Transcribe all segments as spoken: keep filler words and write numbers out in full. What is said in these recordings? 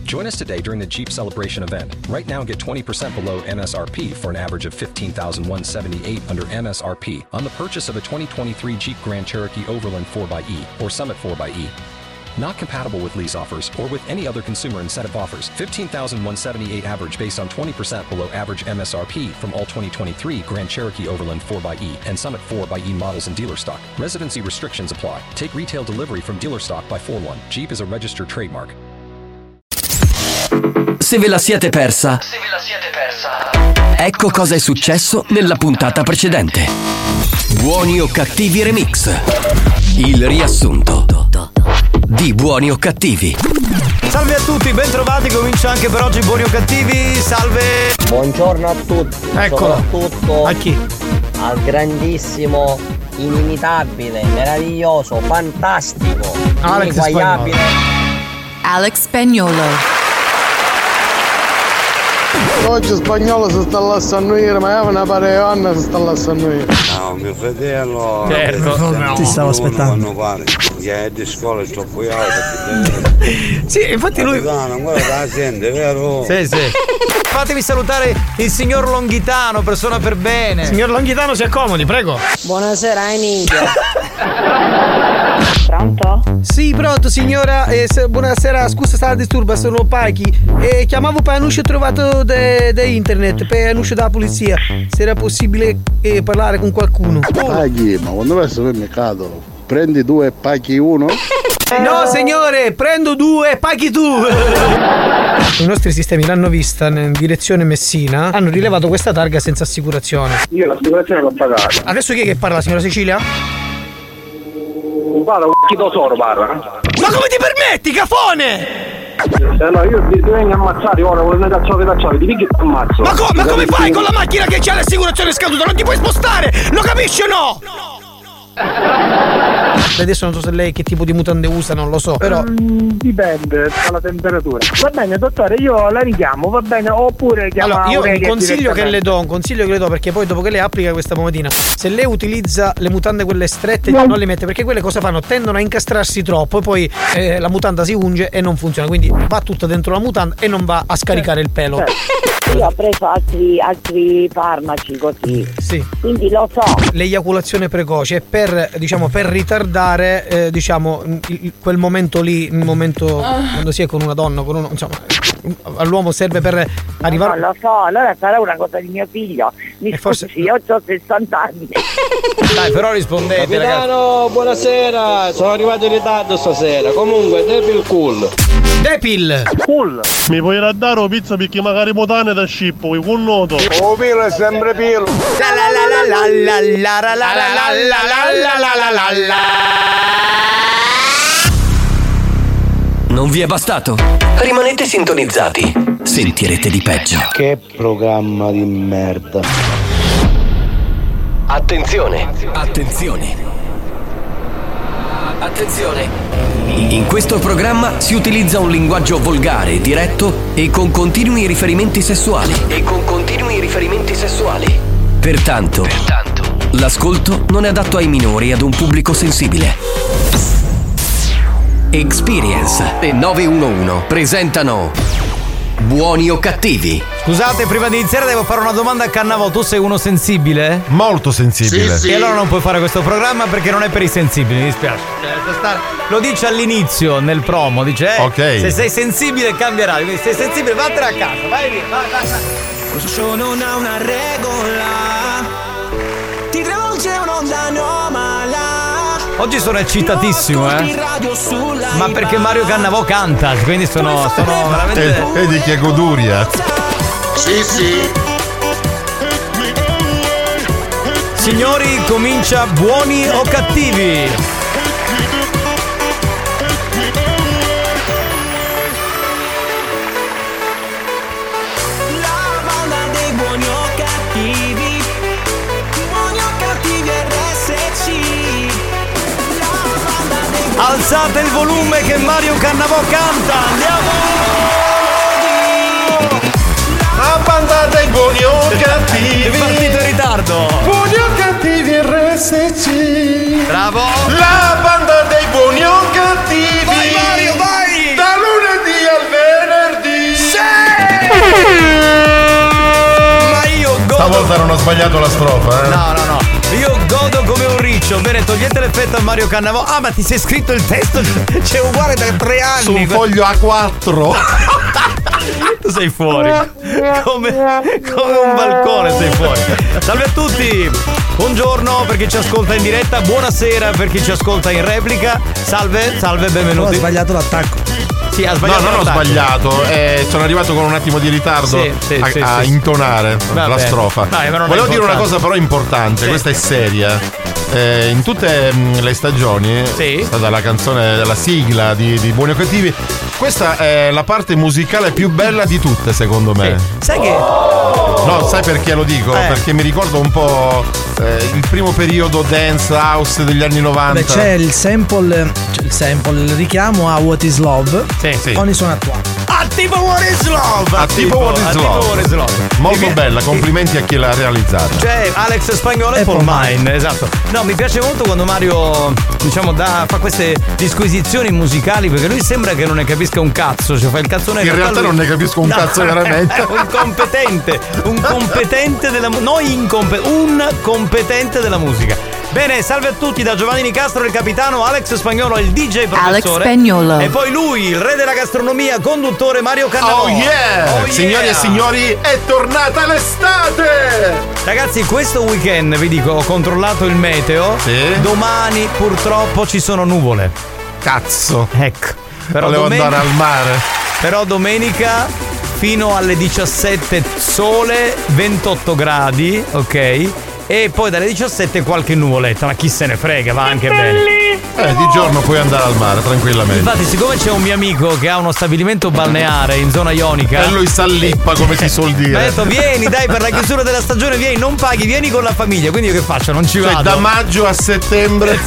Join us today during the Jeep Celebration event. Right now, get twenty percent below M S R P for an average of fifteen thousand one hundred seventy-eight dollars under M S R P on the purchase of a twenty twenty-three Jeep Grand Cherokee Overland four by E or Summit four by E. Not compatible with lease offers or with any other consumer incentive offers. fifteen thousand one hundred seventy-eight dollars average based on twenty percent below average M S R P from all twenty twenty-three Grand Cherokee Overland four by E and Summit four by E models in dealer stock. Residency restrictions apply. Take retail delivery from dealer stock by four one. Jeep is a registered trademark. Se ve la siete persa, Se ve la siete persa. ecco cosa è successo nella puntata precedente. Buoni o cattivi remix. Il riassunto di Buoni o cattivi. Salve a tutti, bentrovati, comincia anche per oggi Buoni o cattivi, salve. Buongiorno a tutti. Eccolo. Soprattutto a chi? Al grandissimo, inimitabile, meraviglioso, fantastico, Alex ineguagliabile Alex Spagnuolo. Oggi Spagnolo si sta lasciando io, ma io una pareonna si sta lasciando io. No, mio fratello. Certo, no, no. Ti stavo aspettando. Che è di scuola è troppo alto. Sì, infatti lui. No, guarda la sente, vero? Sì, sì. Fatemi salutare il signor Longhitano, persona per bene. Signor Longhitano, si accomodi, prego. Buonasera, Ninja. Pronto? Sì, pronto signora, eh, se, buonasera, scusa se la disturba, sono Pachi. Eh, chiamavo per un uscio trovato da internet, per un uscio della polizia. Se era possibile eh, parlare con qualcuno. Paghi, ma quando vai al supermercato prendi due e paghi uno? No signore, prendo due e paghi tu. I nostri sistemi l'hanno vista in direzione Messina. Hanno rilevato questa targa senza assicurazione. Io l'assicurazione l'ho pagata. Adesso chi è che parla, signora Sicilia? Guarda, chi tesoro parla. Ma come ti permetti, cafone? Eh no, io ti vengo a ammazzare ora, volevo cacciare cacciare, ti picchi e ti ammazzo. Ma come? Ma come fai con la macchina che c'ha l'assicurazione scaduta? Non ti puoi spostare! Lo capisci o no? Adesso non so se lei che tipo di mutande usa, non lo so, però mm, dipende dalla temperatura. Va bene dottore, io la richiamo, va bene, oppure chiama allora, io un Aurelia consiglio che le do, un consiglio che le do, perché poi dopo che lei applica questa pomatina, se lei utilizza le mutande quelle strette no. non le mette, perché quelle cosa fanno? Tendono a incastrarsi troppo e poi eh, la mutanda si unge e non funziona, quindi va tutta dentro la mutanda e non va a scaricare il pelo. Io ho preso altri, altri farmaci così. Sì. Quindi lo so. L'eiaculazione precoce è per, diciamo, per ritardare, eh, diciamo, il, quel momento lì, il momento uh. quando si è con una donna, con uno, insomma, all'uomo serve per arrivare. No, lo so, allora sarà una cosa di mio figlio. Mi e scusi, forse... io ho sessanta anni. Dai, però rispondete, Capitano, ragazzi. Buonasera, sono arrivato in ritardo stasera. Comunque, Depil cool. Depil cool. Mi puoi dare un pizza perché magari mutane da scippo, con noto. Oh, pilo è sempre pilo. La la la la la la la la la la la la la la la. Non vi è bastato? Rimanete sintonizzati. Sentirete di peggio. Che programma di merda. Attenzione. Attenzione. Attenzione. In questo programma si utilizza un linguaggio volgare, diretto e con continui riferimenti sessuali. E con continui riferimenti sessuali. Pertanto, Pertanto, l'ascolto non è adatto ai minori e ad un pubblico sensibile. Experience e nove uno uno presentano Buoni o cattivi? Scusate, prima di iniziare devo fare una domanda a Cannavò. Tu sei uno sensibile? Molto sensibile. Sì, sì. E allora non puoi fare questo programma perché non è per i sensibili, mi dispiace. Lo dice all'inizio nel promo, dice eh, ok. Se sei sensibile cambierà. Quindi se sei sensibile vattene a casa, vai via, vai, vai, vai. Questo show non ha una regola, ti travolge un'onda anomala. Oggi sono eccitatissimo, eh. Ma perché Mario Cannavò canta, quindi sono, sono veramente. E di che goduria. Sì, sì. Signori, comincia Buoni o cattivi? La banda dei buoni o cattivi, buoni o cattivi R S C. Alzate il volume che Mario Cannavò canta, andiamo! La banda dei buoni o cattivi. È partito in ritardo. Buoni o cattivi R S C. Bravo. La banda dei buoni o cattivi. Vai Mario, vai. Da lunedì al sbagliato la strofa, eh? No, no, no. Io godo come un riccio. Bene, togliete l'effetto a Mario Cannavò. Ah, ma ti sei scritto il testo? C'è uguale da tre anni. Su un foglio A quattro. Tu sei fuori. Come, come un balcone sei fuori. Salve a tutti. Buongiorno per chi ci ascolta in diretta. Buonasera per chi ci ascolta in replica. Salve, salve, benvenuti. Ho sbagliato l'attacco. Sì, ha sbagliato. No, non ho l'attacco. sbagliato. Eh, sono arrivato con un attimo di ritardo Sì, sì, a, sì, a sì. intonare Va la bene. strofa. Dai, ma non è Volevo dire una importante. cosa però importante, Sì. questa è seria. Eh, in tutte mh, le stagioni Sì. è stata la canzone della sigla di, di Buoni o Cattivi. Questa è la parte musicale più bella di tutte, secondo me. Sai che. No, sai perché lo dico? Eh. Perché mi ricordo un po' eh, il primo periodo dance house degli anni novanta. Beh, c'è il sample, c'è il sample, il richiamo a What is Love Sì. con i suoni attuali. Ah, tipo What is Love! Ah, tipo What is ah, tipo Love. What is Love. Molto Mi- bella, complimenti a chi l'ha realizzata. Cioè Alex Spagnolo e, E Paul Paul Mine, esatto. No, mi piace molto quando Mario, diciamo, dà, fa queste disquisizioni musicali, perché lui sembra che non ne capisca un cazzo, cioè fa il cazzone. In realtà non ne capisco un cazzo veramente. È un competente, un competente della musica, non incompetente, un competente della musica. Bene, salve a tutti da Giovanni Nicastro, il capitano, Alex Spagnolo, il D J professore. Alex Spagnolo. E poi lui, il re della gastronomia, conduttore Mario Cannavò. Oh yeah! Oh yeah! Signori e signori, è tornata l'estate! Ragazzi, questo weekend, vi dico, ho controllato il meteo. Sì. Domani purtroppo ci sono nuvole. Cazzo! Ecco. Però Volevo domen- andare al mare. Però domenica fino alle diciassette sole, ventotto gradi, ok? E poi dalle diciassette qualche nuvoletta, ma chi se ne frega, va anche bene. Eh, di giorno puoi andare al mare tranquillamente. Infatti, siccome c'è un mio amico che ha uno stabilimento balneare in zona ionica, E lui s'allippa, come si suol mi ha dire. detto vieni dai per la chiusura della stagione, vieni, non paghi, vieni con la famiglia. Quindi io che faccio? Non ci Cioè, vado. da maggio a settembre.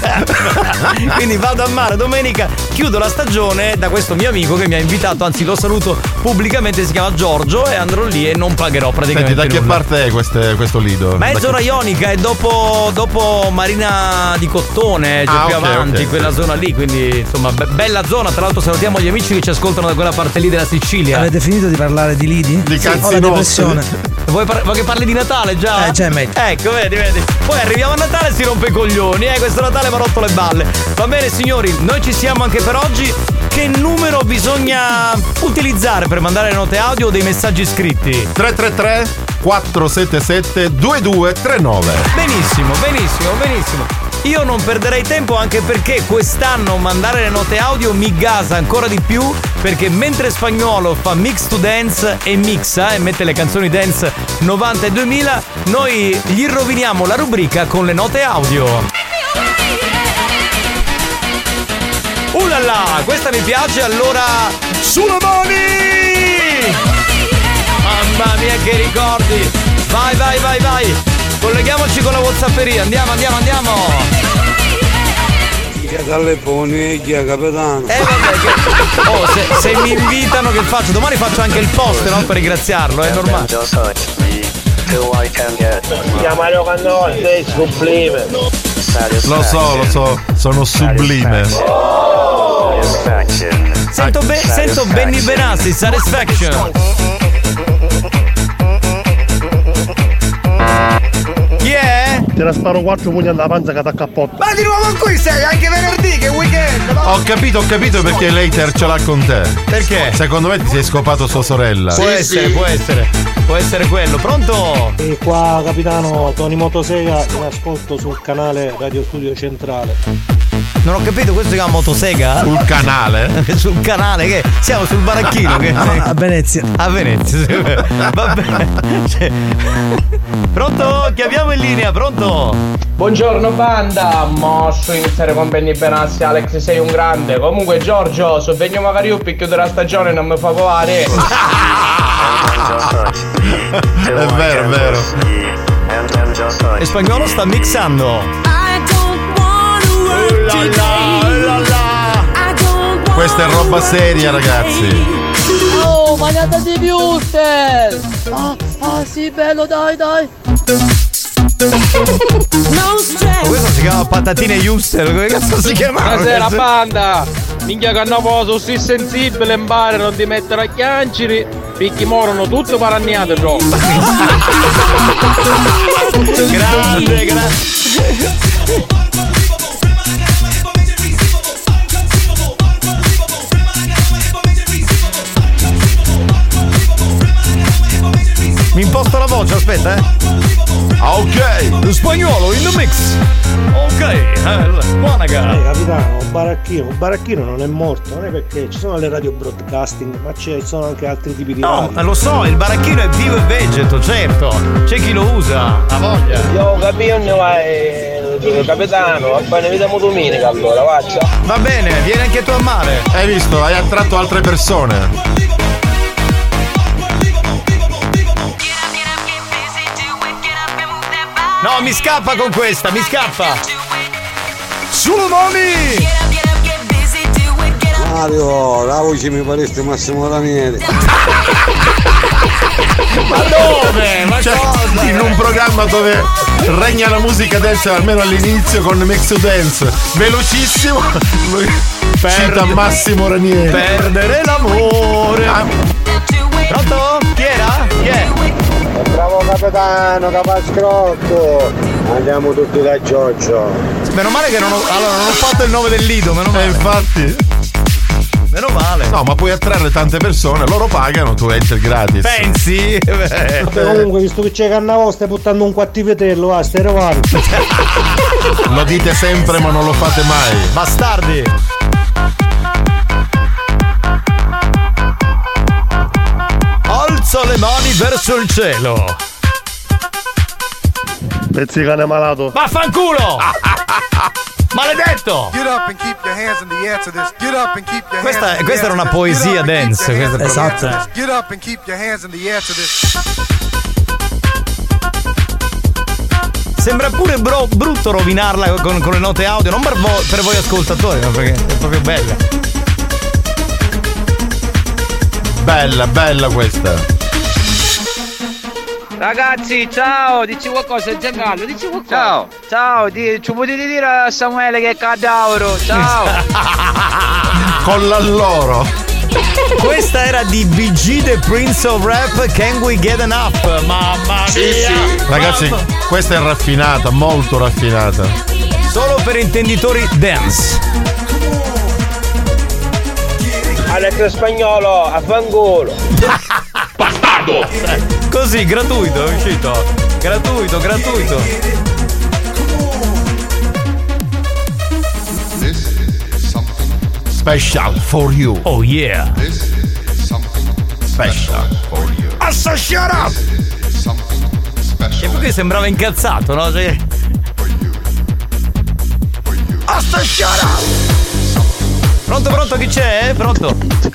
Quindi vado a mare domenica, chiudo la stagione da questo mio amico che mi ha invitato, anzi lo saluto pubblicamente, si chiama Giorgio, e andrò lì e non pagherò praticamente Senti, da che nulla. parte è queste- questo lido? Ma è Da zona che- ionica, è dopo, dopo Marina di Cottone, cioè Ah, più ok, avanti, ok. quella zona lì, quindi insomma be- bella zona. Tra l'altro salutiamo gli amici che ci ascoltano da quella parte lì della Sicilia. Avete finito di parlare di lidi? Di Sì, cazzi ho la nostri. depressione. Vuoi, par- vuoi che parli di Natale già? Eh, già è meglio. Ecco, vedi, vedi. Poi arriviamo a Natale e si rompe i coglioni. Eh, questo Natale mi ha rotto le balle. Va bene, signori, noi ci siamo anche per oggi. Che numero bisogna utilizzare per mandare le note audio o dei messaggi scritti? tre tre tre quattro sette sette due due tre nove. Benissimo, benissimo, benissimo. Io non perderei tempo, anche perché quest'anno mandare le note audio mi gasa ancora di più, perché mentre Spagnolo fa mix to dance e mixa e mette le canzoni dance novanta e duemila, noi gli roviniamo la rubrica con le note audio. Uh là là, questa mi piace, allora sulle mani! Mamma mia che ricordi! Vai, vai, vai, vai! Colleghiamoci con la WhatsApperia, andiamo, andiamo, andiamo! Chi telefoni, chi è capitano? Eh vabbè, che... Oh, se, se mi invitano che faccio? Domani faccio anche il post, no? Per ringraziarlo, è normale. Si chiama Mario Cannavò, sei sublime. Lo so, lo so, sono sublime. Sento, be- sento Benny Benassi, Satisfaction. Chi è? Te la sparo quattro pugni alla panza che t'accappotto. Ma di nuovo qui sei, anche venerdì, che weekend! No? Ho capito, ho capito perché l'hater ce l'ha con te. Perché? Secondo me ti sei scopato sua sorella. Può essere, può essere. Può essere quello. Pronto? E qua capitano Tony Motosega in ascolto sul canale Radio Studio Centrale. Non ho capito, questo si chiama Motosega? Sul canale? Sul canale, che siamo sul baracchino che... A Venezia. A Venezia, sì. Va bene. Cioè... Pronto? Chiamiamo in linea, pronto? Buongiorno banda, mosso iniziare con Benny Benassi, Alex sei un grande. Comunque Giorgio, se vengo magari io picchio della stagione non mi fa volare. È vero, è vero. E Spagnolo sta mixando. Oh là là, oh là là. Questa è roba seria, ragazzi. Oh, mangiate di Wuster! Ah, ah, sì, bello, dai, dai! Ma questo si chiama patatine Juster, come cazzo si chiama? Buonasera banda, minchia Cannavò, sono sì sensibile in bar, non ti mettere a chianciri. picchi morono tutto paragnate troppo. Grande, grande. Mi imposto la voce, aspetta, eh. Ah, ok. Spagnolo in the mix. Ok, eh, buona gara. Eh, capitano, un baracchino, un baracchino non è morto, non è perché ci sono le radio broadcasting, ma ci sono anche altri tipi di No, radio. lo so, il baracchino è vivo e vegeto, certo. C'è chi lo usa, ha voglia. Io capisco, vai, capitano, va bene, vediamo domenica allora, faccia. Va bene, vieni anche tu a mare. Hai visto, hai attratto altre persone. No, mi scappa con questa, mi scappa. Sulle mani! Mario, la voce mi pareste Massimo Ranieri. Ma dove? Ma cioè, cosa? In un programma dove regna la musica dance almeno all'inizio con Mix to Dance velocissimo, lui cita Massimo Ranieri. Perdere l'amore. Ah. Pronto? Chi era? Chi è? Bravo capitano, capascrotto. Andiamo tutti da Giorgio. Meno male che non ho. Allora non ho fatto il nome del lido, meno male. Eh, infatti. Meno male. No, ma puoi attrarre tante persone, loro pagano, tu entri gratis. Pensi? Eh. Comunque, visto che c'è Cannavò, stai buttando un quattivetello, ah, stai rovando. Lo dite sempre ma non lo fate mai. Bastardi. Alza le mani verso il cielo. Pezzi cane malato. Vaffanculo! Maledetto! Questa, questa era una poesia dance. Questa esatto. Sembra pure bro, brutto rovinarla con, con le note audio, non per voi, per voi ascoltatori, ma perché è proprio bella. Bella, bella questa. Ragazzi, ciao, dici qualcosa, Giancarlo, dici qualcosa. Ciao, ciao, di, ci potete dire a Samuele che è cadavro, ciao. Con l'alloro. Questa era di B G The Prince of Rap, Can We Get Enough? Mamma mia! Sì, sì. Ragazzi, questa è raffinata, molto raffinata. Solo per intenditori dance. Alex Spagnolo, a fangolo. Bastardo! Così, gratuito, è uscito. Gratuito, gratuito. Special for you. Oh yeah. Special for you. Assa, shut up! E perché sembrava incazzato, no? Cioè... Assa, shut up! Pronto, pronto, chi c'è? Pronto?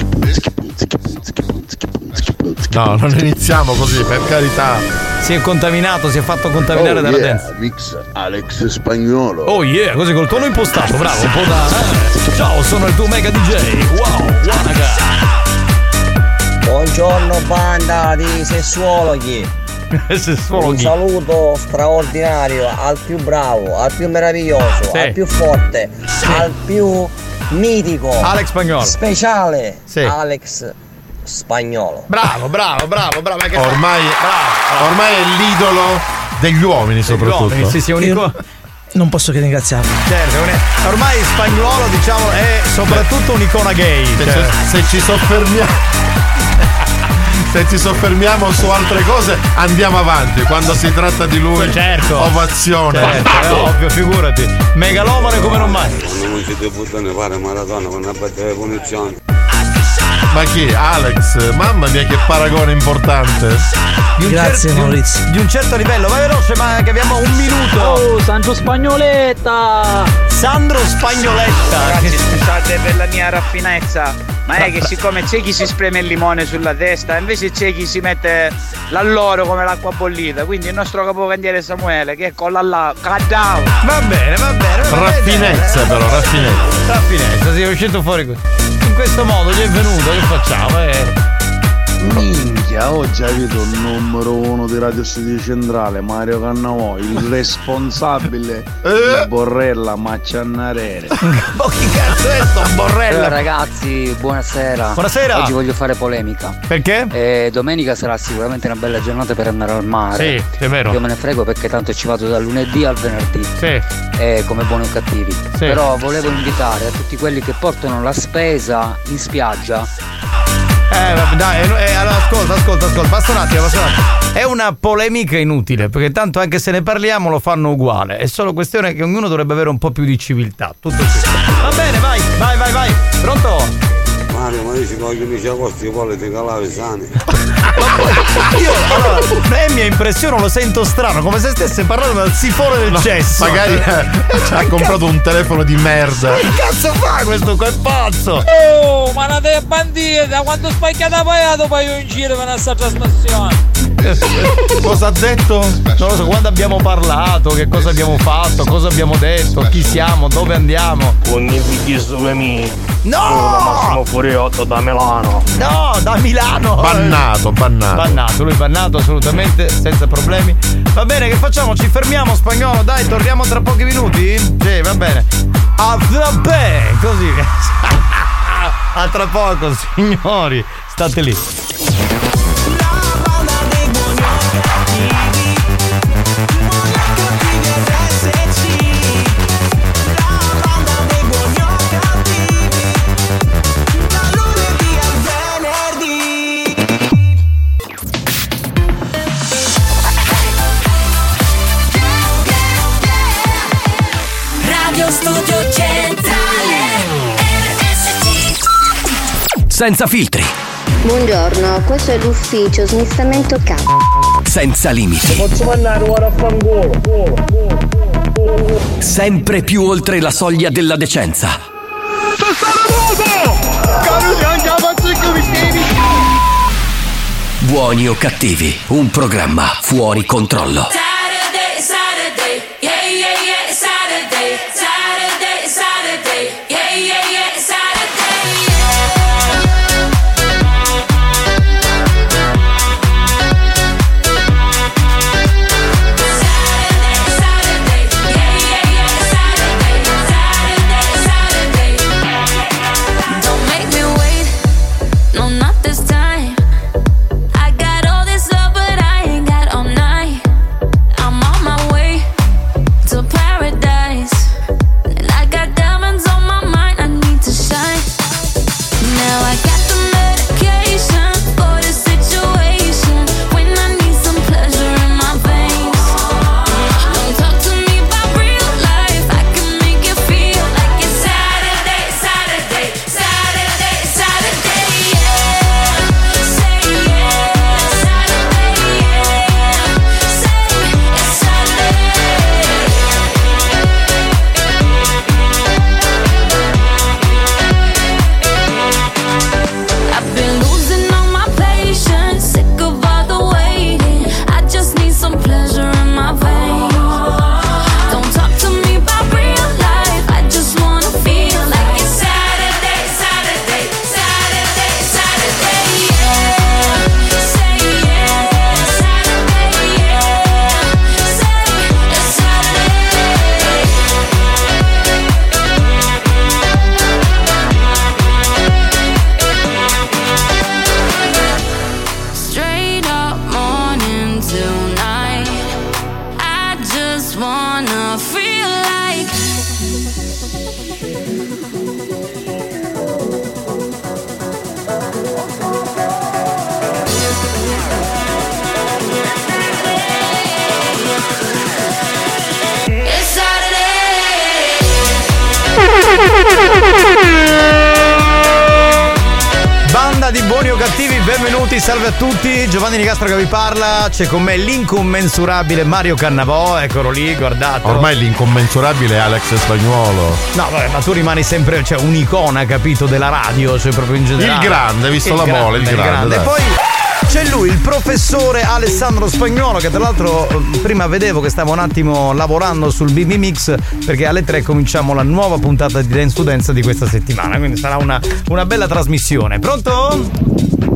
No, non iniziamo così, per carità. Si è contaminato, si è fatto contaminare oh dalla yeah, dance. Mix Alex Spagnolo. Oh yeah, così col tono impostato, bravo, un po' da. Eh. Ciao, sono il tuo mega D J. Wow, buona gara. Buongiorno banda di sessuologhi. Sessuologhi. Un saluto straordinario al più bravo, al più meraviglioso, sì. al più forte, sì. al più mitico. Alex Spagnolo. Speciale. Sì. Alex Spagnolo. Bravo, bravo, bravo, bravo. Che ormai, bravo. ormai è l'idolo degli uomini, soprattutto. Uomini, sì, sì, unico. Non posso che ringraziarvi. Certo, ormai Spagnolo, diciamo, è soprattutto un'icona gay. Se, cioè. se, se ci soffermiamo. Se ci soffermiamo su altre cose andiamo avanti. Quando si tratta di lui, certo. Ovazione. Certo, è ovvio, figurati. Megalomane come non mai. Quando non ci devo ne fare maratona con una battaglia punizione. Ma chi? Alex? Mamma mia che paragone importante. Di Grazie cer- Maurizio. Di un certo livello. Vai veloce, ma che abbiamo un minuto. Oh, Sandro Spagnoletta. Sandro Spagnoletta. Ragazzi, scusate per la mia raffinezza, ma è che siccome c'è chi si spreme il limone sulla testa, invece c'è chi si mette l'alloro come l'acqua bollita. Quindi il nostro capocandiere Samuele che è con l'alloro cadavro. Va bene, va bene. Va raffinezza bene. però, raffinezza. Raffinezza, sì, è uscito fuori in questo modo, gli è venuto, che facciamo? Eh. Minchia, oggi hai visto il numero uno di Radio Studio Centrale, Mario Cannavò, il responsabile di Borrella Macciannarere. Ma chi cazzo è sto Borrella? Ciao ragazzi, buonasera. Buonasera. Oggi voglio fare polemica. Perché? Eh, domenica sarà sicuramente una bella giornata per andare al mare. Sì, è vero. Io me ne frego perché tanto ci vado dal lunedì al venerdì. Sì. Eh, come buoni o cattivi. Sì. Però volevo invitare a tutti quelli che portano la spesa in spiaggia. Eh vabbè, dai, eh, allora ascolta, ascolta, ascolta, basta un attimo, basta un attimo. È una polemica inutile, perché tanto anche se ne parliamo lo fanno uguale. È solo questione che ognuno dovrebbe avere un po' più di civiltà. Tutto qui. Va bene, vai, vai, vai, vai. Pronto? Mario, ma dici voglio mi c'è costi vuole ti calare sani. Io allora, è mia impressione, lo sento strano, come se stesse parlando dal sifone del no, cesso. Magari eh, ha comprato un telefono di merda. Che cazzo fa questo qua? È pazzo! Oh, ma una delle bandite, da quando spacchiata pagato poi io in giro per questa trasmissione. Cosa ha detto? Non lo so, quando abbiamo parlato, che cosa abbiamo fatto, cosa abbiamo detto, chi siamo, dove andiamo. Ogni figli stupemi. No! Massimo Furiotto da Milano. No, da Milano! Bannato, bannato. Bannato, lui bannato assolutamente, senza problemi. Va bene, che facciamo? Ci fermiamo, Spagnolo, dai, torniamo tra pochi minuti? Sì, va bene. A vabbè, così. A tra poco, signori. State lì. Studio Centrale R S C. Senza filtri. Buongiorno, questo è l'ufficio smistamento C. Senza limiti. Posso mandare ora a fangolo. Sempre più oltre la soglia della decenza. Buoni o cattivi, un programma fuori controllo. Saturday, Saturday, yeah, yeah, yeah, Saturday, Saturday, Saturday, yeah, yeah, yeah, Saturday, Saturday, Saturday, yeah, yeah, yeah, Saturday, Saturday, Saturday. Don't make me wait, no, not this time. I got all this love, but I ain't got all night. I'm on my way to paradise, and I got diamonds on my mind, I need to shine. Now I got the medication for the situation, when I need some pleasure in my veins. Don't talk to me about real life, I can make you feel like it's Saturday, Saturday, Saturday, Saturday, yeah. Say yeah, Saturday, yeah. Say it's Saturday. I've been losing all my patience, sick of all the waiting. I just need some pleasure in my veins. Don't talk to me about real life, I just wanna feel like it's Saturday, Saturday, Saturday, Saturday, yeah. Say yeah, Saturday, yeah. Say it's Saturday. Straight up morning till night, I just wanna feel like it's Saturday. Banda di buoni o cattivi, benvenuti, salve a tutti. Giovanni Nicastro che vi parla. C'è con me l'incommensurabile Mario Cannavò, eccolo lì, guardate. Ormai l'incommensurabile è Alex Spagnuolo. No, vabbè, ma tu rimani sempre, cioè, un'icona, capito, della radio, cioè proprio in generale. Il grande, visto la mole, il grande, E dai. poi c'è lui, il professore Alessandro Spagnuolo, che tra l'altro eh, prima vedevo che stava un attimo lavorando sul B B Mix, perché alle tre cominciamo la nuova puntata di Dance to Dance di questa settimana, quindi sarà una, una bella trasmissione. Pronto?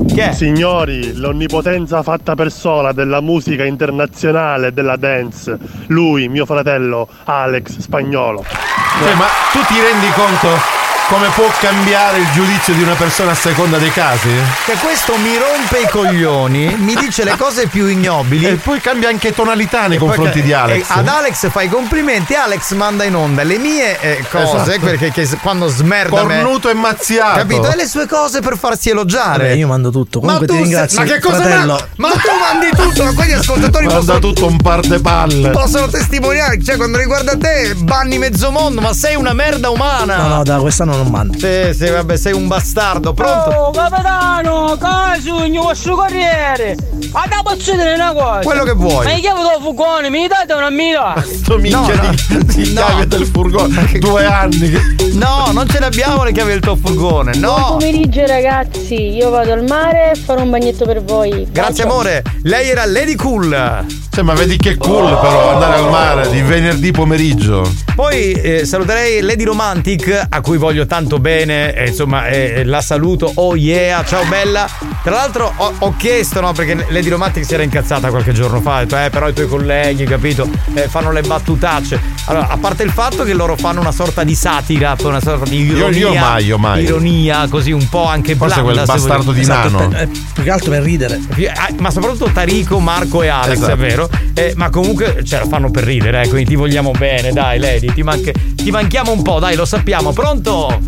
Che è? Signori, l'onnipotenza fatta persona della musica internazionale e della dance. Lui, mio fratello, Alex Spagnuolo. Cioè, ma tu ti rendi conto come può cambiare il giudizio di una persona a seconda dei casi? Che questo mi rompe i coglioni, mi dice le cose più ignobili e poi cambia anche tonalità nei confronti di Alex. Ad Alex fai i complimenti, Alex manda in onda le mie eh, cose, esatto. perché che quando smerda cornuto me, e mazziato, capito? E le sue cose per farsi elogiare. Vabbè, io mando tutto. Comunque ma ti tu ringrazio. Se, ma che cosa fratello. Ma, ma tu mandi tutto, ma quegli ascoltatori manda possono, tutto un par de palle. Possono testimoniare, cioè quando riguarda te banni mezzo mondo, ma sei una merda umana. No, no, da quest'anno non mando. Sì, sì, vabbè, sei un bastardo, pronto? Oh, capitano, casugno, vostro corriere. Andiamo a succedere una cosa. Quello che vuoi. Ma io chiamo del furgone, mi date una mira? Sto minchia no, di, di no. chiave del furgone. Due anni. No, non ce l'abbiamo le chiavi del tuo furgone, no. Buon pomeriggio ragazzi, io vado al mare e farò un bagnetto per voi. Grazie Bacio. amore, lei era Lady Cool. Cioè, ma vedi che cool però andare al mare di venerdì pomeriggio. Poi eh, saluterei Lady Romantic, a cui voglio tanto bene, eh, insomma eh, la saluto, oh yeah, ciao bella. Tra l'altro ho, ho chiesto, no, perché Lady Romantic si era incazzata qualche giorno fa, ha detto, eh però i tuoi colleghi, capito, eh, fanno le battutacce. Allora, a parte il fatto che loro fanno una sorta di satira, una sorta di ironia, io, io mai, io mai. ironia, così un po' anche forse blanda, quel bastardo di esatto, Nano per, eh, più che altro per ridere, ma soprattutto Tarico, Marco e Alex, esatto. È vero. Eh, ma comunque ce la fanno per ridere, eh, quindi ti vogliamo bene, dai Lady, ti, manca, ti manchiamo un po', dai, lo sappiamo. Pronto?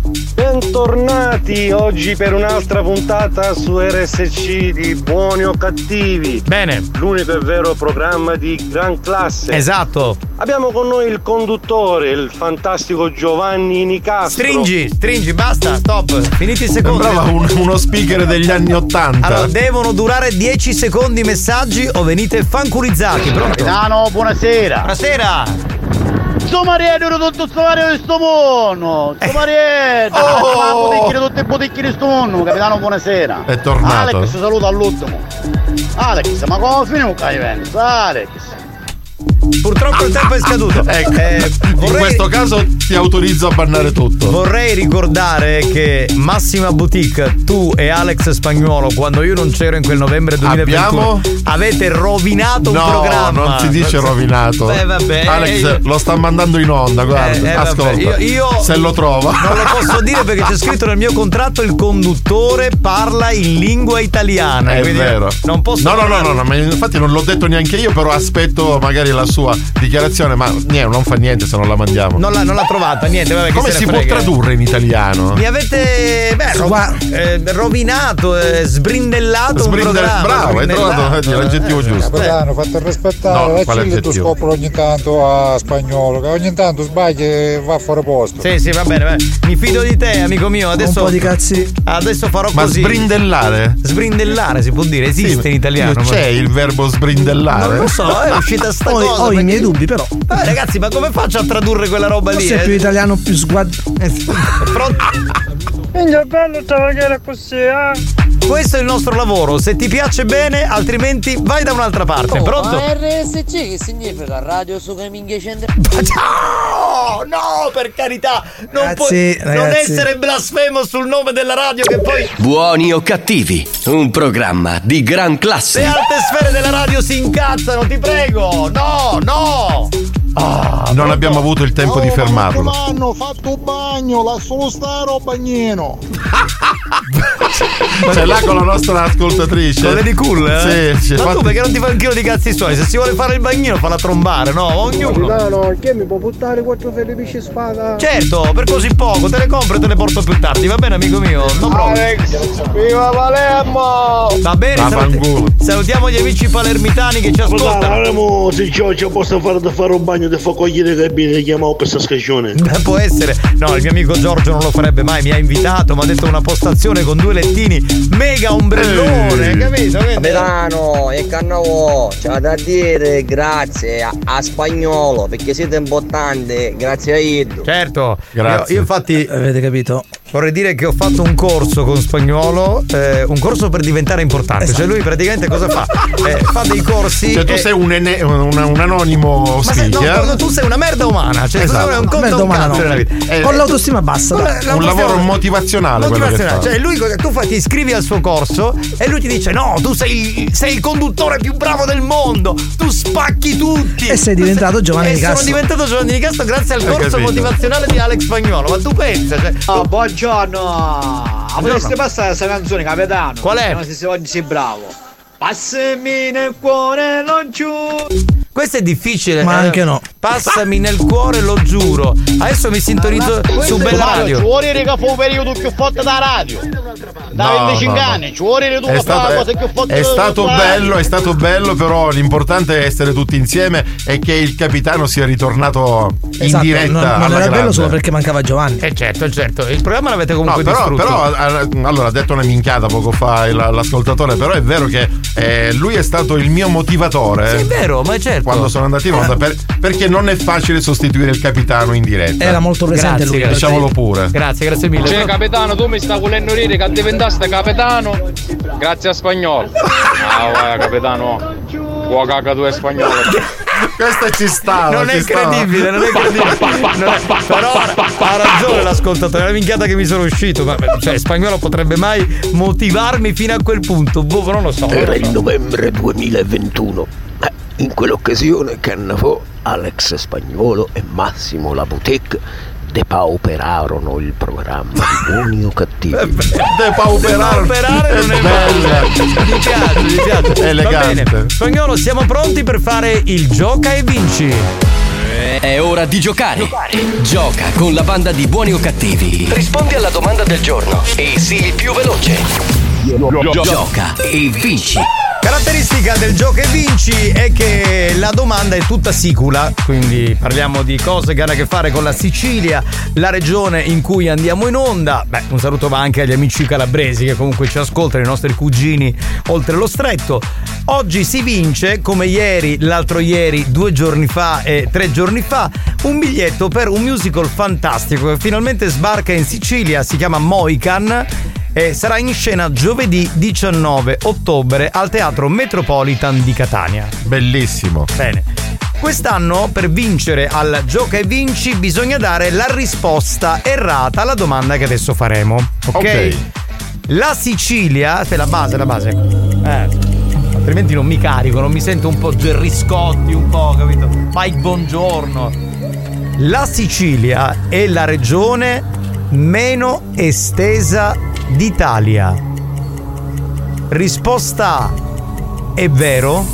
Bentornati oggi per un'altra puntata su R S C di Buoni o Cattivi. Bene. L'unico e vero programma di gran classe. Esatto. Abbiamo con noi il conduttore, il fantastico Giovanni Nicastro. Stringi, stringi, basta, stop. Finiti i secondi. Sembrava un, uno speaker degli anni ottanta. Allora, devono durare dieci secondi i messaggi o venite fanculizzati. Pronto? Capitano, buonasera. Buonasera. Sto marietto tutto sto marietto di sto mondo. Sto marietto. Oh. Botecchine, tutte le botecchine di sto mondo. Capitano, buonasera. È tornato. Alex, saluta all'ultimo. Alex, ma come finiamo che evento? Alex. Purtroppo il tempo è scaduto. Ecco. Eh, vorrei... In questo caso ti autorizzo a bannare tutto. Vorrei ricordare che Massima Boutique, tu e Alex Spagnuolo, quando io non c'ero in quel novembre duemilaventuno, Abbiamo... avete rovinato no, un programma. Non si dice rovinato. Beh, vabbè, Alex io... lo sta mandando in onda, guarda. Eh, eh, ascolta. Io, io se lo trova. Non lo posso dire perché c'è scritto nel mio contratto il conduttore parla in lingua italiana. È vero. Non posso. No, no, no, no, no, ma infatti non l'ho detto neanche io, però aspetto magari la sua dichiarazione, ma niente, non fa niente se non la mandiamo. Non l'ha, non l'ha trovata, niente. Vabbè, come si può tradurre in italiano? Mi avete beh, ro- eh, rovinato, eh, sbrindellato Sbrindel- un programma. Bravo, hai trovato eh, l'aggettivo eh, giusto. Capitano, fate rispettare, no, la tu scopro ogni tanto a Spagnolo, che ogni tanto sbagli e va fuori posto. Sì, sì, va bene, va bene. Mi fido di te, amico mio. Adesso un po' di cazzi. Adesso farò ma così. Ma sbrindellare? Sbrindellare si può dire, esiste sì, in italiano. C'è il verbo sbrindellare? Non lo so, è uscita sta ho, cosa. Ho perché... i miei dubbi, però. Eh, ragazzi, ma come faccio a tradurre quella roba Forse lì? È eh? più italiano, più sguad. Pronto? È bello travagliare così, eh? Questo è il nostro lavoro, se ti piace bene, altrimenti vai da un'altra parte. Oh, Pronto? Ma R S C che significa? Radio su Caminghia Centro. No, no, per carità, non ragazzi, puoi ragazzi. non essere blasfemo sul nome della radio che poi. Buoni o cattivi, un programma di gran classe. Le alte sfere della radio si incazzano, ti prego. No, no. Ah, non abbiamo avuto il tempo oh, di fermarlo. Ma hanno fatto un bagno, lascialo stare o bagnino. C'è là con la nostra ascoltatrice. Con Lady Cool, eh? Sì, sì. Ma fatto... tu perché non ti fai un chilo di cazzi suoi? Se si vuole fare il bagnino falla trombare, no? Ognuno. Capitano, che mi può buttare quattro felici spada? Certo, per così poco, te le compro e te le porto più tardi, va bene amico mio? Non Alex, viva Palermo! Va bene, saluti- salutiamo gli amici palermitani che ci ascoltano. Se Giorgio posso fare da fare un bagno di focogliere che abbiamo chiamato per questa stagione. Beh, può essere. No, il mio amico Giorgio non lo farebbe mai, mi ha invitato, mi ha detto una postazione con due lettini, mega ombrellone, Ehi. capito? Capitano, e cannavo, c'è da dire grazie a, a Spagnolo perché siete importanti, grazie a Iddo. Certo, grazie. Io, io infatti avete capito? vorrei dire che ho fatto un corso con Spagnuolo, eh, un corso per diventare importante. Esatto. Cioè lui praticamente cosa fa? Eh, fa dei corsi. Cioè tu e... sei un, ene, un, un anonimo Ma se, no, no, tu sei una merda umana. Cioè esatto. tu sei un conto un cazzo nella vita. Eh, con l'autostima bassa. Un l'autostima... lavoro motivazionale. Motivazionale. Cioè lui tu fa, ti iscrivi al suo corso e lui ti dice no, tu sei, sei il conduttore più bravo del mondo, tu spacchi tutti. E sei diventato Giovanni Di Castro. Sono diventato Giovanni Di Castro grazie al corso motivazionale di Alex Spagnuolo. Ma tu pensa? Cioè... Oh, buongiorno! Potreste passare questa canzone, capitano? Qual è? Non so se oggi sei bravo. Passami nel cuore, non giù. Questo è difficile. Ma eh. anche no. Passami nel cuore, lo giuro. Adesso mi sintonizzo su Bella Radio. Ci vuole che fu un periodo più forte da radio. Da no, venticinque no, anni, ci vuole tu è che stato, fa la cosa più forte. È stato bello, è stato bello, però l'importante è essere tutti insieme e che il capitano sia ritornato in esatto, diretta. Non, non alla era grande. bello solo perché mancava Giovanni. Eh certo, certo. Il programma l'avete comunque no, però, distrutto. però allora ha detto una minchiata poco fa l'ascoltatore, però è vero che eh, lui è stato il mio motivatore. Sì, è vero, ma certo. Quando sono andato in onda, per, perché non è facile sostituire il capitano in diretta. Era molto presente grazie, lui. Diciamolo pure. Grazie, grazie mille. Cioè, capitano, tu mi stai volendo dire che diventaste capitano grazie a Spagnolo. Ah, guarda, capitano. Può caga tu è Spagnolo. Questa ci sta. Non è credibile, non è credibile. Non è, però ha ragione l'ascoltatore, è una minchiata che mi sono uscito. Ma cioè, Spagnolo potrebbe mai motivarmi fino a quel punto? Boh, non lo so. Era il novembre duemilaventuno. In quell'occasione Cannavò, Alex Spagnuolo e Massimo La Boutique depauperarono il programma di Buoni o Cattivi. Depauperare non è bella. Mi piace, mi piace. Elegante. Va bene. Spagnolo, siamo pronti per fare il Gioca e Vinci. È ora di giocare. giocare. Gioca con la banda di Buoni o Cattivi. Rispondi alla domanda del giorno e sii il più veloce. Gioca e vinci. Caratteristica del Gioca e Vinci è che la domanda è tutta sicula, quindi parliamo di cose che hanno a che fare con la Sicilia, la regione in cui andiamo in onda. Beh, un saluto va anche agli amici calabresi che comunque ci ascoltano, i nostri cugini oltre lo stretto. Oggi si vince, come ieri, l'altro ieri, due giorni fa e tre giorni fa, un biglietto per un musical fantastico che finalmente sbarca in Sicilia, si chiama Mohican. E sarà in scena giovedì diciannove ottobre al Teatro Metropolitan di Catania. Bellissimo. Bene. Quest'anno per vincere al Gioca e Vinci bisogna dare la risposta errata alla domanda che adesso faremo. Ok? okay. La Sicilia, aspetta, la base, la base. Eh, altrimenti non mi carico, non mi sento un po' Gerry Scotti, un po', capito? Mike Buongiorno. La Sicilia è la regione meno estesa d'Italia. Risposta A: è vero.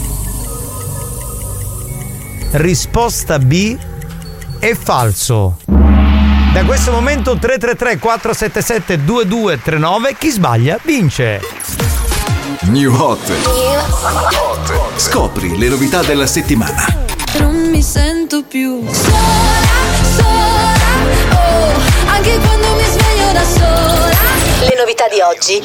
Risposta B: è falso. Da questo momento tre tre tre quattro sette sette due due tre nove, chi sbaglia vince. New Hot. Scopri le novità della settimana. Non mi sento più sola, sola, oh, anche quando mi sveglio da sola. Le novità di oggi.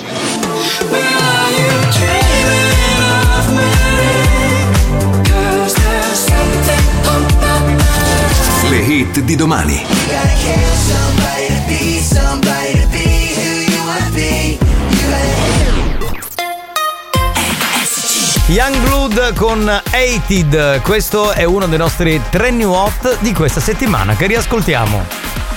Le hit di domani. Youngblood con Hated, questo è uno dei nostri tre new hot di questa settimana che riascoltiamo.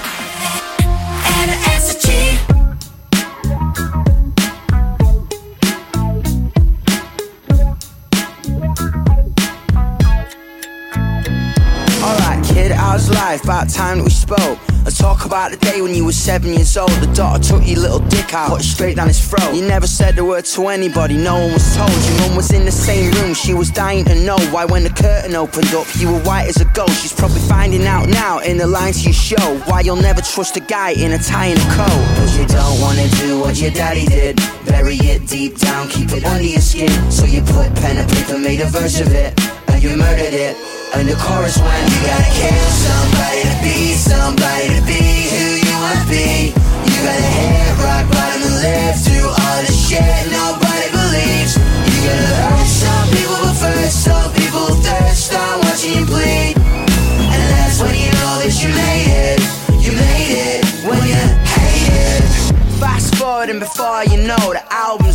How's life? About time that we spoke. Let's talk about the day when you were seven years old. The daughter took your little dick out, put it straight down his throat. You never said a word to anybody, no one was told. Your mum was in the same room, she was dying to know why when the curtain opened up, you were white as a ghost. She's probably finding out now in the lines you show why you'll never trust a guy in a tie and a coat. Cause you don't wanna do what your daddy did. Bury it deep down, keep it under your skin. So you put pen and paper, made a verse of it, and you murdered it. And the chorus went, you gotta kill somebody to be somebody to be who you wanna be. You gotta hit rock bottom and live through all the shit nobody believes. You gotta hurt some people but first some people thirst on watching you bleed. And that's when you know that you made it. You made it when you hate it.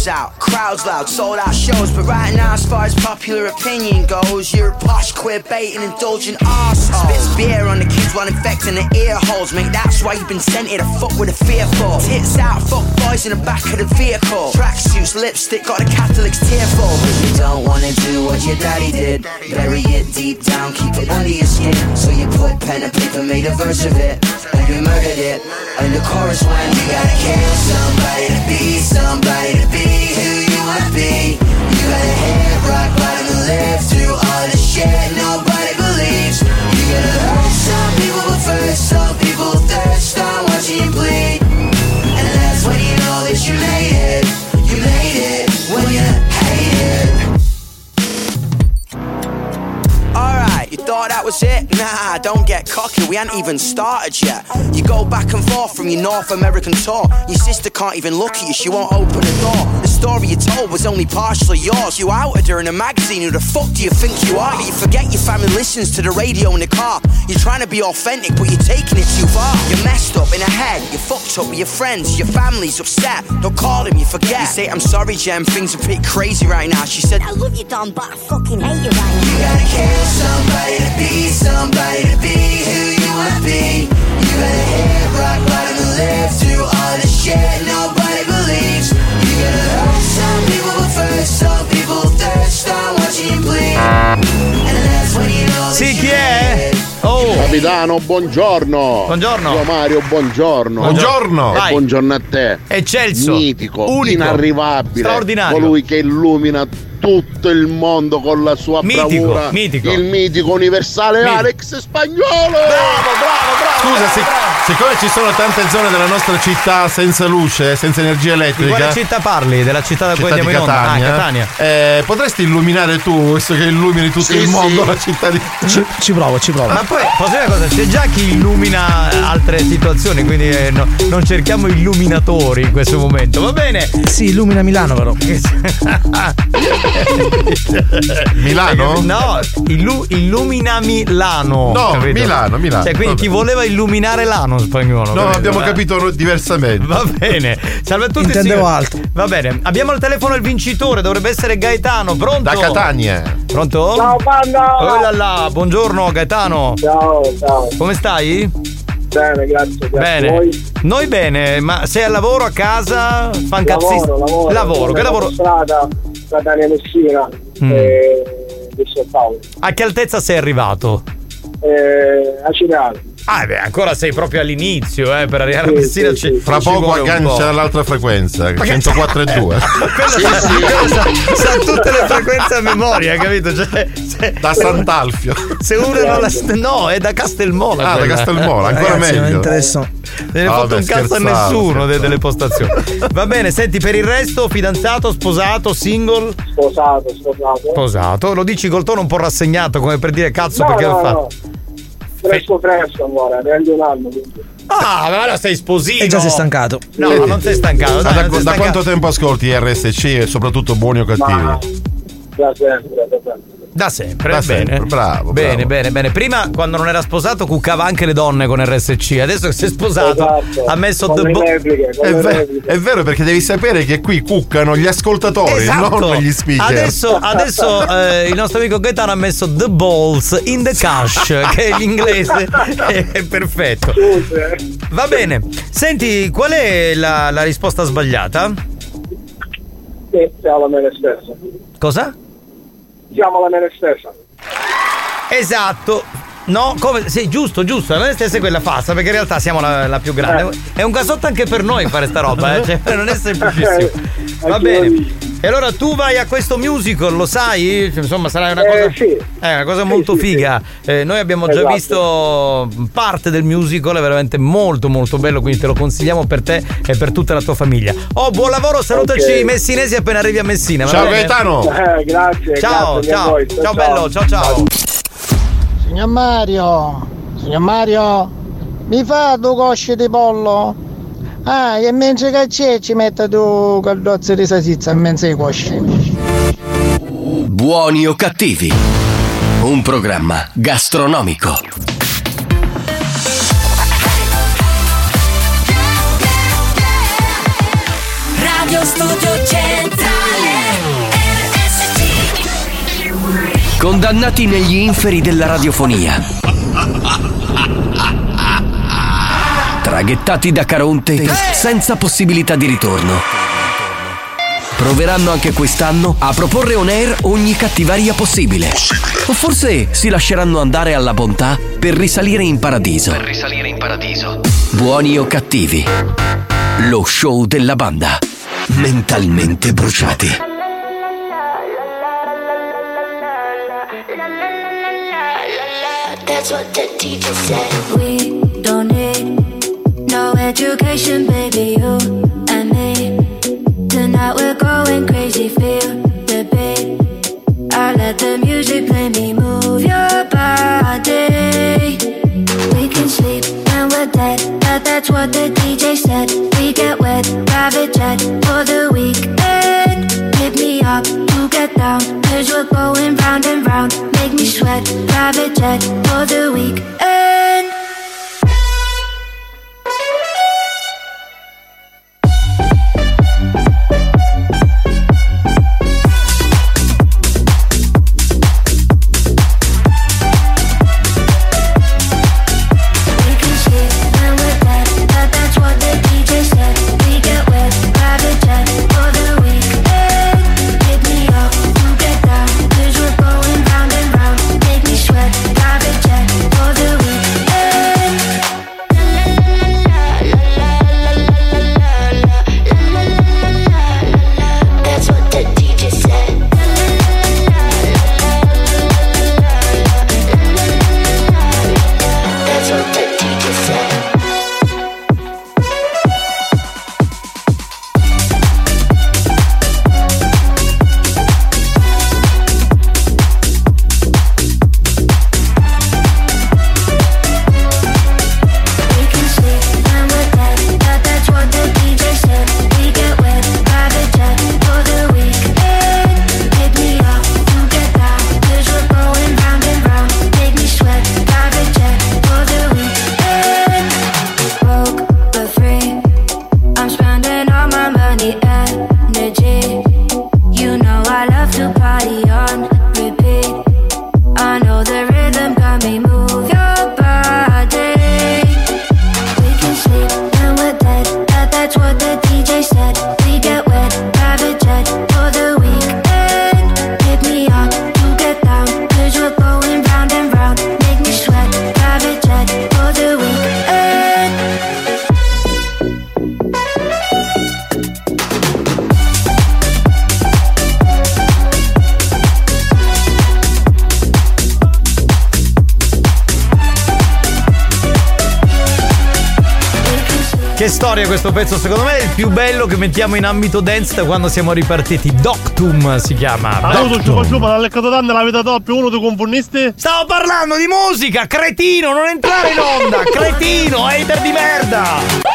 goes out, crowds loud, sold out shows. But right now, as far as popular opinion goes, you're a posh, queer baiting, indulgent arsehole. Spits beer on the kids while infecting the ear holes. Mate, that's why you've been sent here to fuck with a fearful. Tits out, fuck boys in the back of the vehicle. Tracksuits, lipstick, got the Catholics tearful. If you don't wanna do what your daddy did, bury it deep down, keep it under your skin. So you put pen and paper, made a verse of it, and you murdered it. And the chorus went, you gotta kill somebody to be somebody to be who you wanna be. You gotta hit rock bottom and live through all the shit nobody believes. You gotta hurt some people, but first some people thirst on watching you bleed. And that's when you know that you made it. You made it when you hate it. Alright, you thought that was it? Nah, don't get cocky, we ain't even started yet. You go back and forth from your North American tour. Your sister can't even look at you, she won't open the door. The story you told was only partially yours. You outed her in a magazine, who the fuck do you think you are? You forget your family listens to the radio in the car. You're trying to be authentic, but you're taking it too far. You're messed up in the head, you're fucked up with your friends. Your family's upset, don't call him, you forget. You say, I'm sorry Jem, things are a bit crazy right now. She said, I love you Don, but I fucking hate you right now. You gotta kill somebody to be somebody to be who you wanna be. You gotta hit rock bottom and live through all the shit nobody believes. You gotta hurt some people, but first some people thirst on watching you bleed. And that's when you know that Sì, you chi è? Oh! Capitano, buongiorno. Buongiorno. Io Mario, buongiorno. Buongiorno. E Vai. buongiorno a te. Eccelso. Mitico, Unico. inarrivabile. Straordinario. Colui che illumina tutto il mondo con la sua Mitico, bravura. mitico. Il mitico universale Mitico. Alex Spagnolo. Bravo, bravo, bravo. Scusa, bravo, si- bravo. siccome ci sono tante zone della nostra città senza luce, senza energia Di elettrica. quale città parli? Della città da cui città andiamo di in onda? Catania, Ah, Catania. Eh, potresti illuminare tu, visto che illumini tutto Sì, il mondo, sì. la città di. Ci, ci provo, ci provo. Ma poi posso dire una cosa? C'è già chi illumina altre situazioni, quindi eh, no- non cerchiamo illuminatori in questo momento, va bene? Sì, illumina Milano però. Milano? No, illu- illumina Milano. No, capito? Milano, Milano. Cioè, quindi Vabbè. chi voleva illuminare l'ano spagnolo. No, capito? abbiamo Va- capito diversamente. Va bene. Salve a tutti. Intendevo signori. altro. Va bene. Abbiamo al telefono il vincitore, dovrebbe essere Gaetano. Pronto? Da Catania. Pronto? Ciao banda! Oh là là, buongiorno Gaetano. Ciao, ciao. Come stai? Bene, grazie, grazie. Bene. Voi? Noi bene, ma sei al lavoro, a casa? Fan cazzi- Lavoro, lavoro. Lavoro, che lavoro? Strada, Catania Messina. Mm. E di San Paolo. A che altezza sei arrivato? E a Cireale. Ah, beh, ancora sei proprio all'inizio, eh, per arrivare a Sì, Messina. sì, ci- sì. Fra ci poco vuole un po'. aggancia l'altra frequenza, che- centoquattro e due. Quello sa, quello sa, sa tutte le frequenze a memoria, capito? Cioè, se, Da Sant'Alfio. se uno non la. No, è da Castelmola. Ah, da quella. Castelmola, ancora Ragazzi, non meglio. interessa. Non ne Ah, ha fatto vabbè, un cazzo a scherzavo, nessuno de- scherzavo. delle postazioni. Va bene, senti, per il resto, fidanzato, sposato, single? Sposato, sposato. Sposato. Lo dici col tono un po' rassegnato, come per dire cazzo, No, perché no, lo fa? no. Fresco fresco ancora, neanche un anno quindi. Ah, ma allora sei sposino. E già sei stancato. No, Senti, non sei stancato. Ma dai, da, non sei da stancato. quanto tempo ascolti R S C e soprattutto buoni o cattivi? Ma da sempre, da sempre. Da sempre, Da bene. sempre, bravo, Bene, bravo. bene, bene. Prima, quando non era sposato, cuccava anche le donne con R S C. Adesso che si è sposato, Esatto. ha messo Con The le Bo- repliche, con È, le ve- repliche. è vero, perché devi sapere che qui cuccano gli ascoltatori, Esatto. non gli speaker. Adesso, adesso eh, il nostro amico Gaetano ha messo The Balls in the Cash, che è l'inglese. È, è perfetto. Va bene. Senti, qual è la, la risposta sbagliata? Sì, siamo la mia stessa. Cosa? Siamo la mia stessa. Esatto. No, come? Sì, giusto, giusto. La stessa è quella falsa, perché in realtà siamo la, la più grande. È un casotto anche per noi fare sta roba, eh? Cioè, non è semplicissimo. Va bene. E allora tu vai a questo musical, lo sai? Cioè, insomma, sarà una cosa. Eh, sì. È una cosa Sì, molto sì, figa. Eh, noi abbiamo già Esatto. visto parte del musical, è veramente molto molto bello, quindi te lo consigliamo per te e per tutta la tua famiglia. Oh, buon lavoro, salutaci Ok. i messinesi appena arrivi a Messina. va Ciao bene? Gaetano. Eh, grazie. Ciao, grazie a ciao, voi. ciao bello, ciao ciao. Signor Mario, signor Mario, mi fa due cosce di pollo? Ah, e mentre che c'è ci mette due caldozze di salsiccia in mezzo ai cosci. Buoni o cattivi? Un programma gastronomico. Radio Dallo studio centrale R S C. Condannati negli inferi della radiofonia, traghettati da Caronte senza possibilità di ritorno, proveranno anche quest'anno a proporre on air ogni cattiveria possibile. O forse si lasceranno andare alla bontà per risalire in paradiso. Per risalire in paradiso. Buoni o cattivi, lo show della banda. Mentalmente bruciati. That's what the teacher said. We don't need no education, baby, you and me. Tonight we're going crazy, feel the beat. I let the music play me, move your body. We can sleep when we're dead, that, that's what the D J said. We get wet, private jet for the weekend. Hit me up to get down, cause we're going round and round. Make me sweat, private jet for the weekend. Che storia questo pezzo, secondo me è il più bello che mettiamo in ambito dance da quando siamo ripartiti. Doctum si chiama. Allora, ciupa ciupa, l'ha leccato tanto la vita doppia, uno dei conformisti? Stavo parlando di musica, cretino, non entrare in onda, cretino, hater di merda.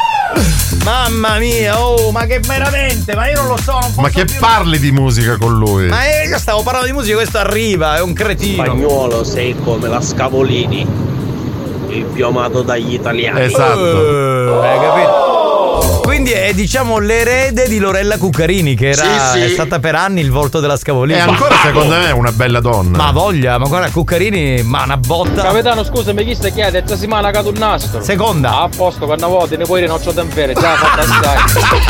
Mamma mia, oh, ma che veramente, ma io non lo so, non posso Ma che più... parli di musica con lui? Ma io stavo parlando di musica, questo arriva, è un cretino. Spagnolo sei come la Scavolini, il più amato dagli italiani. Esatto. Hai capito? Quindi è, diciamo, l'erede di Lorella Cuccarini, che era Sì, sì. è stata per anni il volto della Scavolini. E ancora secondo me è una bella donna. Ma voglia, ma guarda, Cuccarini, ma una botta. Capitano, scusami, chi stai chiedendo? Terza settimana cato un nastro. Seconda. A posto, per una volta ne puoi dire non c'ho tempere, già fatta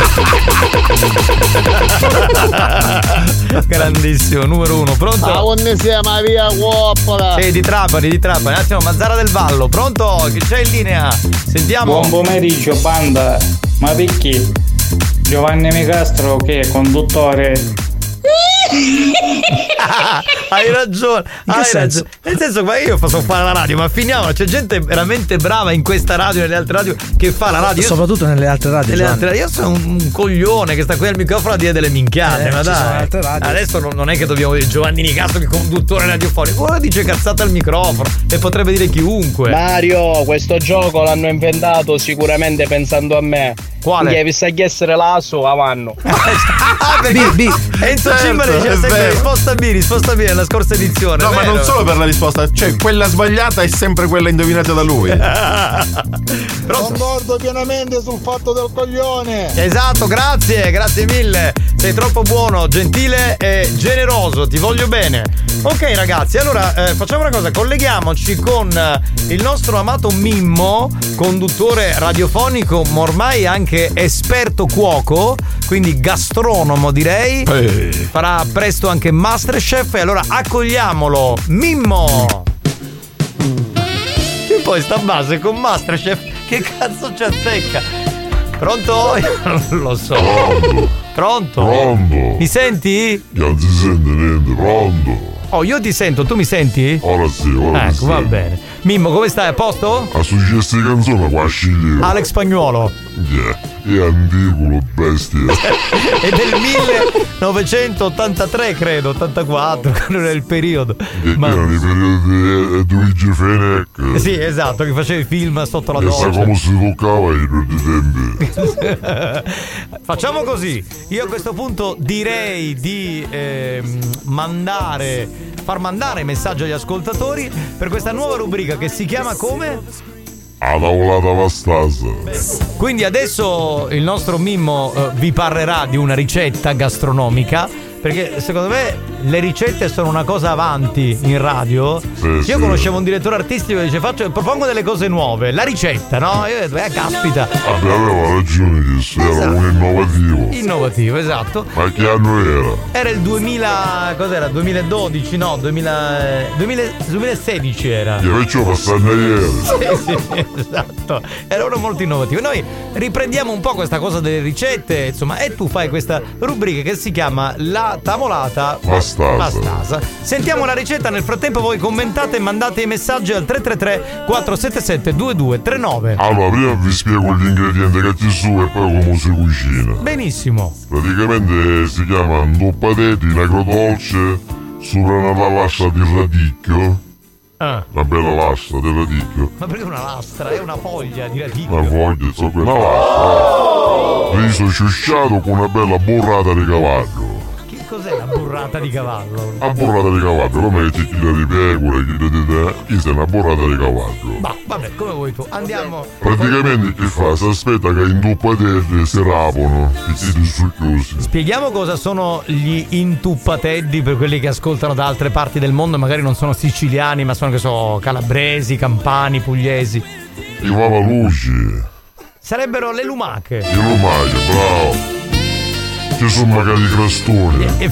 assai. Grandissimo, numero uno, pronto? Ma onde sia Maria Coppola. Sì, di Trapani, di Trapani. Un attimo, Mazzara del Vallo, pronto? Chi c'è in linea? Sentiamo. Buon pomeriggio, banda. Ma perché Giovanni Nicastro, che è conduttore, Hai ragione, In che hai senso? ragione. Nel senso, ma io posso fare la radio, ma finiamo. C'è gente veramente brava in questa radio e nelle altre radio che fa la radio. Io Soprattutto nelle altre radio. Nelle Giovanni. altre, io sono un, un coglione che sta qui al microfono a dire delle minchiate. Eh, ma ci sono dai, altre radio. adesso non, non è che dobbiamo dire Giovanni Nicastro che è conduttore radiofonico. Ora dice cazzate al microfono e potrebbe dire chiunque. Mario, questo gioco l'hanno inventato sicuramente pensando a me. Quale? Che vi sa che essere lasso avanno. Ah, perché B, B. Enzo Certo, Cimbali c'è è sempre vero. risposta B, risposta B nella scorsa edizione. No, ma vero? non solo per la risposta, cioè quella sbagliata è sempre quella indovinata da lui. Concordo pienamente sul fatto del coglione. Esatto, grazie, grazie mille. Sei troppo buono, gentile e generoso, ti voglio bene. Ok ragazzi, allora eh, facciamo una cosa, colleghiamoci con eh, il nostro amato Mimmo, conduttore radiofonico, ma ormai anche esperto cuoco, quindi gastronomo direi. Ehi. Farà presto anche Masterchef e allora accogliamolo, Mimmo. E poi sta base con Masterchef, che cazzo ci azzecca? Pronto? Non lo so. Pronto? Pronto? Pronto? Mi senti? Non si sente niente, pronto? Oh, io ti sento, tu mi senti? Ora sì, ora Ecco, sì. va bene. Mimmo, come stai? A posto? A suggesti canzone qua scegli. Alex Spagnuolo. Yeah, è antico, bestia. È del millenovecentottantatré, credo, ottantaquattro, quello era il periodo. Che Ma... erano i periodi di Luigi Fenech. Sì, esatto, che faceva i film sotto la E sa doccia. come si toccava ai tempi. Facciamo così. Io a questo punto direi di ehm, mandare, far mandare messaggi agli ascoltatori per questa nuova rubrica che si chiama come? A tavolata vastasa. Quindi adesso il nostro Mimmo eh, vi parlerà di una ricetta gastronomica, perché secondo me le ricette sono una cosa avanti in radio. Sì, Io sì. conoscevo un direttore artistico che dice faccio, propongo delle cose nuove, la ricetta, no? Io ho detto, eh caspita. Vabbè, aveva ragione questo, era Esatto. un innovativo. Innovativo, esatto. Ma che anno era? Era il duemila, cos'era? duemiladodici, no, duemila, duemila, duemilasedici era. Che faccio passare ieri. Sì, sì, esatto. Era uno molto innovativo. Noi riprendiamo un po' questa cosa delle ricette, insomma, e tu fai questa rubrica che si chiama La tavolata Vastasa. Vastasa. Sentiamo la ricetta, nel frattempo voi commentate e mandate i messaggi al tre tre tre quattro sette sette due due tre nove. Allora, prima vi spiego gli ingredienti che ci sono e poi come si cucina. Benissimo. Praticamente si chiama ndoppatetti in agrodolce sopra una lascia di radicchio. Ah. Una bella lascia di radicchio. Ma perché una lastra? È una foglia di radicchio. Una foglia, so che una lascia. Riso sciusciato con una bella burrata di cavallo. Che cos'è la burrata di cavallo? Una burrata di cavallo, come c'è chilo di pecora, chilo di te, questa è una burrata di cavallo. Ma vabbè, come vuoi tu. Andiamo. Praticamente che fa? Si aspetta che i ndoppatetti si rapono, i tiri su chiusi. Spieghiamo cosa sono gli intuppateddi per quelli che ascoltano da altre parti del mondo, magari non sono siciliani, ma sono che so calabresi, campani, pugliesi. I mavaluci, Sarebbero le lumache. i lumache, bravo. Ci sono magari i crestoni. E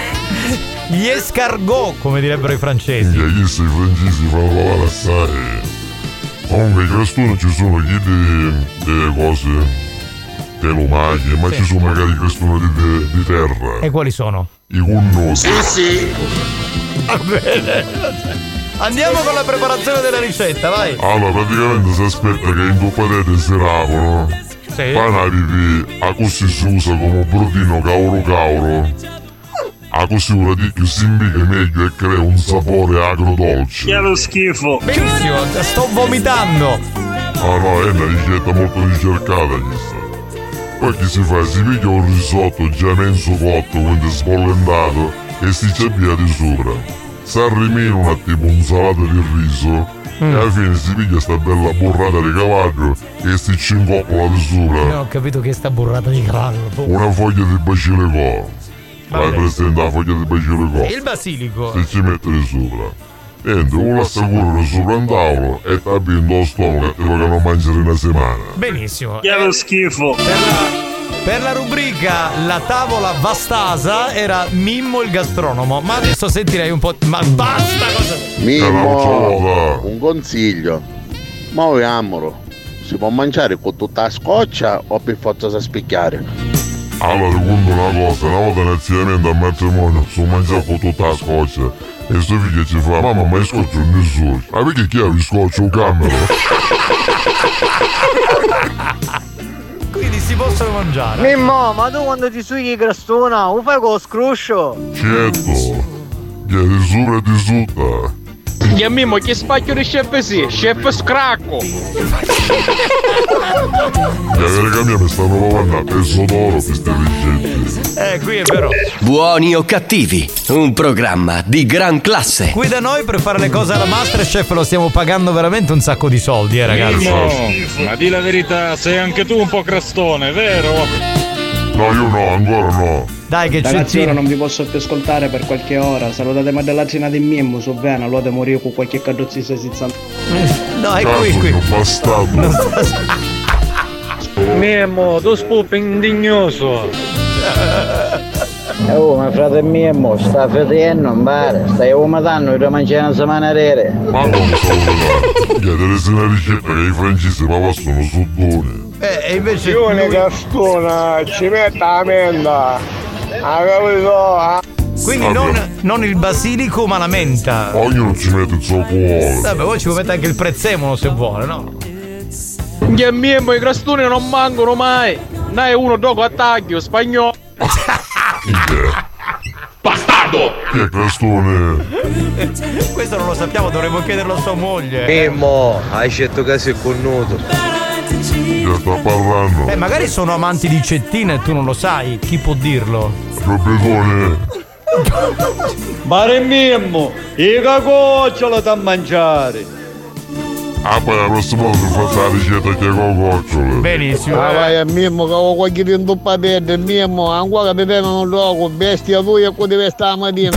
gli escargot, come direbbero i francesi. E chi sei francesi fanno lavare assai. Comunque i crestoni ci sono chi di, di cose, di lumache, ma Sì. ci sono magari i crestoni di, di terra. E quali sono? I connosi. sì. Va bene. Andiamo con la preparazione della ricetta, vai. Allora, praticamente si aspetta che i ndoppatetti si rapono. Sì. Poi una pipì, a così si usa come protino cauro cauro. A così un radicchio si imbica meglio e crea un sapore agrodolce. Che lo schifo. Benissimo, sto vomitando. Ah no, è una ricetta molto ricercata questa. Poi che si fa? Si piglia un risotto già mezzo cotto, quindi sbollentato, e si ci abbia di sopra. Si arrimina un attimo un salato di riso. E alla fine si piglia sta bella burrata di cavallo e si ci incoccola di sopra. Non ho capito che è sta burrata di cavallo. Una foglia di basilico. Vai presente la foglia di basilico. Il basilico. Se ci mette di sopra. Niente, uno la assicurano sopra un tavolo e tappi in lo stomaco e te lo che mangiare una settimana. Benissimo. Che lo schifo. Per la, per la rubrica La tavola vastasa era Mimmo il gastronomo. Ma adesso sentirei un po'. Ma basta cosa. Mimmo, un consiglio. Muoviamolo. Si può mangiare con tutta la scoccia o per forza da spicchiare? Allora, secondo una cosa, una volta inizialmente al matrimonio sono mangiato con tutta la scoccia e suo figlio ci fa: mamma, ma io scoccio nessuno. Ma perché chi ha il scoccio camera? Quindi si possono mangiare. Mimmo, ma tu quando ti sughi crostona, lo fai con lo scruscio? Certo, che di sopra e di sotto. E a Mimmo che spacchio di chef sì, chef scracco. La raga mia mi stanno provando a peso d'oro queste ricette. Eh, qui è vero. Buoni o cattivi, un programma di gran classe. Qui da noi per fare le cose alla Masterchef lo stiamo pagando veramente un sacco di soldi, eh ragazzi. Mimmo, ma di la verità, sei anche tu un po' crastone, vero? No, io no, ancora no. Dai che c'è. Ragazzi, ora non vi posso più ascoltare per qualche ora. Salutate Madellatina di Mimmo, su bene, allora morire con qualche carrozzista senza. No, è qui, qui. Bastardo. Mimmo, tu spupi indignoso. Oh, ma frate Mimmo, sta fetendo, non pare. Stai umatando da mangiare una settimana rere. Ma come sto umatando? Chiedere se una ricetta che i francesi ma possono sottone. Eh, e invece io ne lui... castona, ci metta la menta. Ha capito? Quindi Allora. non, non il basilico ma la menta. Ognuno ci mette il suo cuore. Vabbè, poi ci può mettere anche il prezzemolo se vuole, no? Che Mimmo i crastoni non mancano mai. Ne è uno dopo attacchio spagnolo. Bastardo! Che crastone? Questo non lo sappiamo, dovremmo chiederlo a sua moglie. Mimmo, hai scelto che sei connuto. Che sta parlando? Eh, magari sono amanti di Cettina e tu non lo sai, chi può dirlo? Robetone. Mare Mimmo, i cacocciolo da mangiare. Ah, poi la prossima volta faccio la ricetta che con gocciole. Benissimo. Ah, vai a Mimmo che ho qualche tempo per perdere. Mimmo, ancora che bevono un loco, bestia tua e qua deve stare la mattina.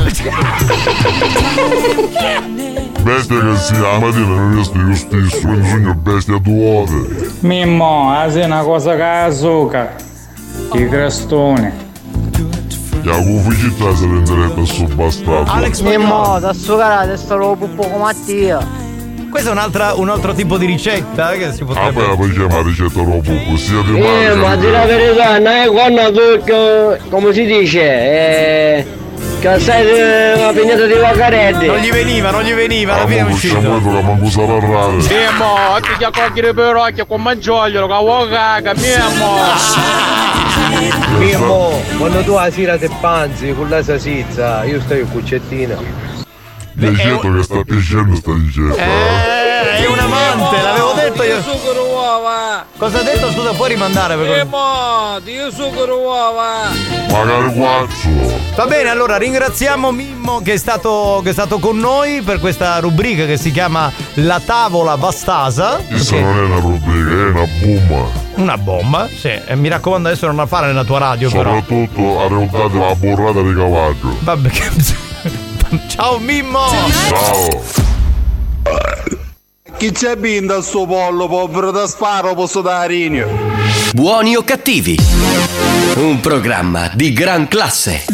Bestia che sia, la mattina non resto io stesso, quindi sogno bestia duote. Mimmo, ah, sei una cosa che ha zucca. I crastoni. E a cuficità si renderebbe sto bastardo. Alex Mimmo, da succarate sto lo puppo come Mattia. Questo è un'altra, un altro tipo di ricetta che si Ah, potrebbe. poi la poi chiama ricetta robuco, sia di Eh, mare. ma di la verità, non è quando tu, come si dice, eh, che sei una pignata di Vaccaretti. Non gli veniva, non gli veniva, alla fine è uscito. Siamo che manco sarà raro. Mimmo, ti chiamo a chiedere per occhio con mangiaglielo, che vuoi caga, Mimmo. Mimmo, quando tu la sera te panzi con la salsiccia, io sto in cuccettina. Mi hai detto che sta piacendo sta ricetta. Eh, è un amante, l'avevo detto io. Zucchero uova. Cosa ha detto? Scusa, puoi rimandare per Mimmo, io zucchero uova. Magari guazzo. Va bene, allora ringraziamo Mimmo che è stato che è stato con noi per questa rubrica che si chiama La tavola Vastasa. Questa non è una rubrica, è una bomba. Una bomba, sì. E mi raccomando adesso non la fare nella tua radio, però. Soprattutto arredate la borrata di cavallo. Vabbè, che... Ciao Mimmo! Ciao! Chi c'è binda sto pollo, povero da sparo, posso dare Rinio? Buoni o cattivi, un programma di gran classe.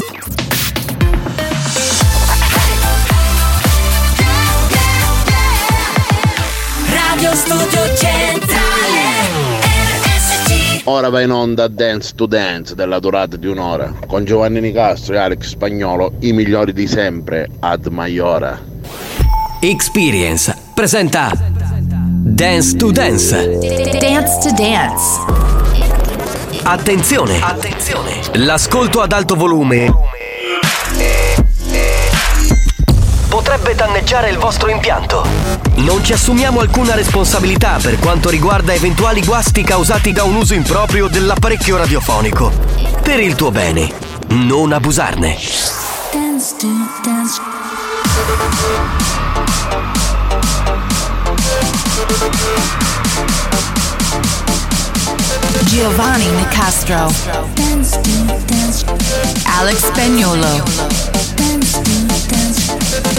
Radio Studio Centrale R S C. Ora va in onda Dance to Dance della durata di un'ora con Giovanni Nicastro e Alex Spagnolo, i migliori di sempre ad Maiora. Experience presenta Dance to Dance. Dance to Dance. Attenzione, attenzione. L'ascolto ad alto volume potrebbe danneggiare il vostro impianto. Non ci assumiamo alcuna responsabilità per quanto riguarda eventuali guasti causati da un uso improprio dell'apparecchio radiofonico. Per il tuo bene, non abusarne. Dance to Dance. Giovanni Nicastro. Dance to Dance. Alex Spagnolo. Dance to Dance.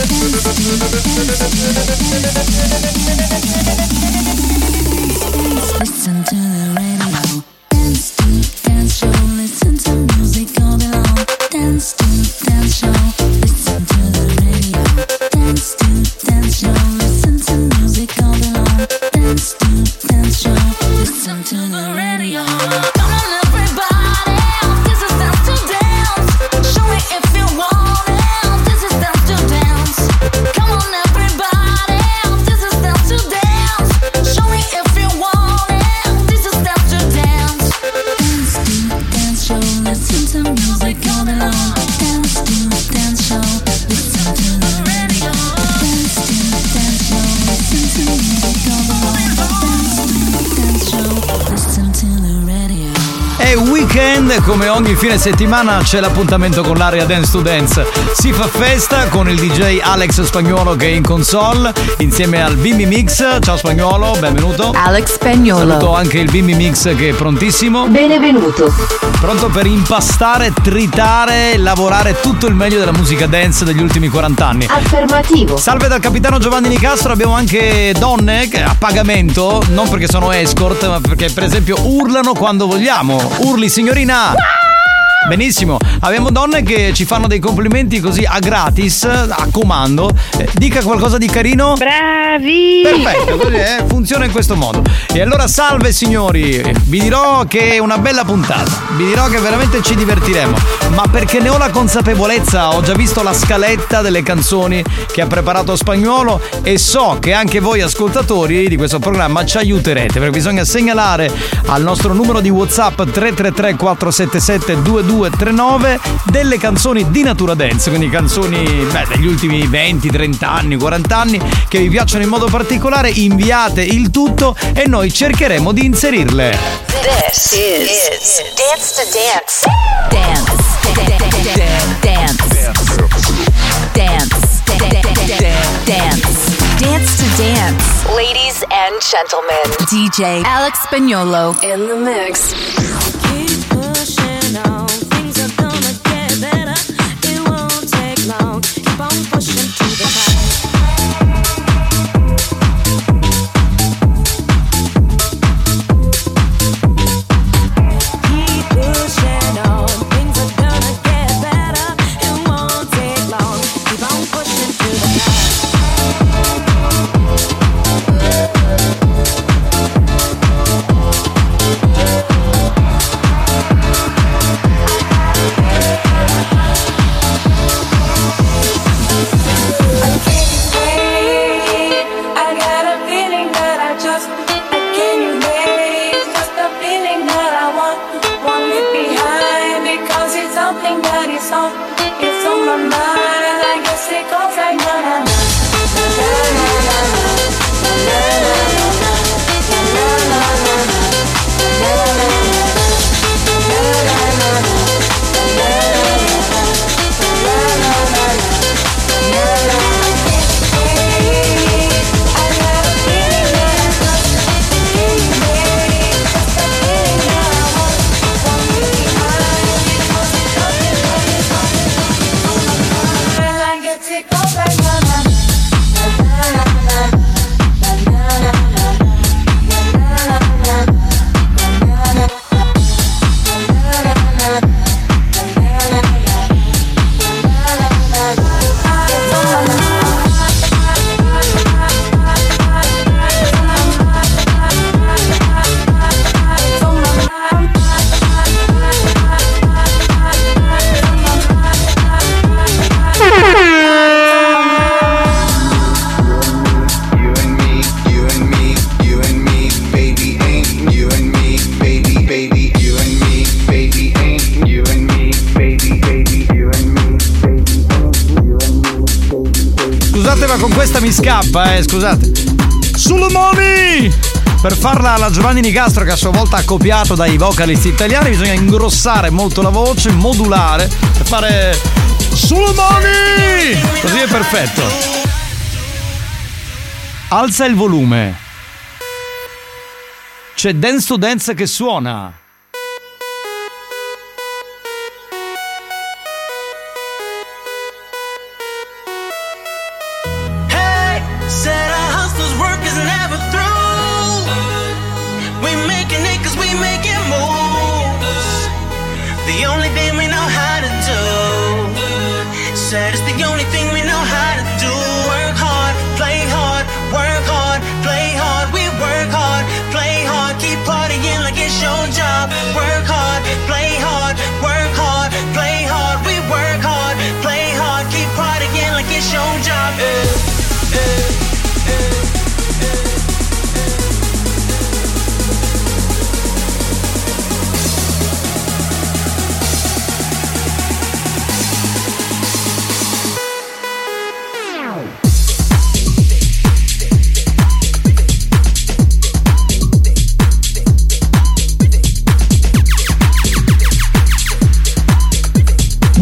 Listen to the radio. Dance to Dance show. Listen to music all day long. Dance to Dance show. Listen to the radio. Dance to Dance show. Listen to music all day long. Dance to Dance show. Listen to the radio. Come on everybody, this is Dance to Dance. Show me if you want. grande, come ogni fine settimana c'è l'appuntamento con l'area Dance to Dance. Si fa festa con il D J Alex Spagnuolo che è in console insieme al Bimbi Mix. Ciao Spagnuolo, benvenuto. Alex Spagnuolo. Saluto anche il Bimbi Mix che è prontissimo. Benvenuto. Pronto per impastare, tritare, lavorare tutto il meglio della musica dance degli ultimi quaranta anni. Affermativo. Salve dal capitano Giovanni Nicastro. Abbiamo anche donne che a pagamento, non perché sono escort, ma perché per esempio urlano quando vogliamo. Urli signorina. Benissimo, abbiamo donne che ci fanno dei complimenti così a gratis, a comando. Eh, dica qualcosa di carino. Bravi. Perfetto, così eh, funziona in questo modo. E allora salve signori, vi dirò che è una bella puntata, vi dirò che veramente ci divertiremo, ma perché ne ho la consapevolezza, ho già visto la scaletta delle canzoni che ha preparato Spagnuolo e so che anche voi ascoltatori di questo programma ci aiuterete, perché bisogna segnalare al nostro numero di WhatsApp tre tre tre quattro sette sette due due tre nove delle canzoni di natura dance, quindi canzoni beh, degli ultimi venti, trenta anni, quaranta anni che vi piacciono in modo particolare. Inviate il tutto e noi cercheremo di inserirle. This is Dance to Dance. Dance. Dance. Dance. Dance. Dance to Dance. Ladies and gentlemen, D J Alex Spagnuolo in the mix. Keep pushing on, things are gonna get better. It won't take long. Keep on pushing to the top. Keep pushing on, things are gonna get better. It won't take long. Keep on pushing to the top. It's on my mind, I guess it goes like na na na. Con questa mi scappa, eh, scusate. Sulle mani! Per farla alla Giovanni Nicastro, che a sua volta ha copiato dai vocalist italiani, bisogna ingrossare molto la voce, modulare e fare sulle mani! Così è perfetto. Alza il volume. C'è Dance to Dance che suona. The only thing we know how to do. Said it's the only thing we know how to do. Work hard, play hard, work hard, play hard. We work hard, play hard, keep partying like it's your job. Work hard, play hard, work hard, play hard. We work hard, play hard, keep partying like it's your job. Eh, eh, eh.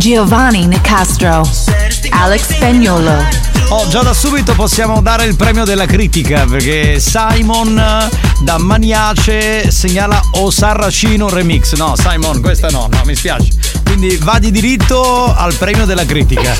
Giovanni Nicastro, Alex Spagnolo. Oh, già da subito possiamo dare il premio della critica, perché Simon da Maniace segnala O Sarracino remix. No, Simon, questa no, no, mi spiace. Quindi va di diritto al premio della critica.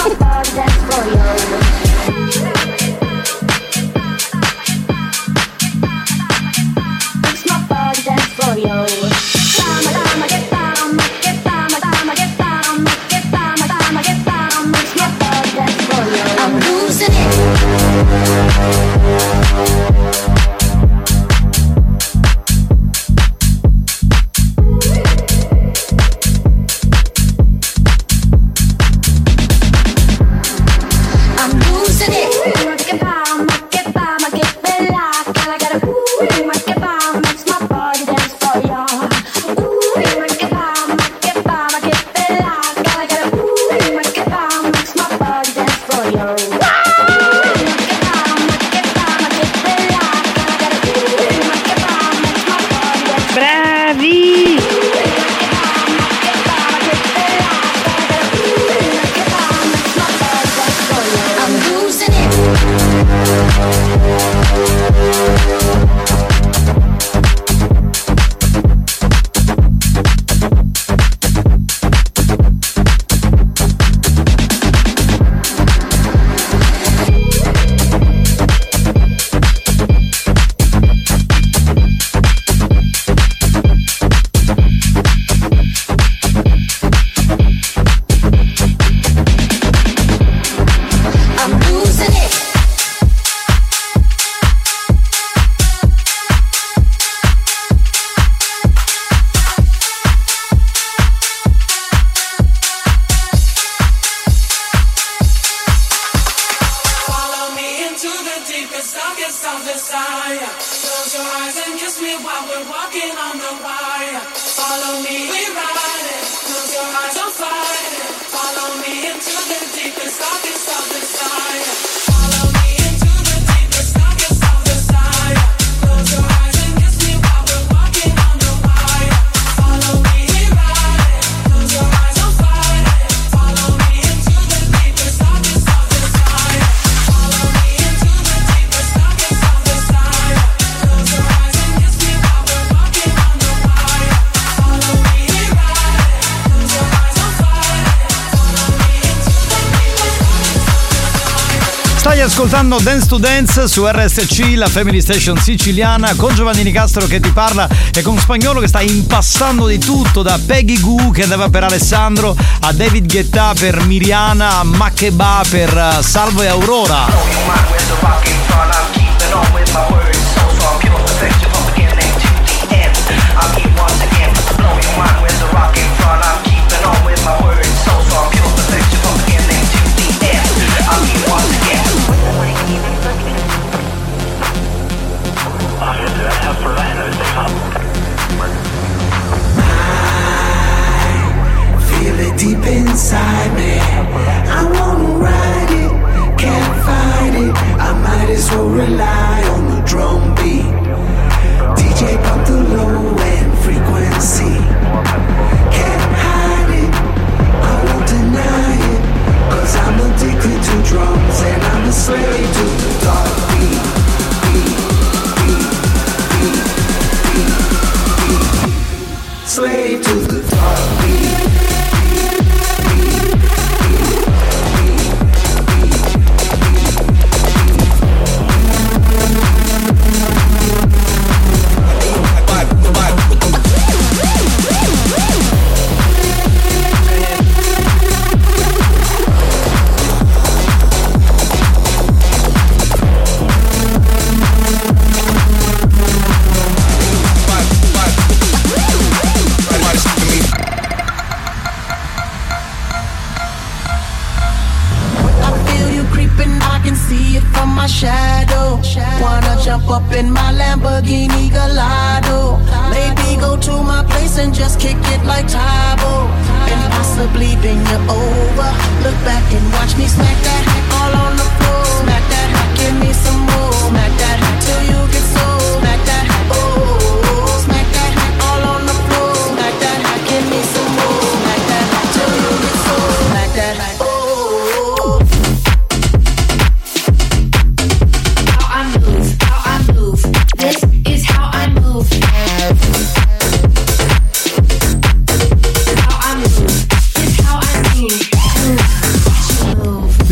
Ascoltando Dance to Dance su R S C, la Family Station siciliana, con Giovanni Nicastro che ti parla e con Spagnolo che sta impastando di tutto, da Peggy Goo che andava per Alessandro a David Guetta per Miriana a Makeba per Salvo e Aurora. Feel it deep inside me. I wanna ride it, can't fight it. I might as well rely on the drum beat. D J pump the low end frequency. Can't hide it, I won't deny it. Cause I'm addicted to drums and I'm a slave to the dark beat. Beat, beat, beat, beat, beat. Slave to the dark beat. Jump up in my Lamborghini Gallardo. Maybe go to my place and just kick it like Tybo. And possibly bend you over. Look back and watch me smack that all on the floor. Smack that, give me some more. Smack that till you get so. Smack that, oh. Smack that all on the floor. Smack that, give me some more. Smack that till you get so.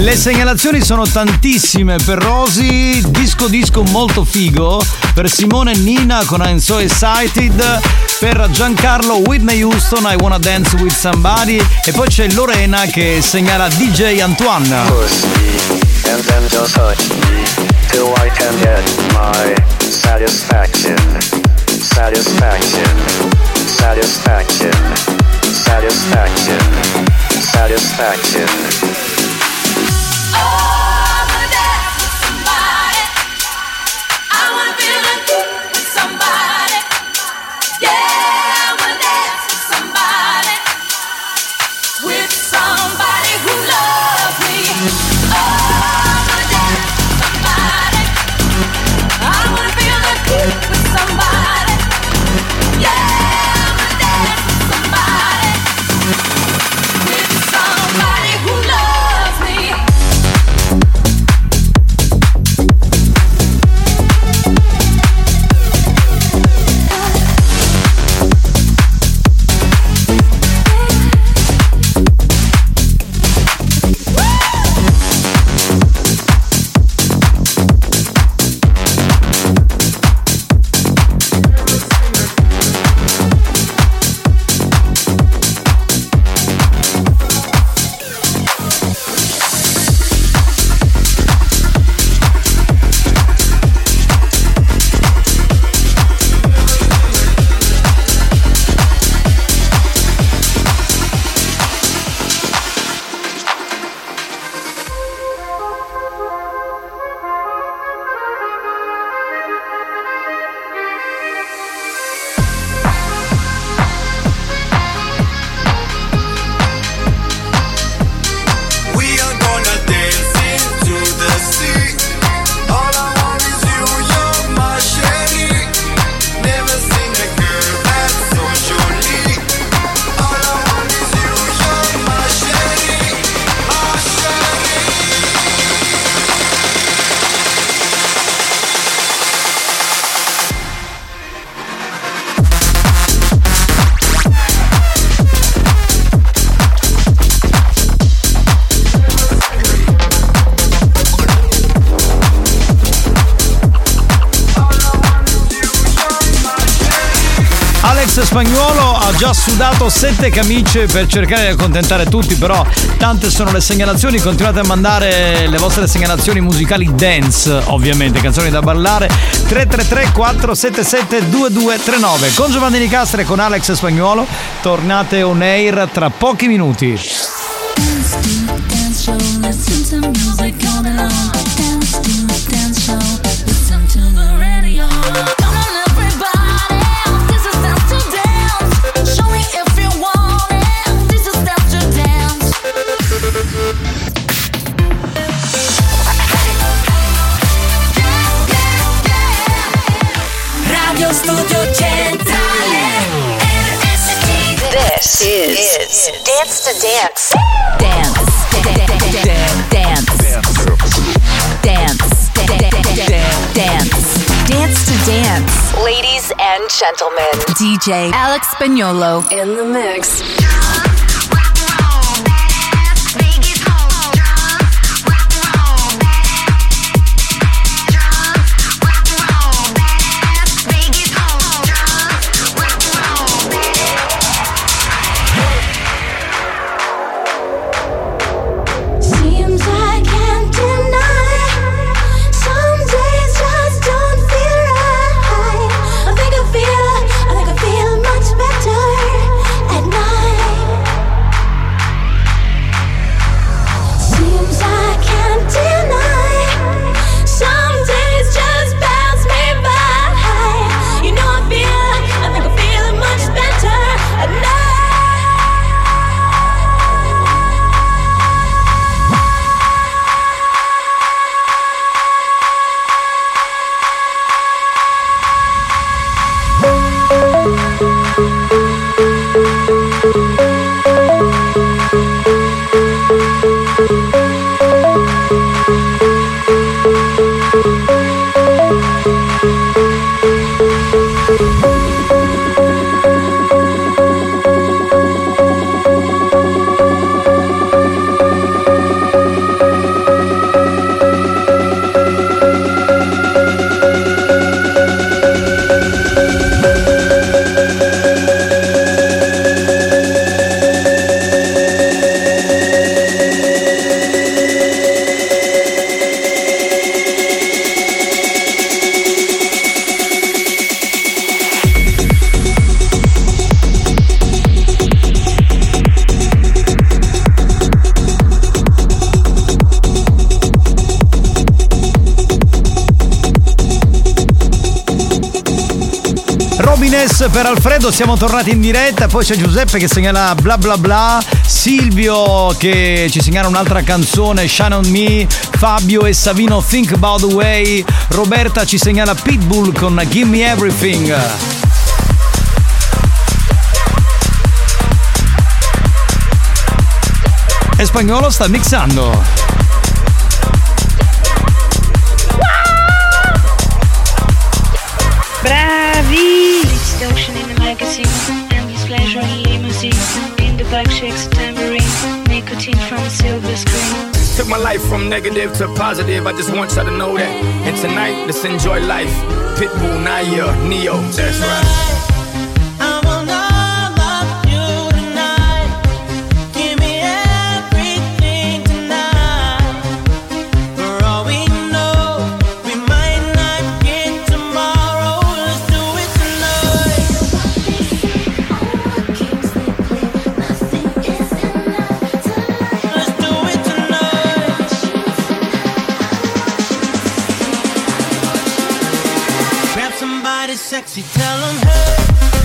Le segnalazioni sono tantissime per Rosy, disco disco molto figo, per Simone e Nina con I'm So Excited, per Giancarlo Whitney Houston I Wanna Dance With Somebody, e poi c'è Lorena che segnala D J Antoine. And then just touch me till I can get my satisfaction, satisfaction, satisfaction, satisfaction, satisfaction. Spagnuolo ha già sudato sette camicie per cercare di accontentare tutti, però tante sono le segnalazioni. Continuate a mandare le vostre segnalazioni musicali dance, ovviamente, canzoni da ballare. Tre tre tre quattro sette sette due due tre nove. Con Giovanni Nicastra e con Alex Spagnuolo tornate on air tra pochi minuti. Radio Studio Centrale R S C. This is Dance to Dance. Dance. Dance. Dance. Dance. Dance to Dance. Ladies and gentlemen, D J Alex Spagnuolo in the mix. I think I feel much better at night. Lumines per Alfredo, siamo tornati in diretta, poi c'è Giuseppe che segnala bla bla bla, Silvio che ci segnala un'altra canzone, Shine on Me, Fabio e Savino Think About the Way, Roberta ci segnala Pitbull con Give Me Everything. E Spagnolo sta mixando. Bravi! Distortion in the magazine, endless pleasure in limousine, in the bike shakes a tambourine, nicotine from a silver screen. Took my life from negative to positive, I just want y'all to know that. And tonight, let's enjoy life. Pitbull, Naya, Neo, that's right. Sexy, tell them hey.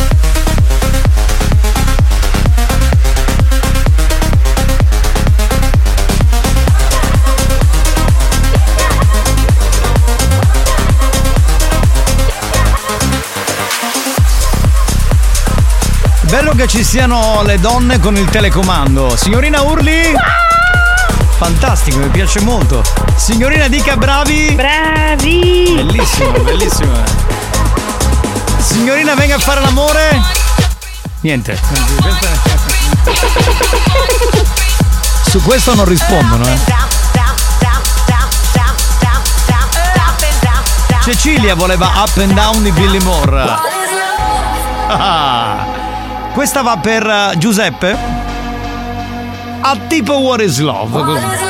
Bello che ci siano le donne con il telecomando. Signorina Urli? Fantastico, mi piace molto. Signorina dica bravi. Bravi. Bellissimo, bellissimo. Signorina venga a fare l'amore. Niente. Su questo non rispondono, eh. Cecilia voleva Up and Down di Billy Moore. Ah. Questa va per Giuseppe. A tipo What is Love, così.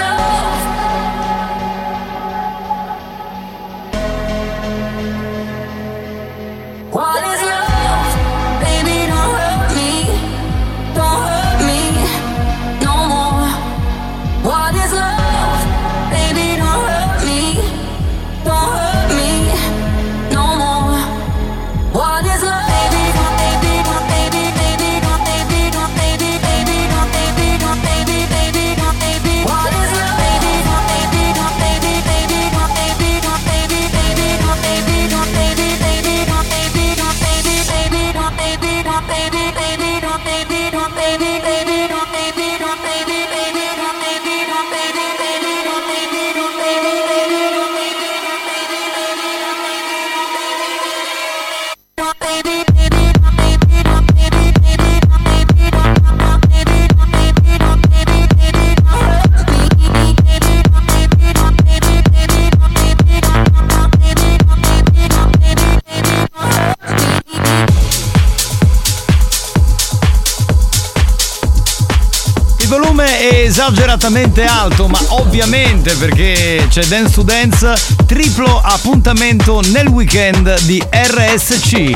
Esageratamente alto, ma ovviamente perché c'è Dance to Dance, triplo appuntamento nel weekend di R S C.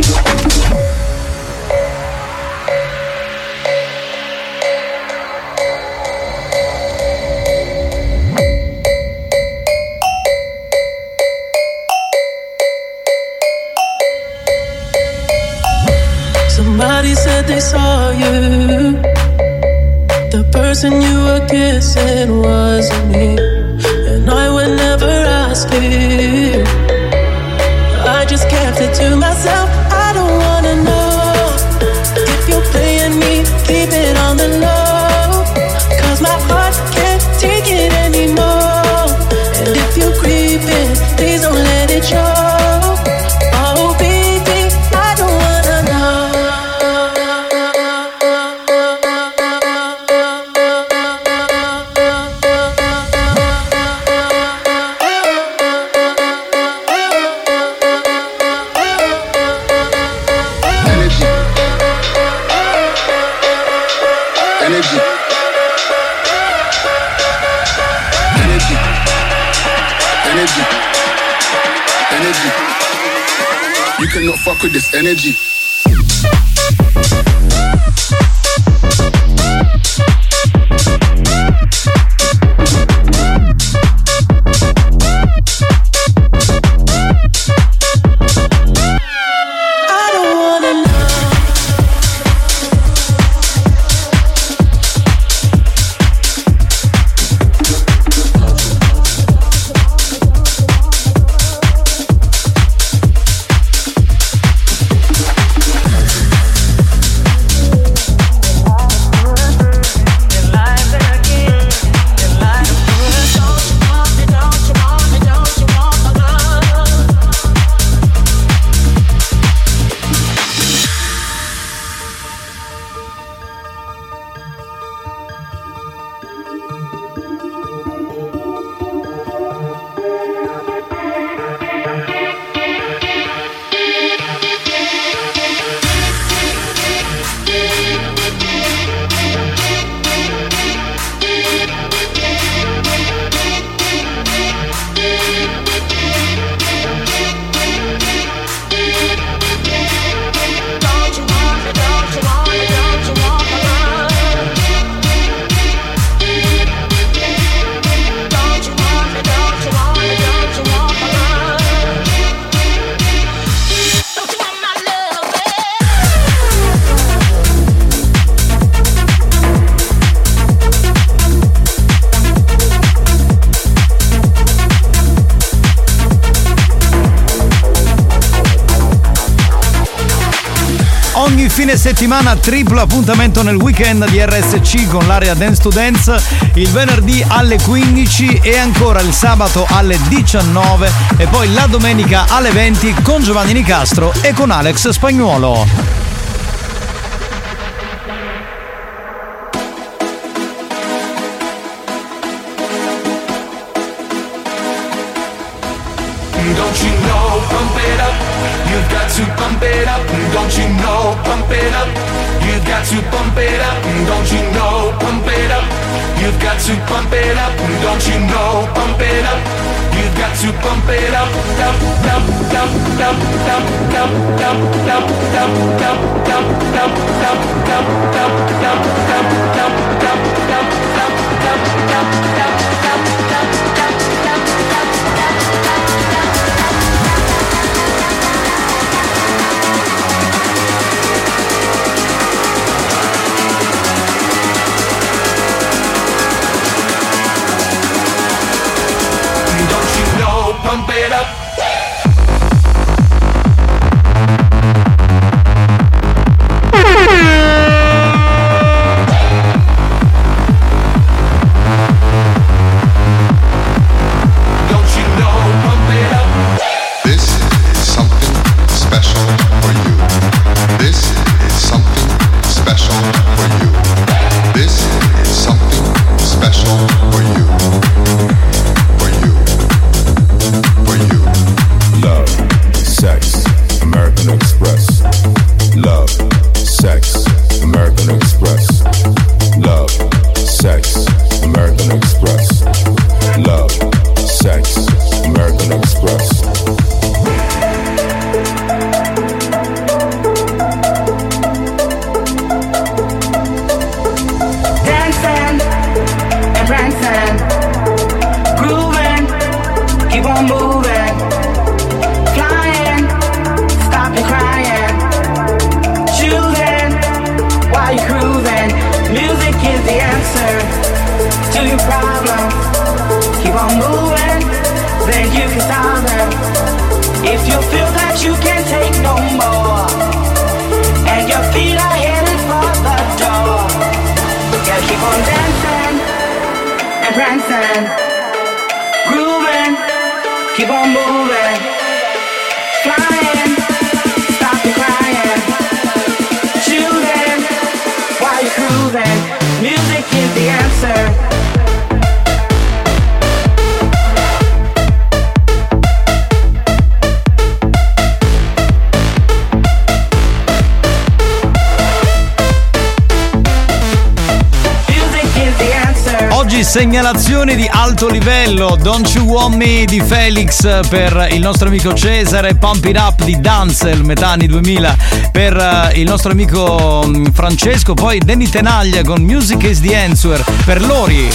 Somebody said they saw you. The person you were kissing wasn't me, and I would never ask you. I just kept it to myself. I don't wanna know if you're playing me. Keep it on the low, 'cause my heart can't take it anymore. And if you're creeping, please don't let it show. Oh baby, I don't wanna know. You cannot fuck with this energy. I don't wanna know. ogni fine settimana triplo appuntamento nel weekend di R S C con l'area Dance to Dance, il venerdì alle quindici e ancora il sabato alle diciannove e poi la domenica alle venti con Giovanni Nicastro e con Alex Spagnuolo. Don't you know, pump it up, you've got to pump it up. Don't you know, pump it up, you've got to pump it up. Don't you know, pump it up, you've got to pump it up. Don't you know, pump it up, you've got to pump it up. Up, up, up, up, up, up, up, up, up, up, up, up, up, up, up, up, pump it up. Don't you know, pump it up. This is something special for you. This is something special for you. This is something special for you. Love, sex, American Express. Love, sex, American Express. Love, sex, American Express. Love, sex, American Express. Dancing and prancing, grooving, keep on moving. Flying, stop and crying. Choosing while you're cruising. Music is the answer to your problems. Keep on moving, then you can solve them. If you feel that you can't take no more, and your feet are headed for the door, yeah, keep on dancing and prancing, grooving, keep on moving. Flying, stop the crying. Choosing while you're cruising. Music is the answer. Oggi segnalazioni di alto livello. Don't You Want Me di Felix per il nostro amico Cesare, Pump It Up di Danzel, metà anni duemila per il nostro amico Francesco, poi Danny Tenaglia con Music is the Answer per Lori.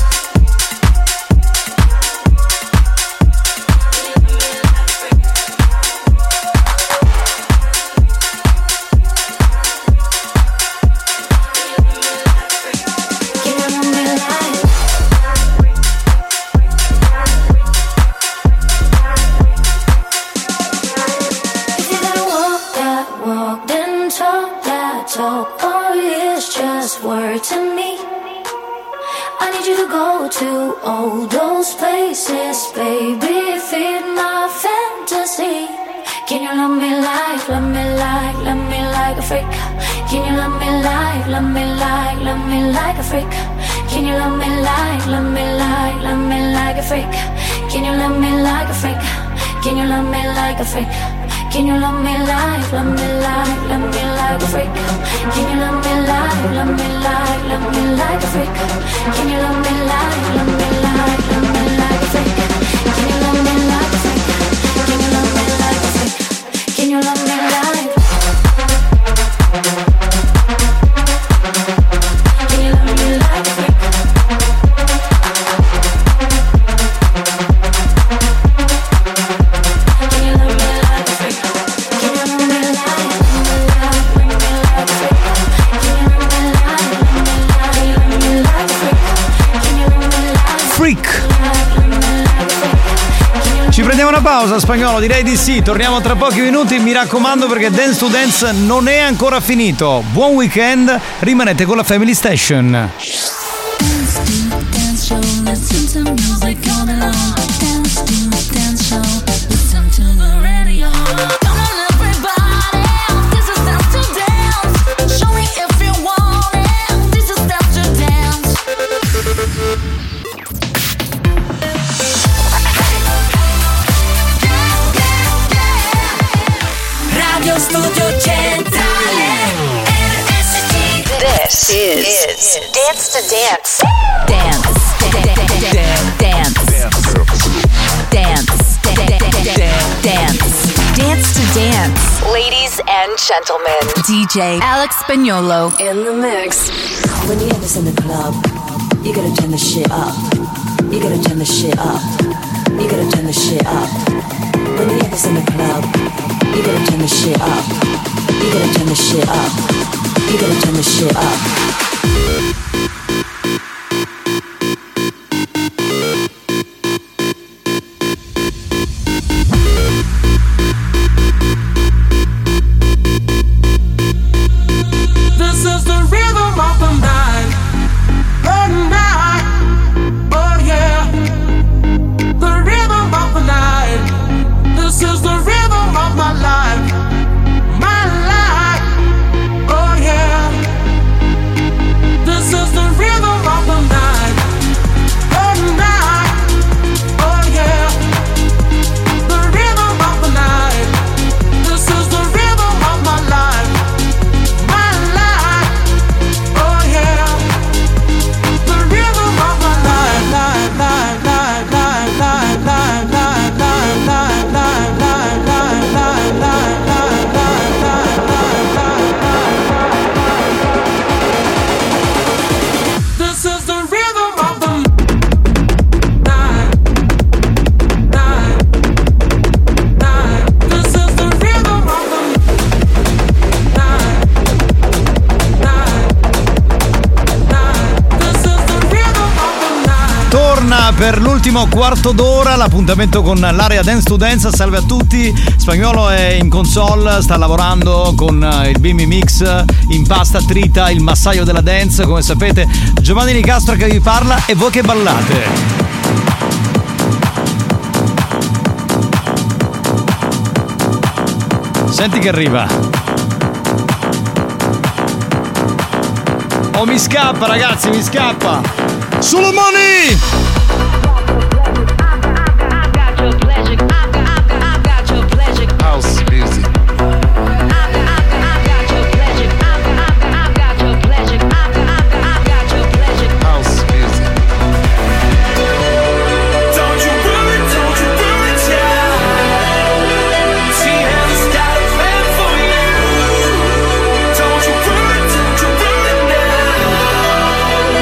Can you love me like, love me like, love me like a freak? Can you love me like, love me like, love me like a freak? Can you love me like, love me like, love me like a freak? Can you love me like a freak? Can you love me like a freak? Can you love me like? Can you love me like a freak? Freak prendiamo una pausa, Spagnolo? Direi di sì, torniamo tra pochi minuti, mi raccomando, perché Dance to Dance non è ancora finito. Buon weekend, rimanete con la Family Station. Radio Studio Centrale R S C. This is, is Dance to Dance. Dance. Dance. Dance. Dance. Dance to Dance. Ladies and gentlemen, D J Alex Spagnolo in the mix. When you have this in the club, you gotta turn the shit up. You gotta turn the shit up. You gotta turn the shit up. When you have this in the club, you gotta turn the shit up. You gotta turn the shit up. You gotta turn the shit up. This is the rhythm of the night. The night. Oh yeah. The rhythm of the night. This is the rhythm of my life. My life. Oh yeah. This is the rhythm of the night. The night. Oh yeah. The rhythm of the night. This is the rhythm of my life. My life. Oh yeah. The rhythm of my life. Life, life, life, life, life, life, life, life, life, life, life, life, life, life, life, life, life. This is the rhythm of the night. Night. Night. This is the rhythm of the night. Night. Night. This is the rhythm of the night. Torna per l'ultimo quarto d'ora l'appuntamento con l'area Dance to Dance. Salve a tutti, Spagnolo è in console, sta lavorando con il Bimbi Mix, impasta, trita, il massaio della dance, come sapete. Giovanni Nicastro che vi parla e voi che ballate. Senti che arriva. Oh, mi scappa, ragazzi, mi scappa. Sulle mani! House music. House music. Don't you worry, don't you worry, child. She has got a plan for you. Don't you worry, don't you worry now.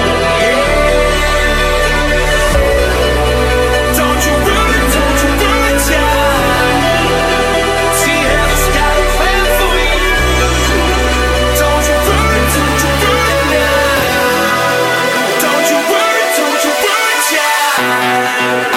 Don't you worry, don't you worry, child. She has got a plan for you. Don't you worry, don't you worry now. Don't you worry, don't you worry, child.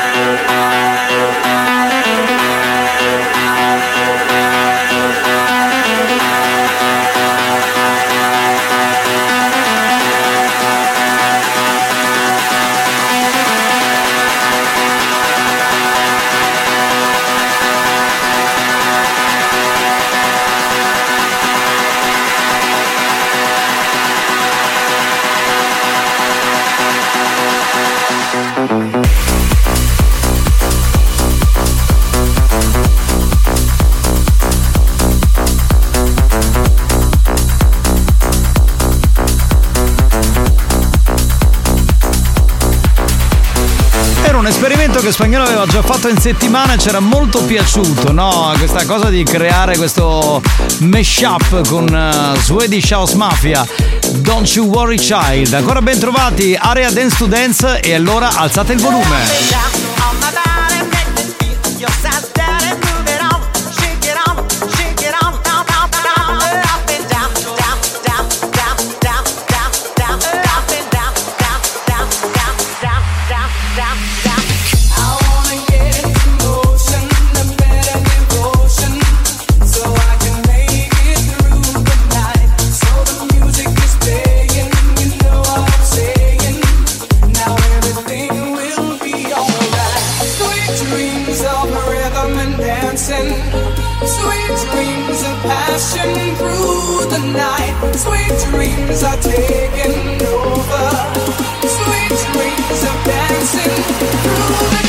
Era un esperimento che Spagnolo aveva già fatto in settimana e c'era molto piaciuto, no? Questa cosa di creare questo mashup con uh, Swedish House Mafia. Don't You Worry Child. Ancora ben trovati, area Dance to Dance, e allora alzate il volume. I wanna get to know and dancing. Sweet dreams of passion through the night. Sweet dreams are taking over. Sweet dreams of dancing through the night.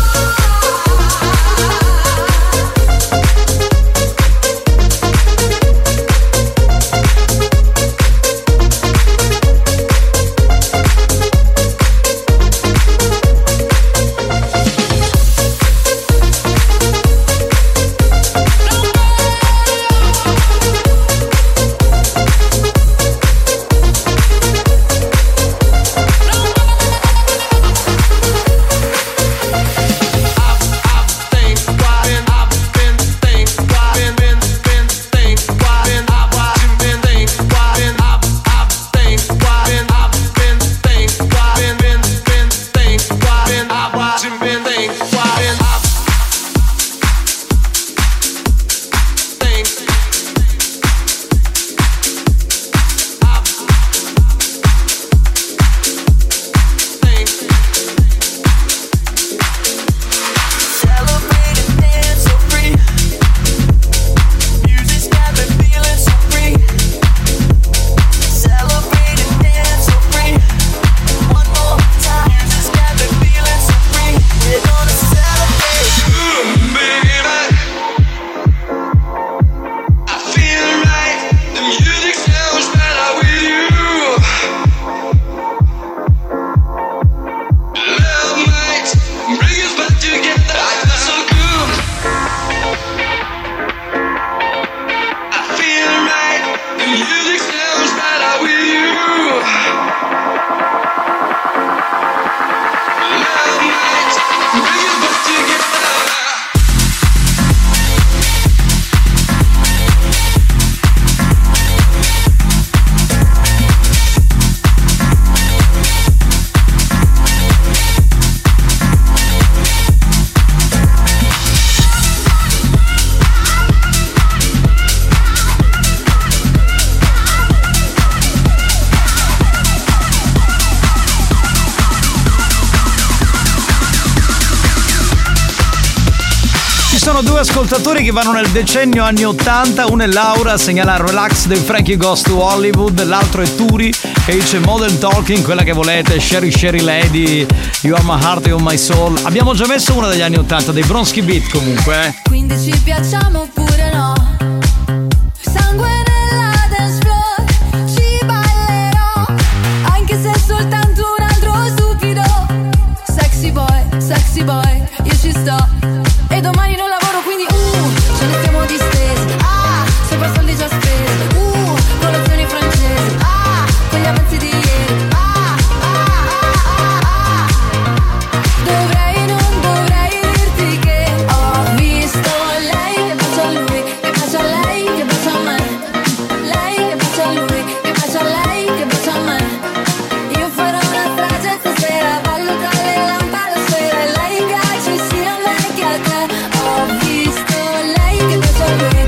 Due ascoltatori che vanno nel decennio anni ottanta, uno è Laura, segnala Relax dei Frankie Goes to Hollywood, l'altro è Turi che dice Modern Talking, quella che volete, Sherry Sherry Lady, You Are My Heart, You Are My Soul. Abbiamo già messo una degli anni ottanta, dei Bronski Beat comunque. Eh. Quindi ci piacciamo oppure no? Sangue nella dance floor, ci ballerò, anche se è soltanto un altro stupido. Sexy boy, sexy boy, io ci sto. E domani non lavoro quindi uh, ce ne stiamo distesi. Ah, sopra soldi già spesi. Uh, colazioni francesi. Ah, con gli avanzi di ieri. Ah, ah, ah, ah, ah. Dovrei, non dovrei dirti che ho visto lei che bacia a lui, che bacia a lei, che bacia a me. Lei che bacia a lui, che bacia a lei, che bacia a me. Io farò una strage stasera, ballo tra le lampade sfere. Lei piace sia a me che a te. Ho visto lei che bacia a lui.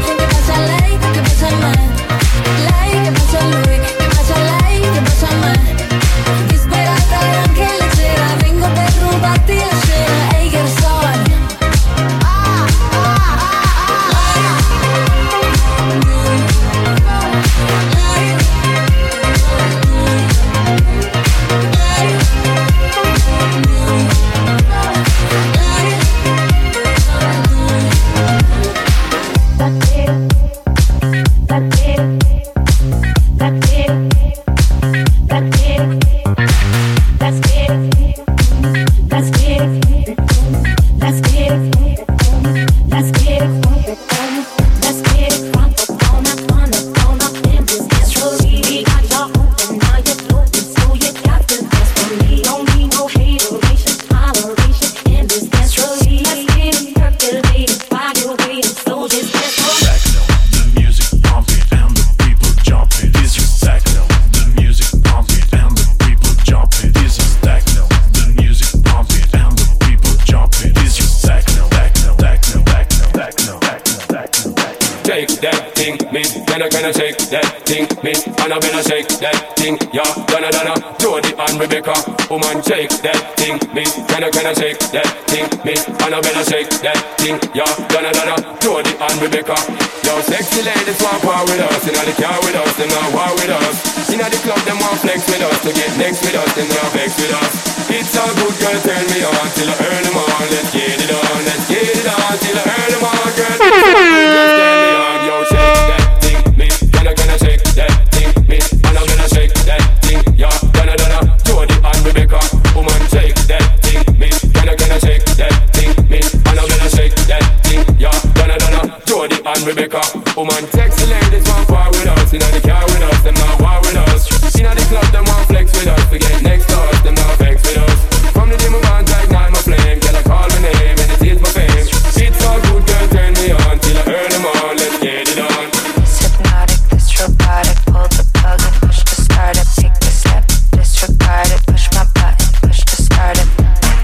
can I, can I shake that thing? Miss Annabella shake that thing. Yeah, Donna Donna, Jody and Rebecca. Woman shake that thing. Miss can I, can I shake that thing? Miss Annabella shake that thing. Yeah, Donna Donna, Jody and Rebecca. Yo, sexy ladies want war with us. Inna the car with us, them not war with us. Inna the club, them want flex with us. To get next with us, them not vex with us. It's a good girl, turn me on till I earn them on. Let's get it on, let's get it on till I earn them on, girl. Just turn me on, yo, shake that thing, miss. Can I, can I shake that thing, miss? And I'm gonna shake that thing, yeah. Donna Donna, Jody and Rebecca. Woman, shake that thing, miss. Can I, can I shake that thing, miss? And I'm gonna shake that thing, yeah. Donna Donna, Jody and Rebecca. Woman, sexy ladies want war with us. Inna the car with us, them not war with us. Inna the club, them want flex with us. Forget next to us, them not vex with us. From the demon bands, I ignite my flame. Girl, I call my name and it is my fame. It's all good, girl, turn me on till I earn them on. Let's get it on. Hypnotic, this robotic. Pull the plug and push to start it. Take the step, disregard it. Push my button, push to start it.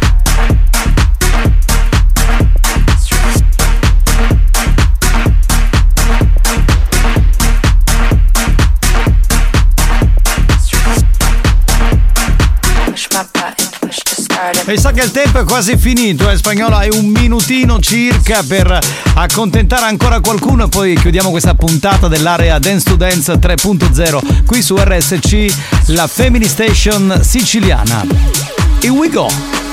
E sa che il tempo è quasi finito, eh, Spagnolo, hai un minutino circa per accontentare ancora qualcuno e poi chiudiamo questa puntata dell'area Dance to Dance tre punto zero qui su R S C, la Family Station siciliana. Here we go!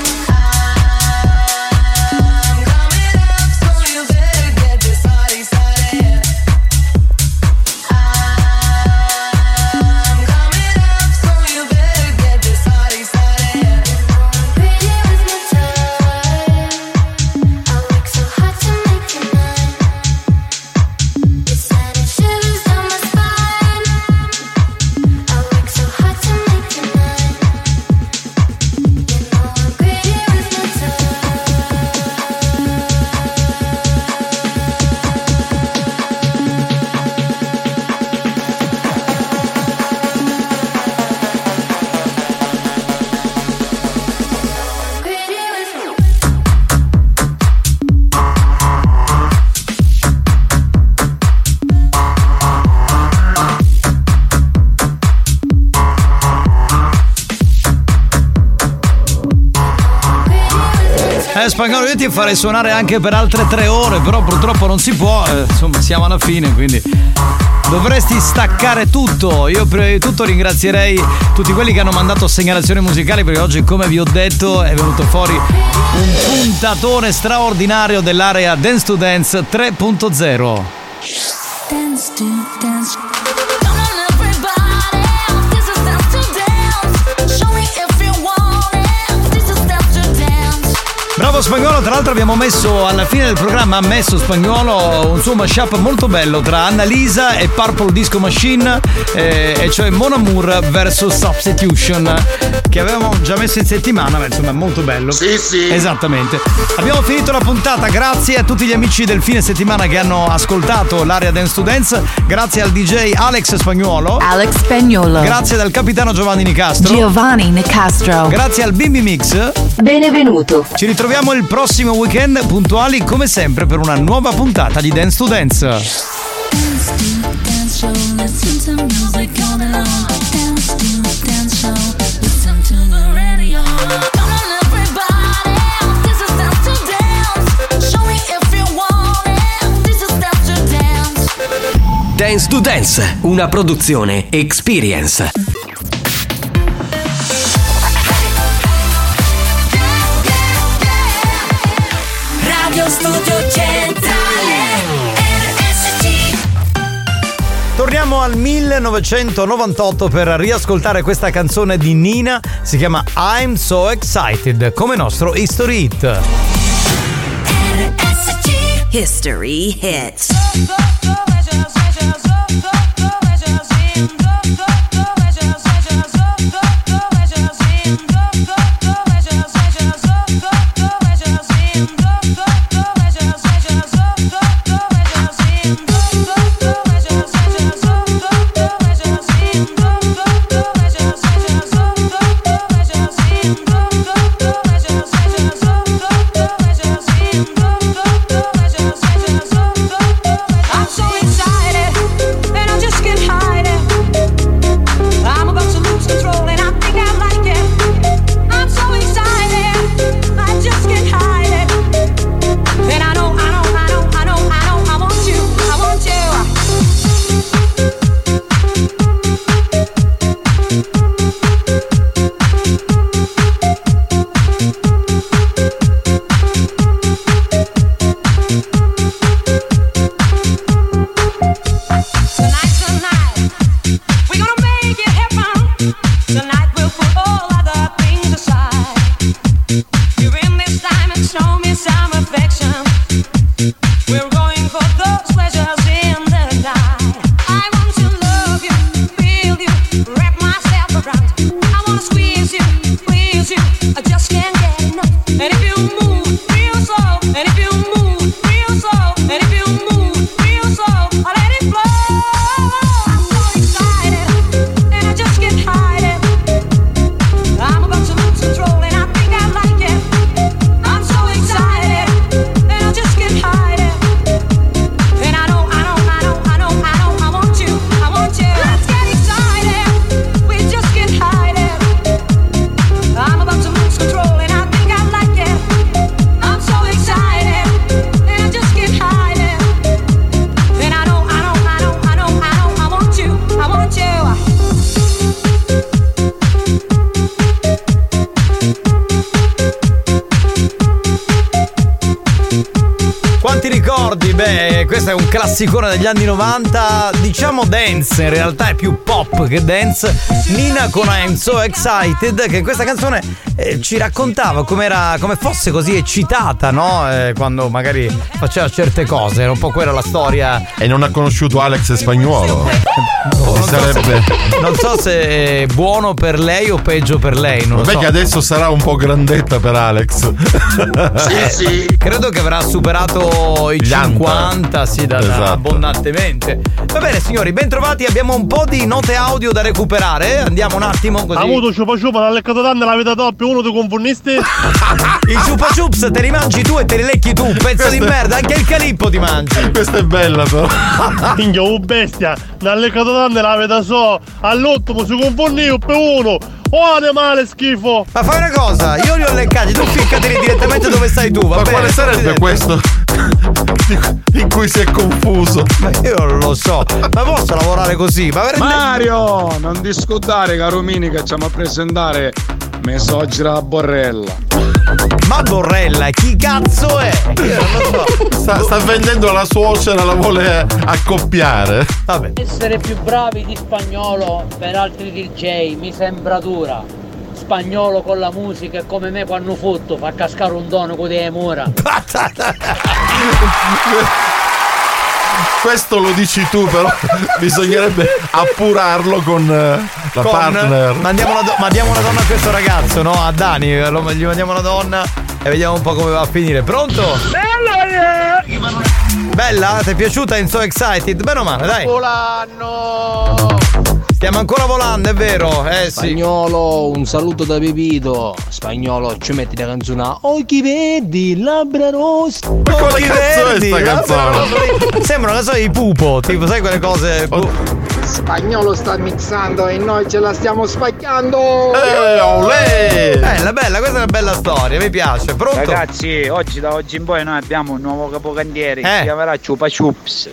Eh, Spagnolo, io ti farei suonare anche per altre tre ore, però purtroppo non si può, eh, insomma siamo alla fine, quindi dovresti staccare tutto. Io prima di tutto ringrazierei tutti quelli che hanno mandato segnalazioni musicali, perché oggi, come vi ho detto, è venuto fuori un puntatone straordinario dell'area Dance to Dance tre punto zero. Dance to dance. Bravo Spagnolo, tra l'altro abbiamo messo alla fine del programma, ha messo Spagnolo un suo mashup molto bello tra Annalisa e Purple Disco Machine, eh, e cioè Mon Amour versus Substitution, che avevamo già messo in settimana, ma insomma è molto bello. Sì, sì. Esattamente. Abbiamo finito la puntata, grazie a tutti gli amici del fine settimana che hanno ascoltato l'area Dance to Dance, grazie al D J Alex Spagnuolo. Alex Spagnuolo. Grazie dal capitano Giovanni Nicastro. Giovanni Nicastro. Grazie al Bimbi Mix. Benvenuto. Ci ritroviamo il prossimo weekend puntuali come sempre per una nuova puntata di Dance to Dance. Dance to dance show, listen to music all day long. Dance to dance show, listen to the radio. Come on everybody, this is dance to dance. Show me if you want it, this is dance to dance. Dance to Dance, una produzione Experience. Radio Studio Centrale R S C. Torniamo al millenovecentonovantotto per riascoltare questa canzone di Nina, si chiama I'm So Excited, come nostro History Hit. R S C History Hits. I'm so excited. some affection. We're going for those pleasures in the night. I want to love you, feel you, wrap myself around you. I wanna squeeze you, please you, I just can't get enough. And if you move real slow, and if you move real slow, and if you move real slow, I'll let it flow. I'm so excited, and I just can't hide it. I'm about to lose control, and I think I like it. I'm so excited, and I just can't hide it. And I know, I know, I know, I know, I know, I want you, I want you. Let's get excited, we just can't hide it. I'm about to lose control, and I think I like it. I'm so excited, and I just can't hide it. And I know, I know, I know, I know, I know, I want you, I want you. Quanti ricordi? Beh, questo è un classicone degli anni novanta, diciamo dance, in realtà è più pop che dance. Nina con I'm So Excited, che in questa canzone eh, ci raccontava com'era, come fosse così eccitata, no? Eh, quando magari faceva certe cose, era un po' quella la storia. E non ha conosciuto Alex Spagnuolo. Oh, non, sarebbe... so se, non so se è buono per lei o peggio per lei. Non Vabbè, lo so. che adesso sarà un po' grandetta per Alex. Sì, sì. Credo che avrà superato i cinquanta, sì, da, Esatto. da abbondantemente. Va bene, signori, ben trovati. Abbiamo un po' di note audio da recuperare. Andiamo un attimo così. Avuto ciupa ciupa, l'ha leccato tanto la vita doppia, uno ti confonnisti? I ciupa chups te li mangi tu e te li lecchi tu, pezzo di merda. Anche il calippo ti mangi. Questa è bella, però. Minchia, un bestia, l'ha leccato tanto la vita so. All'ottimo si confondiva per uno. Oh, male schifo. Ma fai una cosa, io li ho leccati, tu ficcateli direttamente dove stai tu, va Ma bene? quale sarebbe questo in cui si è confuso? Ma io non lo so, ma posso lavorare così? Ma veramente... Mario, non discutare caro Mini che ci a presentare Mesoggira la Borrella. Ma Borrella, chi cazzo è? Io non lo so. Sta, sta vendendo la suocera, la vuole accoppiare. Vabbè. Essere più bravi di spagnolo per altri D J mi sembra dura. Spagnolo con la musica è come me quando fotto fa cascare un dono con delle mura. Questo lo dici tu, però bisognerebbe appurarlo con uh, la Con- partner. Mandiamo una, do- mandiamo una donna a questo ragazzo, no? A Dani, lo- gli mandiamo una donna e vediamo un po' come va a finire. Pronto? Bella? Ti è piaciuta? I'm So Excited? Bene o male, dai. Volano! Stiamo ancora volando, è vero? Eh sì. Spagnolo, un saluto da Pepito. Spagnolo, ci metti la canzone Occhi verdi, labbra rosse. Ma quale cazzo è sta canzone? Sembra una canzone di Pupo, tipo sai quelle cose. Spagnolo sta mixando e noi ce la stiamo spacchiando. Eh, olè! Bella, bella, questa è una bella storia, mi piace. Pronto? Ragazzi, oggi da oggi in poi noi abbiamo un nuovo capocantiere Eh. che si chiamerà Ciupa Chups.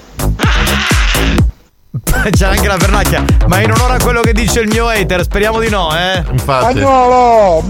C'è anche la pernacchia, ma in onore a quello che dice il mio hater, speriamo di no, eh. Infatti. Spagnolo,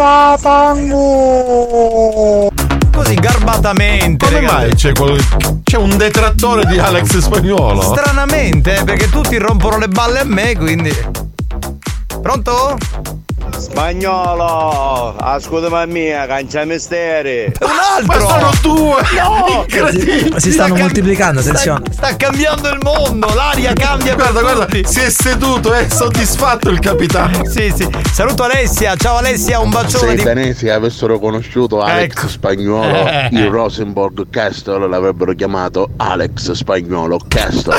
malatango. Così garbatamente. Come ragazzi. mai c'è, quel- c'è un detrattore di Alex Spagnuolo? Stranamente, eh, perché tutti rompono le balle a me, quindi. Pronto? Spagnolo, ascolta mia, cancia misteri. Un altro! Ma sono due! No! Incredibile. Si stanno cam- moltiplicando, sta- attenzione. Sta, cambiando il mondo, l'aria cambia per Guarda, guarda, tutti. si è seduto, è soddisfatto il capitano. Sì, sì. Saluto Alessia, ciao Alessia, un bacione Se i di. danesi avessero conosciuto Alex Ecco. Spagnolo, Eh. il Rosenborg Castle l'avrebbero chiamato Alex Spagnolo Castle.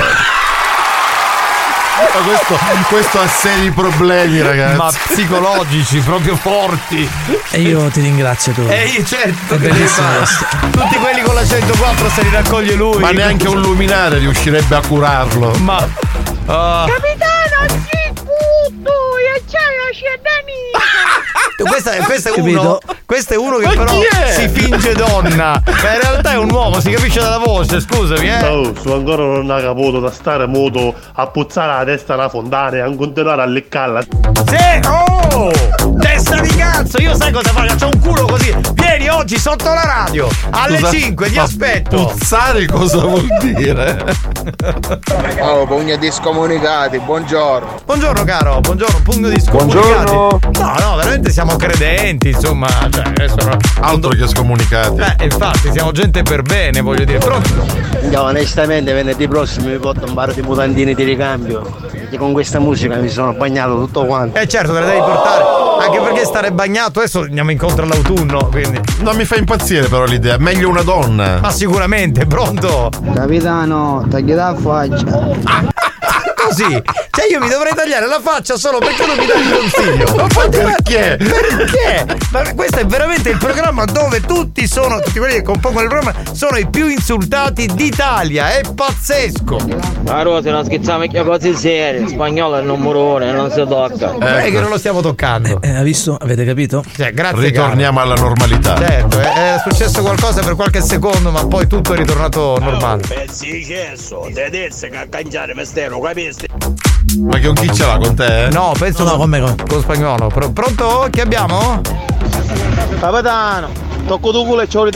Ma questo, questo ha seri problemi, ragazzi. Ma psicologici, proprio forti. E io ti ringrazio tu. E io certo È che bellissimo devi questo. fare. Tutti quelli con la centoquattro se li raccoglie lui. Ma neanche un luminare riuscirebbe a curarlo. Ma. ah. Capitano, si tutto e c'è la scendanica. Questo è, questo è Capito? uno questo è uno che Ma però chi è? si finge donna, ma in realtà è un uomo, si capisce dalla voce, scusami, eh. Oh, su ancora non ha caputo da stare muto a puzzare la testa alla fontana e a continuare a leccarla. Sì, oh! Testa di cazzo, io sai cosa faccio? C'ho un culo così. Vieni oggi sotto la radio alle Scusa, cinque, ti ma aspetto. Puzzare cosa vuol dire? Oh, pugno di scomunicati, buongiorno. Buongiorno caro, buongiorno, pugno di scomunicati. Buongiorno. No, no, veramente siamo credenti, insomma, cioè, adesso no. Altro che scomunicati. Eh, infatti, siamo gente per bene, voglio dire. Pronto? No, onestamente venerdì prossimo mi porto un bar di mutandini di ricambio. E con questa musica mi sono bagnato tutto quanto. Eh certo, te le devi portare. Anche perché stare bagnato, adesso andiamo incontro all'autunno, quindi. Non mi fa impazzire però l'idea, meglio una donna. Ma sicuramente, pronto? Capitano, tagli la faccia. Così, cioè io mi dovrei tagliare la faccia solo perché non mi dai il consiglio. Ma perché? Perché? Ma questo è veramente il programma dove tutti sono, tutti quelli che compongono il programma sono i più insultati d'Italia, è pazzesco. La Rosa non schizziamo che cose serie, spagnolo è il numero uno e non si tocca. Eh, è che non lo stiamo toccando. Eh, ha visto? Avete capito? Cioè, grazie. Ritorniamo caro. alla normalità. Certo, è, è successo qualcosa per qualche secondo, ma poi tutto è ritornato normale. Pezzi cesso, tedesco che a cangiare mistero, capisci? Ma che un chi ce l'ha con te? Eh? No, penso no, con me con, con spagnolo. Pro, pronto? Chi abbiamo? Capitano, tocco tu culo e c'ho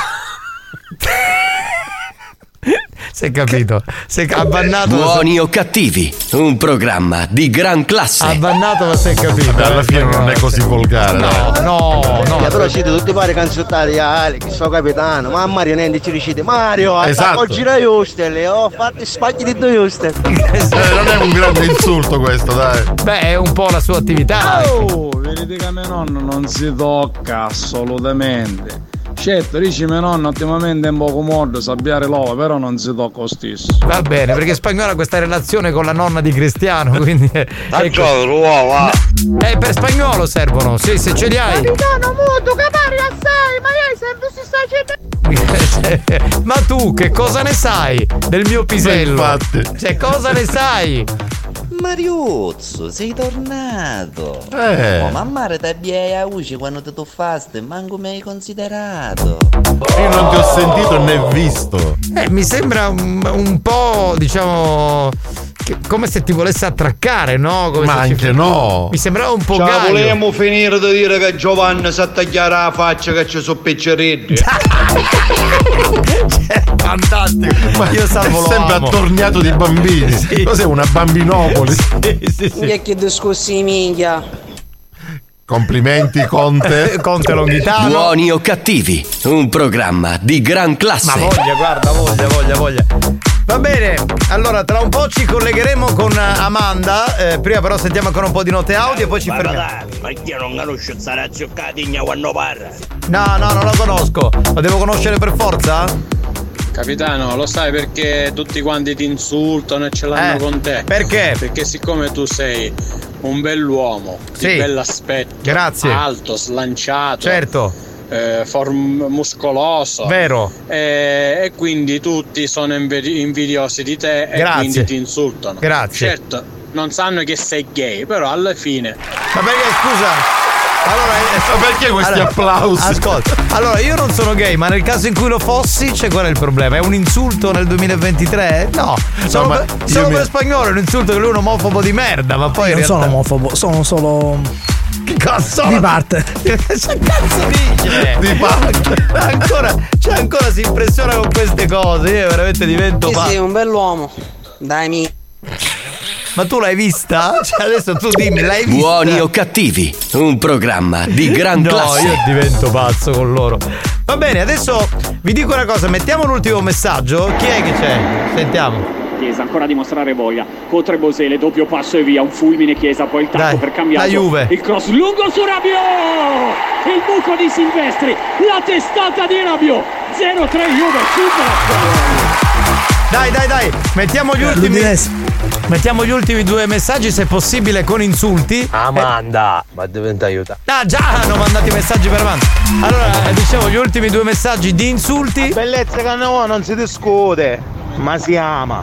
Si è capito. Si è abbannato. Buoni o cattivi, un programma di gran classe. Abbannato, ma si è capito. Beh, alla fine non è così volgare. No, dai. no, no. Però siete tutti pari canzottati a Alex, so capitano, ma a Mario niente ci riuscite. Mario, Esatto. attacco gira Justel, ho fatto spagni di due Justel. Eh, non è un grande insulto questo, dai. Beh, è un po' la sua attività. Oh, vedete che mio nonno non si tocca assolutamente. Certo, dici mio nonno ultimamente è un po' comodo sabbiare l'uovo, però non si tocca lo stesso. Va bene, perché Spagnolo ha questa relazione con la nonna di Cristiano, quindi. Ecco, l'uovo, Eh, per Spagnolo servono, sì, se ce li hai. Capitano muto, capari assai, ma lei sempre si sta facendo. Ma tu che cosa ne sai del mio pisello? Infatti. Cioè, cosa ne sai? Mariuzzo, sei tornato. Eh. Oh, ma mare ti abbiai a uci quando ti tuffaste, manco mi hai considerato. Io non ti ho sentito né visto. Eh, mi sembra un, un po', diciamo, che, come se ti volesse attraccare, no? Come Ma se anche ci... no. Mi sembrava un po' Ciao, gaio. volevamo finire di dire che Giovanni sa tagliare la faccia che ci sono picceretti. Fantastico. Ma io salvo è sempre l'uomo. attorniato di bambini. Sì. Cos'è una bambinopoli? Sì, sì, sì. Che che discorsi minchia. Complimenti Conte. Conte Longhitano. Buoni o cattivi, un programma di gran classe. Ma voglia, guarda, voglia, voglia, voglia. Va bene, allora tra un po' ci collegheremo con Amanda. Eh, prima però sentiamo ancora un po' di note audio e poi ci fermiamo. Ma chi non conosce Sarazio Cadigna quando parla? No, no, non lo conosco. Lo devo conoscere per forza? Capitano, lo sai perché tutti quanti ti insultano e ce l'hanno Eh, con te? perché? Perché siccome tu sei un bell'uomo, Sì. di bell'aspetto, Grazie. alto, slanciato, Certo. eh, form- muscoloso, Vero. eh, e quindi tutti sono invidi- invidiosi di te e Grazie. quindi ti insultano. Grazie. Certo, non sanno che sei gay, però alla fine. Ma perché scusa? Allora, eh, Ma perché questi allora, applausi? Ascolta, allora io non sono gay, ma nel caso in cui lo fossi, c'è qual è il problema? È un insulto nel duemilaventitré? No, solo, ma per, io solo mi- per Spagnolo è un insulto che lui è un omofobo di merda, ma poi Io in non sono realtà... omofobo, sono solo Che cazzo? di parte. Che cazzo dice? Di parte. Ancora, cioè ancora si impressiona con queste cose, io veramente divento Sì, fa- sì, un bell'uomo. Dai mi. Ma tu l'hai vista? Cioè adesso tu dimmi, l'hai vista? Buoni o cattivi, un programma di gran No, classe. io divento pazzo con loro. Va bene, adesso vi dico una cosa, mettiamo l'ultimo messaggio. Chi è che c'è? Sentiamo. Chiesa ancora a dimostrare voglia. Contro Bosele, doppio passo e via. Un fulmine Chiesa, poi il tacco Dai, per cambiare. la Juve. Il cross lungo su Rabiot. Il buco di Silvestri. La testata di Rabiot. zero tre Juve, super. Dai, dai, dai, mettiamo gli ultimi. Mettiamo gli ultimi due messaggi, se possibile, con insulti. Amanda, ma diventa aiuta. Ah, già hanno mandato i messaggi per avanti. Allora, eh, dicevo, gli ultimi due messaggi di insulti. Bellezza che no, non si discute, ma si ama.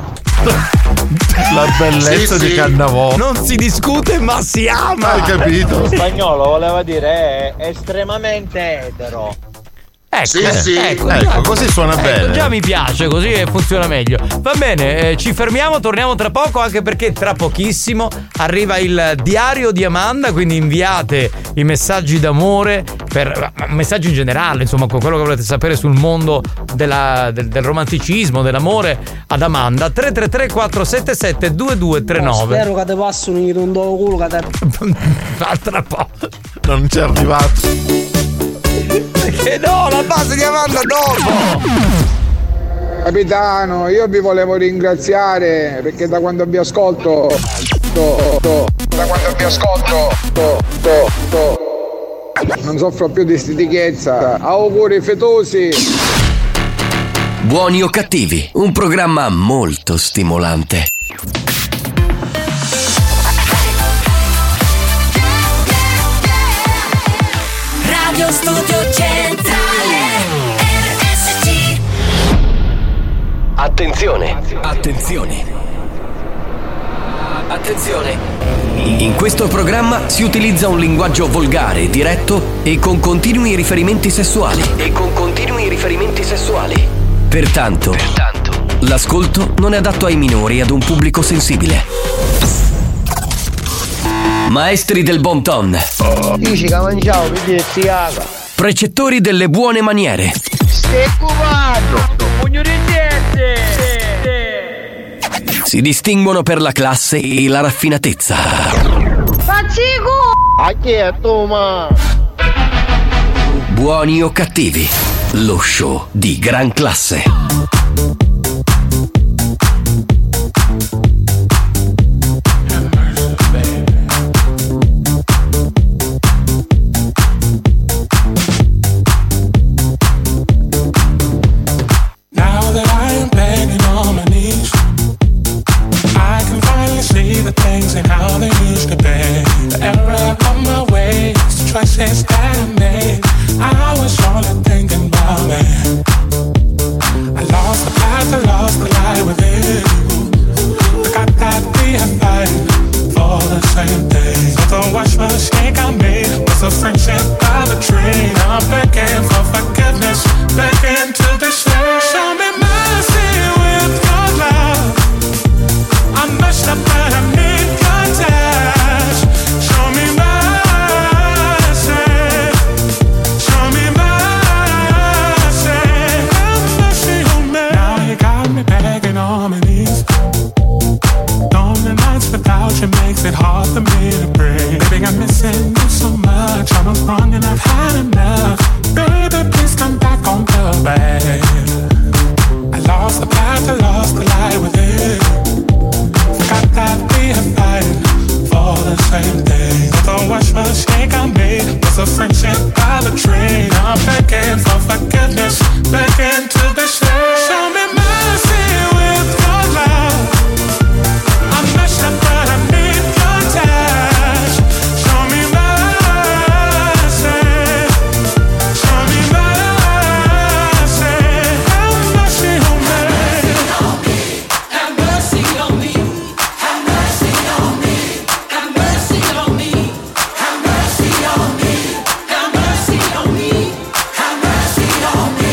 La bellezza Sì, di sì. Cannavò. Non si discute, ma si ama. Hai capito? Spagnolo voleva dire è estremamente etero. Ecco, Sì, sì. ecco, Ecco, già- così suona ecco, bene. Già mi piace, così funziona meglio. Va bene, eh, ci fermiamo, torniamo tra poco, anche perché tra pochissimo arriva il diario di Amanda, quindi inviate i messaggi d'amore, per messaggi in generale, insomma, con quello che volete sapere sul mondo della- del, del romanticismo, dell'amore ad Amanda. tre tre tre quattro sette sette due due tre nove. Spero che ti passano un tondo culo che te... Tra po'. Non c'è arrivato. Perché no, la base di Amanda dopo. Capitano, io vi volevo ringraziare perché da quando vi ascolto to, to, da quando vi ascolto to, to, to, non soffro più di stitichezza. Auguri fetosi. Buoni o cattivi, un programma molto stimolante. Radio Studio Centrale R S C. Attenzione, attenzione. Attenzione. In questo programma si utilizza un linguaggio volgare, diretto e con continui riferimenti sessuali. E con continui riferimenti sessuali. Pertanto, Pertanto, l'ascolto non è adatto ai minori e ad un pubblico sensibile. Maestri del bon ton. Dici che mangiavo, vedi ziaga. Precettori delle buone maniere. Stai cubando. Pugno di gente. Si distinguono per la classe e la raffinatezza. Faccico! A chi è tu, ma? Buoni o cattivi, lo show di gran classe. Now that I am begging on my knees, I can finally see the things and how they used to be. The error of my ways, the choices that I made, I was only thinking about me. I lost the path, I lost the light within you. Forgot that we had fighting for the same thing. So the wash mistake I made was a friendship of a dream. I'm begging for forgiveness, begging to this day. Show me mercy with your love. I messed up but I need your touch. Show me mercy. Show me mercy. Have mercy on me. Now you got me begging on my knees. Lonely nights without you makes it hard for me to breathe. Baby, I'm missing you so much. I was wrong and I've had enough. Baby, please come back on the way. I lost the path, I lost the light within. Forgot that we are fighting for the same thing. The worst mistake I made was a friendship of a dream. I'm begging for forgiveness, begging to be saved. Show me mercy with your love. I messed up but I need your touch. Show me mercy. Show me mercy. Have mercy on me. Have mercy on me. Have mercy on me. Have mercy on me. Have mercy on me. Have mercy on me. Have mercy on me.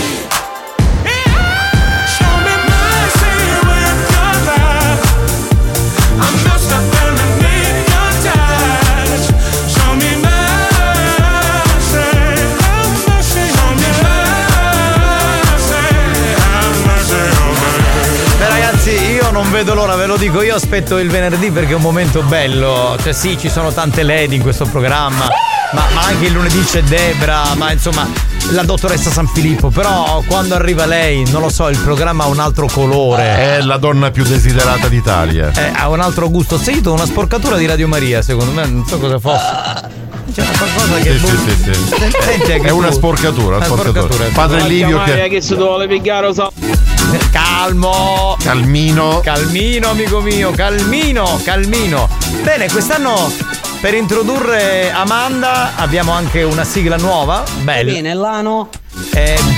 Show me mercy with your love. I messed up and I need your touch. Show me mercy. Have mercy on me. Have mercy on me. Beh ragazzi, io non vedo l'ora, ve lo dico, io aspetto il venerdì perché è un momento bello. Cioè sì, ci sono tante lady in questo programma, ma, ma anche il lunedì c'è Debra, ma insomma la dottoressa San Filippo. Però quando arriva lei, non lo so, il programma ha un altro colore. È la donna più desiderata d'Italia. Eh, ha un altro gusto. Ho sentito una sporcatura di Radio Maria, secondo me, non so cosa fosse. C'è qualcosa che Sì, sì, sì, sì. Senti anche È una tu. sporcatura, una Una sporcatura. sporcatura. Padre Livio che che si vuole pigliare so. Calmo. Calmino. Calmino, amico mio, calmino, calmino. Bene, quest'anno per introdurre Amanda abbiamo anche una sigla nuova. Bella. Bene, l'ano. Eh,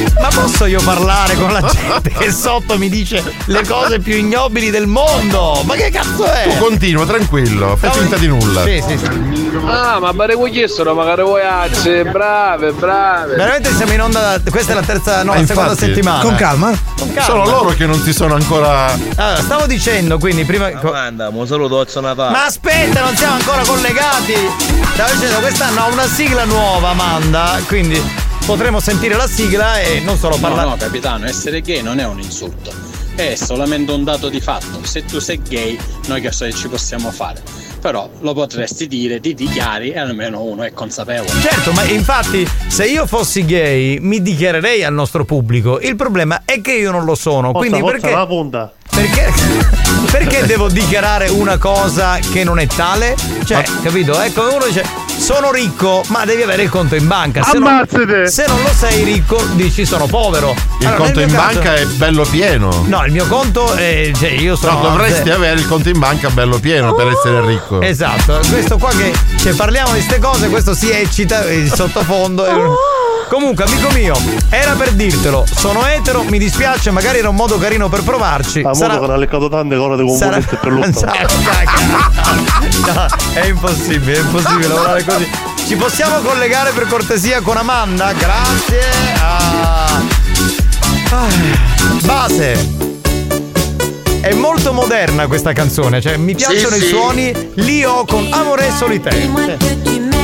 Ma posso io parlare con la gente che sotto mi dice le cose più ignobili del mondo? Ma che cazzo è? Tu continua, tranquillo, fai finta di nulla. Sì, sì, sì. Ah, ma pare voi chiestono, magari voi azze, brave, brave. Veramente siamo in onda, questa è la terza, no, Ma la seconda infatti, settimana. Con calma. Con calma. Sono loro che non si sono ancora. Allora, stavo dicendo, quindi prima. Amanda, mo saluto Natale. Ma aspetta, non siamo ancora collegati. Stavo dicendo, quest'anno ha una sigla nuova, Amanda, quindi potremo sentire la sigla e non solo parlare. No, no, capitano, essere gay non è un insulto, è solamente un dato di fatto. Se tu sei gay, noi che cosa ci possiamo fare? Però lo potresti dire, ti dichiari e almeno uno è consapevole. Certo, ma infatti se io fossi gay mi dichiarerei al nostro pubblico. Il problema è che io non lo sono. Forza, quindi forza, perché la punta. Perché perché devo dichiarare una cosa che non è tale? Cioè, ma... capito? Ecco, uno dice sono ricco, ma devi avere il conto in banca. Se non, se non lo sei ricco, dici sono povero. Il allora, conto in caso... banca è bello pieno. No, il mio conto è. Cioè, io sono. No, dovresti a... avere il conto in banca bello pieno per essere ricco. Esatto, questo qua che. Cioè, parliamo di ste cose, questo si eccita il sottofondo. Oh. Comunque, amico mio, era per dirtelo, sono etero, mi dispiace, magari era un modo carino per provarci. A Sarà... modo che ha leccato tante cose con Sarà... per l'ultimo. No, è impossibile, è impossibile lavorare così. Ci possiamo collegare per cortesia con Amanda? Grazie. Ah. Ah. Base. È molto moderna questa canzone, cioè mi piacciono sì, i sì. suoni. Lio con Amore Solitaire.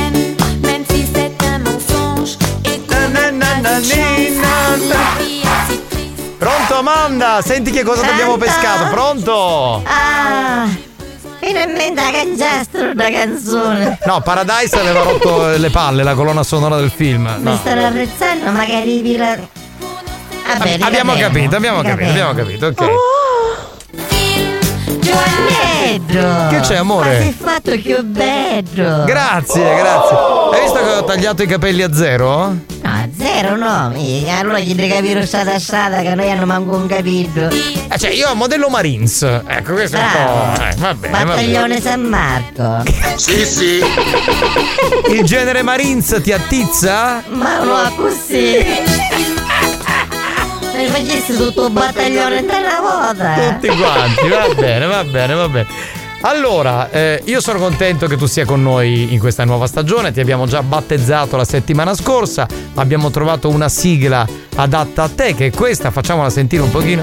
Pronto Amanda? Senti che cosa ti abbiamo pescato? Pronto? Ah, finalmente ha cangiato una canzone. No, Paradise aveva rotto le palle, la colonna sonora del film. No. Mi stanno arrezzando, magari vi la... Vabbè, Ab- abbiamo capito, abbiamo capito, abbiamo capito, ok. Oh. Giovanetto! Che c'è, amore? Ma sei fatto più bello! Grazie, grazie. Hai visto che ho tagliato i capelli a zero? No, a zero no, mica. Allora gli devi capire stata stata che noi hanno manco un capito. Eh, cioè, io ho modello Marines. Ecco, questo Bravo. è un po'. Eh, va bene. Battaglione San Marco. Sì, sì. Il genere Marines ti attizza? Ma no, così. Mi facessi tutto il battaglione in una volta. Tutti quanti, va bene, va bene, va bene. Allora, eh, io sono contento che tu sia con noi in questa nuova stagione. Ti abbiamo già battezzato la settimana scorsa. Abbiamo trovato una sigla adatta a te, che è questa. Facciamola sentire un pochino.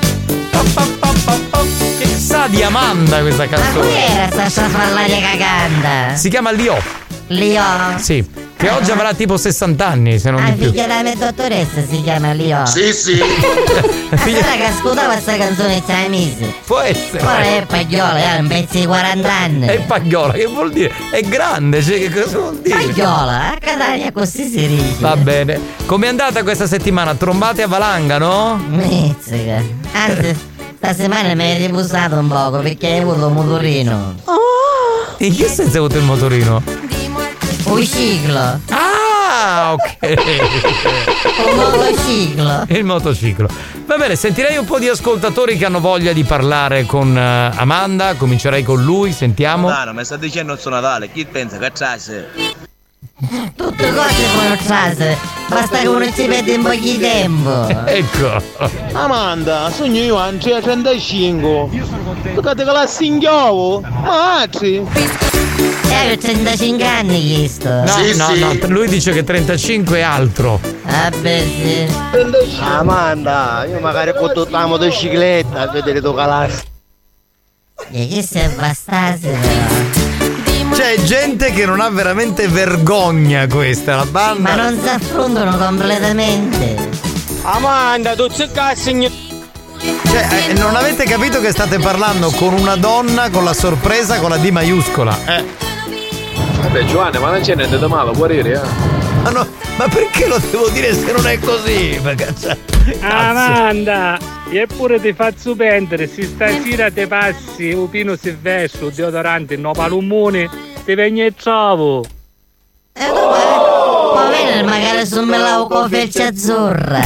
Che sa di Amanda questa canzone. Ma chi era sta sciafallaria caganda? Si chiama Lio. Lio? Sì. Che oggi avrà tipo sessanta anni, se non ah, di più. figlia della mia dottoressa si chiama Lio. Sì, sì. Figlia... Allora che ascoltava questa canzone c'è mese. Può essere. Ora è Pagliola, è un pezzo di quaranta anni. È Pagliola, che vuol dire? È grande, cioè che cosa vuol dire? Pagliola, a Catania così si dice. Va bene. Com'è andata questa settimana? Trombate a valanga, no? Mizzica. Anzi, stasera mi hai riposato un poco perché hai avuto un motorino. Oh! In che senso hai avuto il motorino? Un ciclo. Ah, ok. Un motociclo. Il motociclo. Va bene, sentirei un po' di ascoltatori che hanno voglia di parlare con uh, Amanda. Comincerei con lui, sentiamo. No, no, mi sta dicendo il suo Natale, chi pensa che trasse? Tutte cose sono trase, basta che uno ci perde un po' di tempo. Ecco. Amanda, sogno io a trentacinque. Io sono contento. Tu che la singhiavo? Mazzi. Eh, ho trentacinque anni chiesto. No, sì, no, sì. no, lui dice che trentacinque è altro. Vabbè, sì. Amanda, io magari con tutta la motocicletta a vedere tu calassi. E che sei bastardo però. C'è gente che non ha veramente vergogna questa, la banda. Ma non si affrontano completamente. Amanda, tu sei cazzo. Cioè, eh, non avete capito che state parlando con una donna con la sorpresa con la D maiuscola. Eh. Vabbè, Giovanni, ma non c'è niente da male, può dire, eh? Ma, no, ma perché lo devo dire se non è così? Perché, cioè, Amanda, eppure ti faccio pendere, se stasera ti passi un Pino Silvestro, deodorante, no palumone, ti vengo e trovo. Eh, oh! Può venire magari su me la con felce azzurra.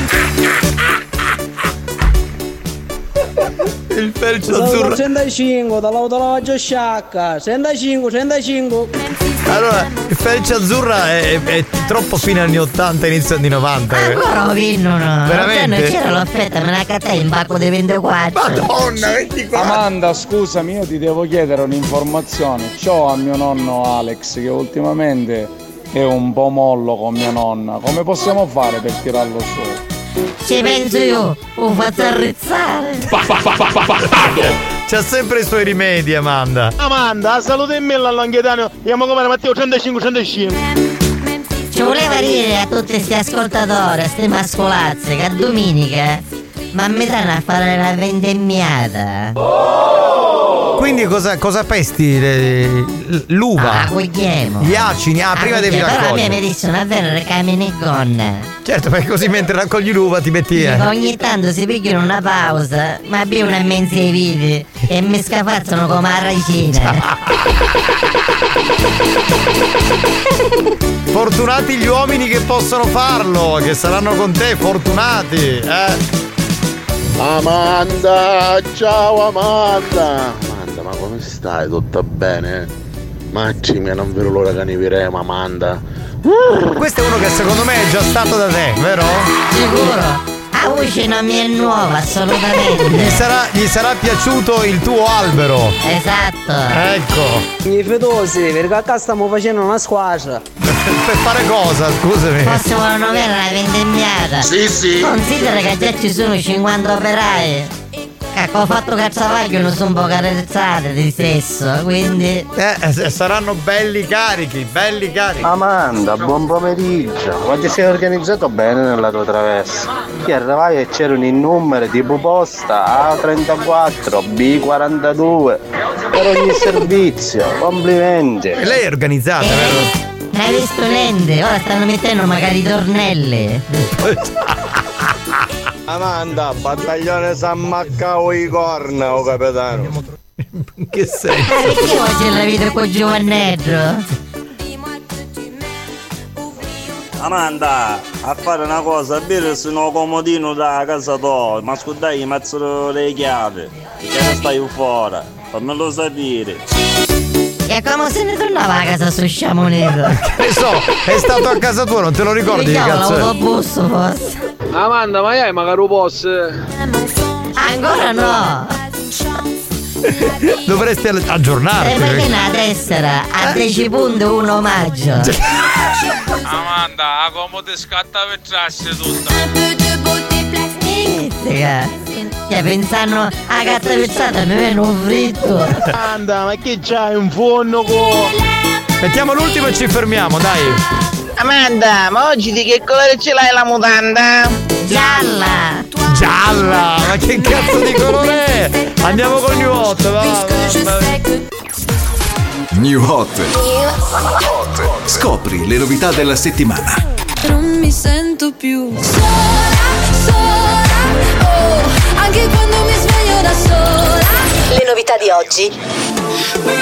Il felce azzurro. trentacinque, dall'autologia sciacca. trentacinque, trentacinque. Allora, il Felce Azzurra è, è troppo fine anni ottanta, inizio anni novanta. Ancora lo vinnono. Veramente? Non c'era l'offerta, me la cattai in pacco di ventiquattro. Madonna, ventiquattro. Amanda, scusami, io ti devo chiedere un'informazione. C'ho a mio nonno Alex che ultimamente è un po' mollo con mia nonna. Come possiamo fare per tirarlo su? Ci penso io, lo faccio arrezzare. C'ha sempre i suoi rimedi, Amanda. Amanda, saluta in me all'Anghetano. Andiamo come Matteo trentacinque trentacinque. Ci voleva dire a tutti questi ascoltatori, a ste mascolazze, che a domenica ma mi danno a fare la vendemmiata. Quindi cosa, cosa pesti? Le- l'uva? Ah, gugliemo. Gli acini? Ah, prima devi Però a me raccogliere. mi dissero, davvero, recamine gonna. Certo, perché così mentre raccogli l'uva ti metti. Dico, eh. ogni tanto si pigliano una pausa, ma bevono a mezzi ai vivi e mi scafazzano come a racina. Fortunati gli uomini che possono farlo, che saranno con te, fortunati, eh. Amanda, ciao Amanda. Amanda, ma come stai? Tutto bene? Macci, mia, non vedo l'ora che ne vedremo, Amanda. Questo è uno che secondo me è già stato da te, vero? Sicuro? La voce non mi è nuova, assolutamente. Gli sarà, gli sarà piaciuto il tuo albero. Esatto. Ecco. I fedosi, perché a casa stiamo facendo una squadra. Per fare cosa, scusami? Forse vogliono avere la vendemmiata. Sì, sì. Considera che già ci sono cinquanta operai. Ecco, ho fatto cazzavaglio, non sono un po' carezzate di stesso, quindi. Eh, saranno belli carichi, belli carichi. Amanda, buon pomeriggio. Ma ti sei organizzato bene nella tua traversa? Ti arrivai e c'erano i numeri tipo posta A trentaquattro, B quarantadue per ogni servizio. Complimenti. E lei è organizzata, Eh, vero? Hai visto niente? Ora stanno mettendo magari tornelle. Amanda, battaglione San Maccao i corna, oh capitano. Che sei? Ah, perché oggi la vita con Giovannello? Amanda, a fare una cosa, a bere sono comodino da casa tua, ma scusate, mazzolo le chiavi, perché non stai fuori, fammelo sapere. E come se ne tornava a casa su Sciamonero? Che ne so, è stato a casa tua, non te lo ricordi che Vediamo cazzo è? l'autobus forse. Amanda, ma hai magari un boss? Ancora no. Dovresti aggiornarti. Perché la tessera a dieci punti un omaggio. Amanda, come ti scatta per trasse tutta? Che pensano a gatta pizzata mi viene un fritto. Amanda, ma che c'hai un forno con... Mettiamo l'ultimo e ci fermiamo, dai. Amanda, ma oggi di che colore ce l'hai la mutanda? Gialla. Gialla, ma che cazzo di colore è? Andiamo con New Hot, va, va, va. New Hot. Scopri le novità della settimana. Non mi sento più sola, sola, oh, anche quando mi sveglio da sola. Le novità di oggi.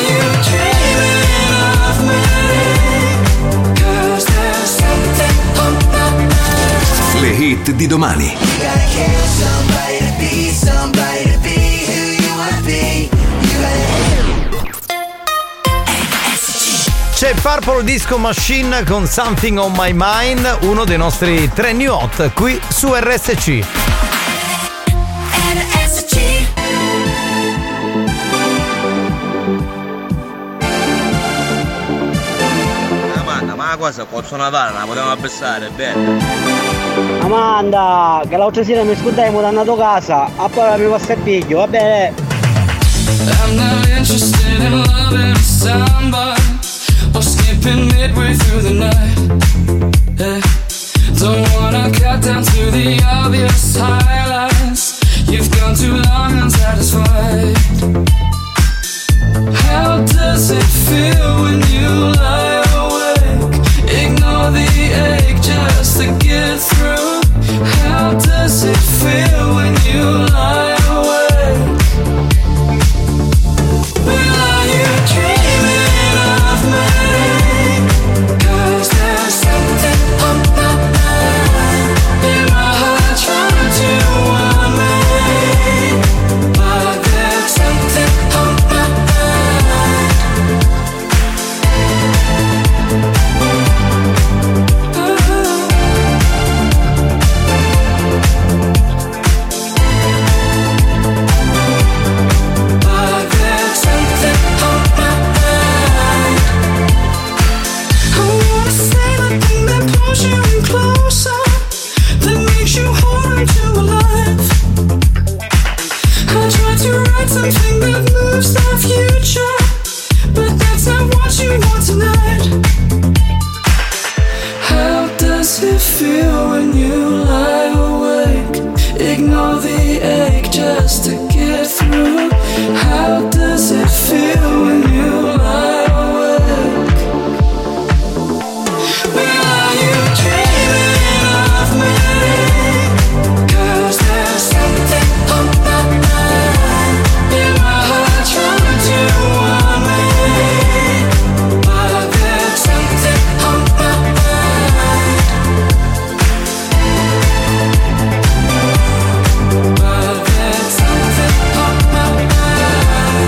Le hit di domani. C'è Purple Disco Machine con Something on My Mind, uno dei nostri tre new hot qui su R S C. R S C. Amanda, ma la cosa posso Natale, la potevamo abbassare, bene. Amanda, che l'altra sera mi scudai mutando a casa, a poi mi passa il piglio, va bene? I'm not interested in loving somebody or skipping midway through the night. Yeah. Don't wanna cut down to the obvious highlights. You've gone too long unsatisfied. How does it feel when you lie awake? Ignore the ache just to get through. How does it feel when you lie awake? Well, are you dreaming of me? 'Cause there's something on my mind. In my heart trying to the ache just to get through. How does it feel when you lie awake? Well, are you dreaming of me? 'Cause there's something on my mind. In my heart trying to warn me. But there's something on my mind. But there's something on my mind.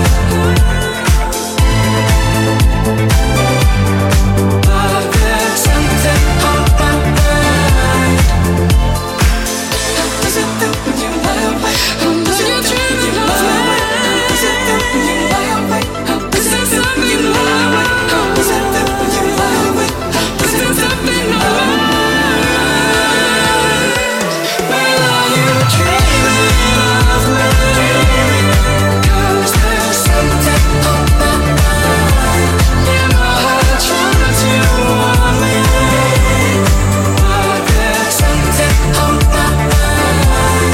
But there's something on my mind. How does it feel when you lie awake? How does it feel when you lie awake? How does it feel when you lie awake? How does it feel when you lie awake? How does it feel when you lie awake? How does it feel when you lie awake? Well, are you dreaming of me? 'Cause there's something on my mind. In my heart trying to warn me. But there's something on my mind.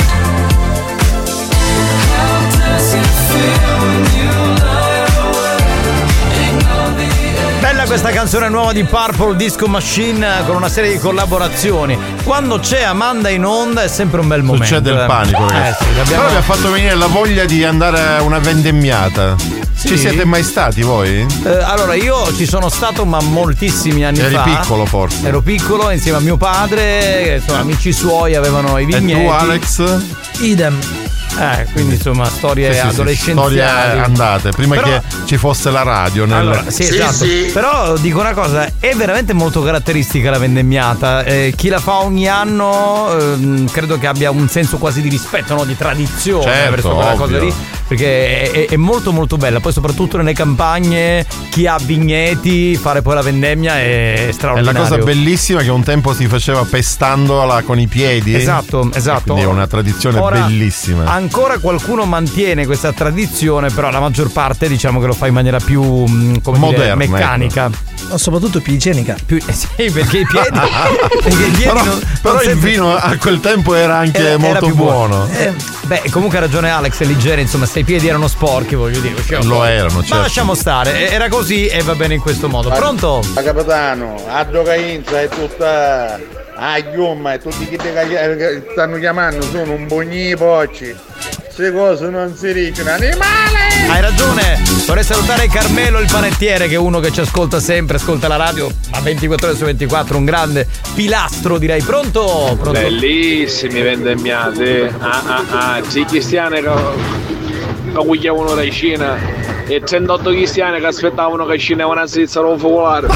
How does it feel when you lie awake? Ignore the Bella questa canzone nuova di Purple Disco Machine con una serie di collaborazioni. Quando c'è Amanda in onda è sempre un bel momento. Succede il eh. panico, Eh, ragazzi. sì, l'abbiamo- Però mi ha fatto venire la voglia di andare a una vendemmiata. Ci siete mai stati voi? Eh, allora io ci sono stato ma moltissimi anni Eri fa. piccolo forse. Ero piccolo insieme a mio padre, insomma, amici suoi avevano i E vigneti. tu, Alex? Idem. Eh, quindi insomma storie Sì, sì, sì, adolescenziali. storie andate, prima Però- che ci fosse la radio nel... Allora, sì, esatto. Però dico una cosa, è veramente molto caratteristica la vendemmiata. Eh, chi la fa ogni anno ehm, credo che abbia un senso quasi di rispetto, no? Di tradizione Certo, verso quella ovvio. cosa lì. Perché è, è- è molto molto bella. Poi soprattutto nelle campagne, chi ha vigneti, fare poi la vendemmia è È straordinario. la cosa bellissima che un tempo si faceva pestandola con i piedi. Esatto, esatto. Quindi è una tradizione Ora, bellissima. Ancora qualcuno mantiene questa tradizione, però la maggior parte diciamo che lo fa in maniera più mh, come dire, Moderna, meccanica. Ma soprattutto più igienica. Più, eh sì, perché i piedi. perché i piedi però non- però non il sempre- vino a quel tempo era anche Era- era molto più buono. Eh, beh, comunque ha ragione Alex, l'igiene, insomma, se i piedi erano sporchi, voglio dire. usciamo Lo fuori. erano, Ma certo. lasciamo stare, era così e va bene in questo modo. Pronto? Ma capitano, a giocainza è tutta a ghiomma e tutti chi ti che stanno chiamando sono un bogni pocci. Queste cose non si dicono, animale! Hai ragione, vorrei salutare Carmelo il panettiere, che è uno che ci ascolta sempre, ascolta la radio, ma ventiquattro ore su ventiquattro, un grande pilastro direi. Pronto? Pronto? Bellissimi vendemmiati. Ah ah ah, sì, cristiane che gugliavano da Cina e trentotto cristiani che aspettavano che scenevano a Svizzera un focolare.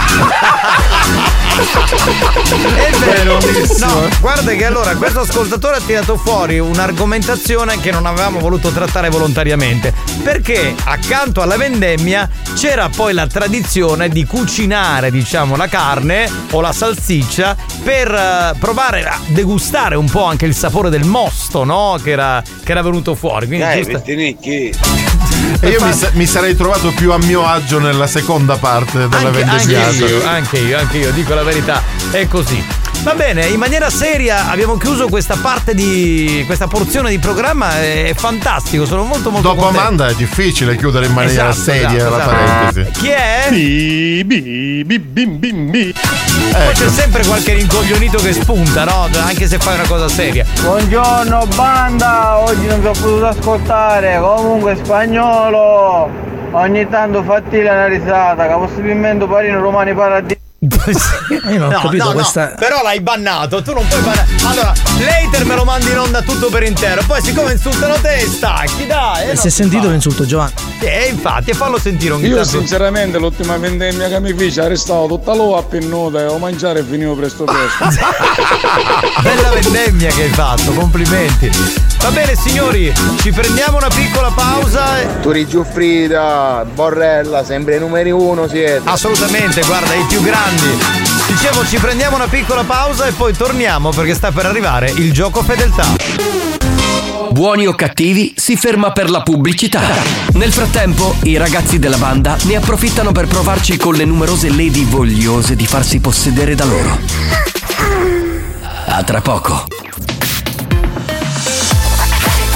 È vero, no, guarda che allora questo ascoltatore ha tirato fuori un'argomentazione che non avevamo voluto trattare volontariamente, perché accanto alla vendemmia c'era poi la tradizione di cucinare, diciamo, la carne o la salsiccia per eh, provare a degustare un po' anche il sapore del mosto, no? Che era, che era venuto fuori. Quindi Dai, giusto- E io mi, sa- mi sarei trovato più a mio agio nella seconda parte della anche, anche vendemmiata. io, anche io, anche io, dico la verità, è così. Va bene, in maniera seria abbiamo chiuso questa parte di questa porzione di programma, è fantastico, sono molto molto Dopo contento. Amanda è difficile chiudere in maniera Esatto, seria esatto, la esatto. parentesi. Chi è? Bi, bi, bi, bim, bim, bi. Poi c'è sempre qualche rincoglionito che spunta, no? Anche se fai una cosa seria. Buongiorno banda, oggi non vi ho potuto ascoltare, comunque spagnolo, ogni tanto fattile una risata, che possibilmente parino romani paradisi. Io non ho capito questa. Però l'hai bannato, tu non puoi bannare. Allora, l'hater me lo mandi in onda tutto per intero, poi siccome insultano te, stacchi, dai. eh, Si è sentito l'insulto Giovanni. Eh, infatti, fallo sentire un Io tanto. sinceramente l'ultima vendemmia che mi fece restavo tutta l'uva appennuta e ho mangiare e finivo presto presto. Bella vendemmia che hai fatto, complimenti. Va bene signori, ci prendiamo una piccola pausa. e- Turi Giuffrida, Borrella, sempre i numeri uno siete. Assolutamente, guarda, i più grandi. Dicevo, ci prendiamo una piccola pausa e poi torniamo perché sta per arrivare il gioco fedeltà. Buoni o cattivi si ferma per la pubblicità. Nel frattempo, i ragazzi della banda ne approfittano per provarci con le numerose lady vogliose di farsi possedere da loro. A tra poco.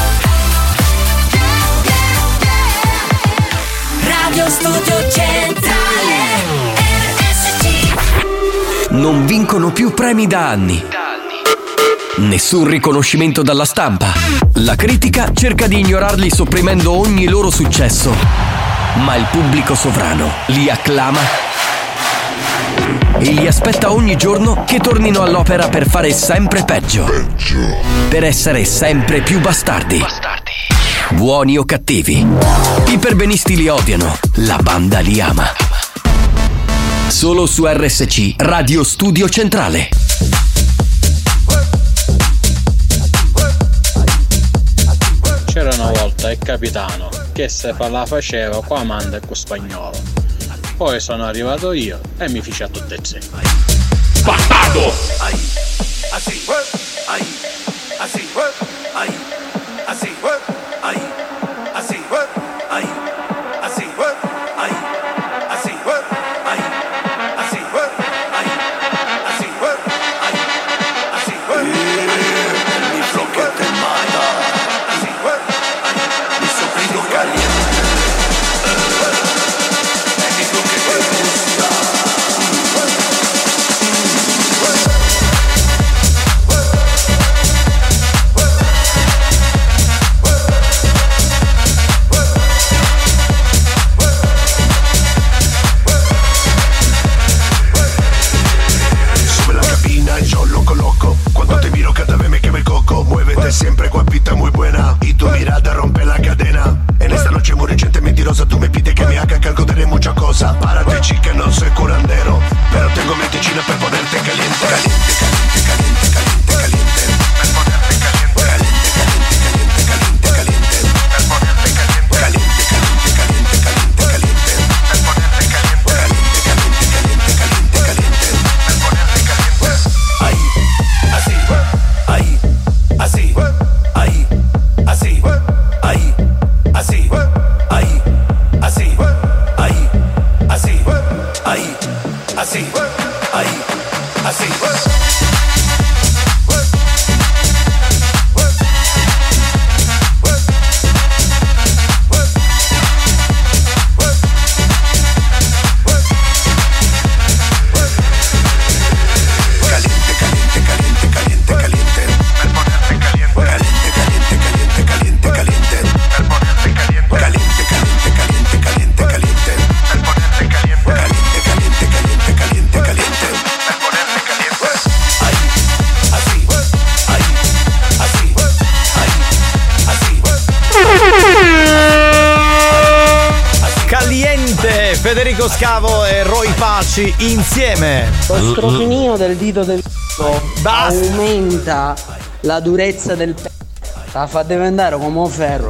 non vincono più premi da anni. Nessun riconoscimento dalla stampa. La critica cerca di ignorarli sopprimendo ogni loro successo. Ma il pubblico sovrano li acclama e li aspetta ogni giorno che tornino all'opera per fare sempre peggio. Per essere sempre più bastardi. Buoni o cattivi, i perbenisti li odiano, la banda li ama. Solo su R S C Radio Studio Centrale. C'era una volta il capitano che se la faceva qua Amanda e con Spagnolo. Poi sono arrivato io e mi fece a tutte e tre. Bastardo! Siempre guapita, muy buena. Y tu mirada rompe la cadena. En esta noche muy reciente, mentirosa, tú me pides que me haga que algo de muchas cosas. Párate, chica, no soy curandero, pero tengo medicina para ponerte caliente. Caliente, caliente, caliente, caliente, caliente. Para ponerte caliente. Caliente, caliente, caliente, caliente, caliente. Para ponerte caliente. Caliente, caliente, caliente, caliente, caliente. Para ponerte caliente. Caliente, caliente, caliente, caliente, caliente. Para ponerte caliente. Ahí, así, ahí. Así, ahí, así, ahí, así, ahí, así, ahí, así, ahí, así, ahí, así. Federico Scavo e Roy Paci insieme. Lo strofinio del dito del c***o aumenta la durezza del pezzo. La fa diventare come un ferro.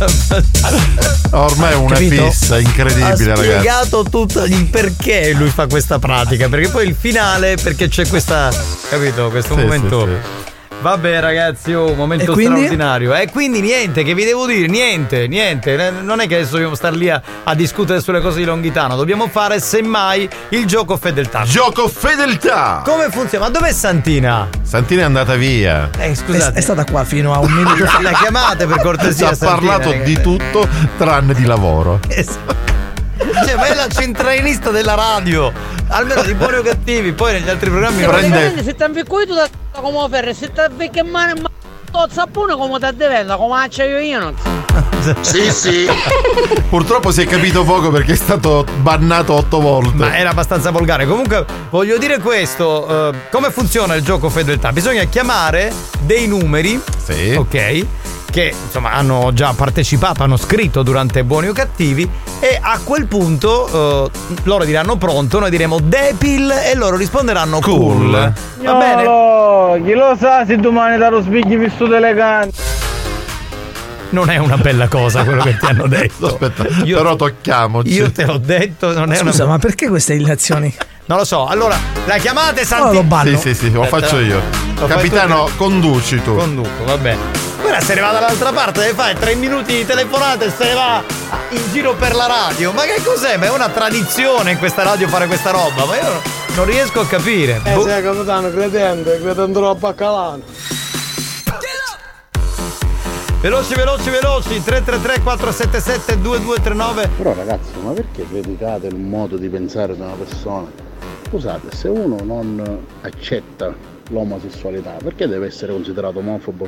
Ormai è una Capito? fissa incredibile, Ha ragazzi. spiegato tutto il perché lui fa questa pratica, perché poi il finale, perché c'è questa, capito, questo Sì, momento. sì, sì. Vabbè ragazzi, oh, un momento E quindi? straordinario. E quindi niente, che vi devo dire? Niente, niente. Eh, Non è che adesso dobbiamo star lì a, a discutere sulle cose di Longhitano. Dobbiamo fare semmai il gioco fedeltà. Gioco fedeltà! Come funziona? Ma dov'è Santina? Santina è andata via. Eh scusate. È, è stata qua fino a un minuto fa. La chiamate per cortesia. Ha Santina, parlato ragazzi. di tutto tranne di lavoro. Cioè, ma è la centralinista della radio. Almeno di buoni o cattivi. Poi negli altri programmi Praticamente se ti invecchi tu da come ferro, se ti invecchi in mano in mano tozza pure come ti diventa, come acciaio io non Sì, sì. Purtroppo si è capito poco perché è stato bannato otto volte. Ma era abbastanza volgare. Comunque voglio dire questo, eh, come funziona il gioco fedeltà? Bisogna chiamare dei numeri, sì. ok, che insomma hanno già partecipato, hanno scritto durante Buoni o Cattivi, e a quel punto eh, loro diranno pronto, noi diremo Depil e loro risponderanno cool. Cool. Va bene? Gnolo, chi lo sa se domani dallo spigli vissuto elegante. Non è una bella cosa quello che ti hanno detto. Aspetta, però tocchiamoci. Io te l'ho detto, non è Scusa, una ma perché queste illazioni? Non lo so. Allora, la chiamate Santi. Oh, lo ballo. Sì, sì, sì, lo faccio io. Lo fai Capitano, tu? conduci tu. Conduco, va bene. Ora se ne va dall'altra parte, deve fare tre minuti di telefonate e se ne va in giro per la radio. Ma che cos'è? Ma è una tradizione in questa radio fare questa roba, ma io non riesco a capire. Eh, Boh. sei capitano, credente, credendo troppo a calano. Veloci, veloci, veloci. tre tre tre quattro sette sette due due tre nove. Però ragazzi, ma perché criticate il modo di pensare di una persona? scusate, se uno non accetta l'omosessualità, perché deve essere considerato omofobo?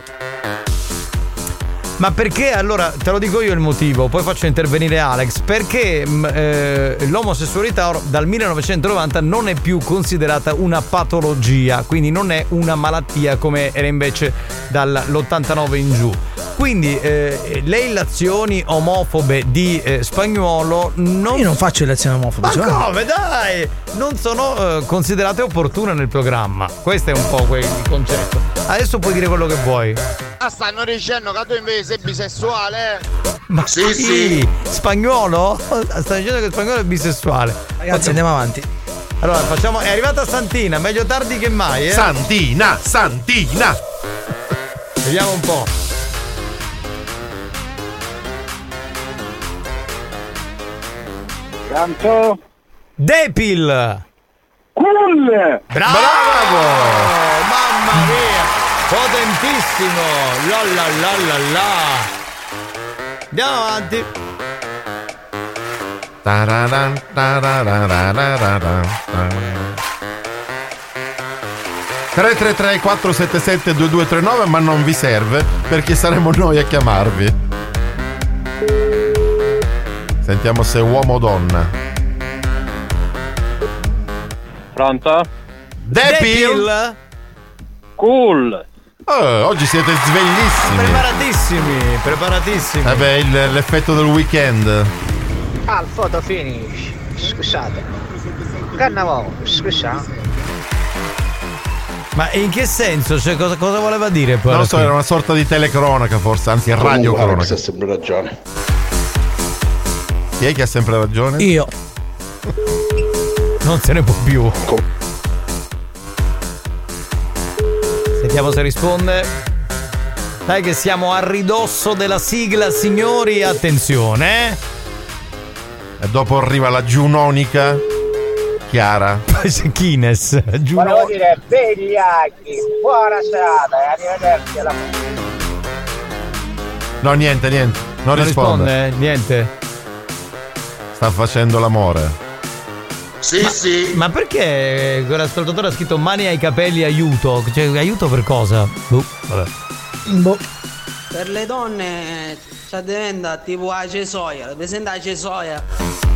Ma perché, allora, te lo dico io il motivo, poi faccio intervenire Alex, perché mh, eh, l'omosessualità or- dal millenovecentonovanta non è più considerata una patologia, quindi non è una malattia come era invece dall'ottantanove in giù. Quindi eh, le illazioni omofobe di eh, Spagnuolo non... Io non faccio illazioni omofobe. Ma cioè... come, dai! Non sono eh, considerate opportune nel programma. Questo è un po' quel concetto. Adesso puoi dire quello che vuoi. Ah, stanno dicendo che tu invece sei bisessuale, eh? Ma sì, sì. Spagnuolo? Sta dicendo che Spagnuolo è bisessuale. Ragazzi, andiamo avanti. Allora, facciamo. È arrivata Santina, meglio tardi che mai, eh? Santina, Santina! Vediamo un po'. Canto? Depil! Cool! Bravo! Bravo! Mamma mia! Potentissimo! La la la la la! Andiamo avanti! Tararan, tararararararara. tre tre tre quattro sette sette due due tre nove, ma non vi serve perché saremo noi a chiamarvi. Sentiamo se è uomo o donna. Pronto? Depil? Cool! Oh, oggi siete sveglissimi. Preparatissimi, preparatissimi. Vabbè, il, l'effetto del weekend. Ah, il photo finish. Scusate. Cannavò, scusate. Ma in che senso? Cioè, cosa, cosa voleva dire poi? Non lo so, era una sorta di telecronaca forse, anzi radio cronaca. Ha sempre ragione. Chi è che ha sempre ragione? Io. Non se ne può più. Sentiamo se risponde. Dai che siamo a ridosso della sigla, signori, attenzione. Eh? E dopo arriva la giunonica Chiara. Chines. Volevo dire, Begliacchi, buona serata e arrivederci alla fine. No, niente, niente. Non, non risponde. risponde. Niente. Sta facendo l'amore. Sì, ma, sì. Ma perché quell'ascoltatore ha scritto mani ai capelli, aiuto? Cioè, aiuto per cosa? Boh, vabbè. Boh. Per le donne cioè diventa tipo la cesoia, la presenta la cesoia.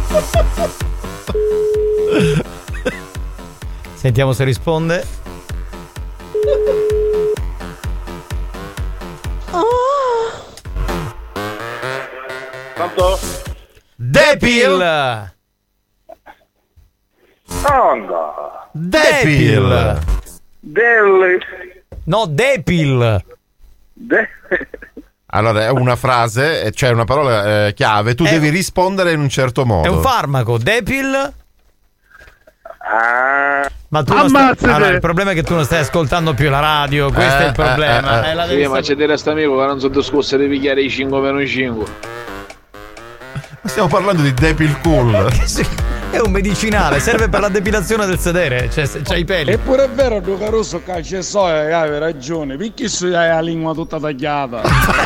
Sentiamo se risponde. Pronto? Depil! Onda! Depil! Delli! No, Depil! De- Allora è una frase, e cioè una parola eh, chiave, tu È- devi rispondere in un certo modo. È un farmaco, Depil. Ah. Ma tu non Ammazzate! stai... allora, il problema è che tu non stai ascoltando più la radio, questo Eh, è il problema. eh, eh, Eh, la Sì, devi ma sap- c'è dire a sto amico che non sono discorso di pigliare i cinque meno cinque. Stiamo parlando di Depil Cool. È un medicinale, serve per la depilazione del sedere, cioè se c'hai i peli. Eppure è vero, Luca Russo che c'è soia, hai ragione, perché se hai la lingua tutta tagliata?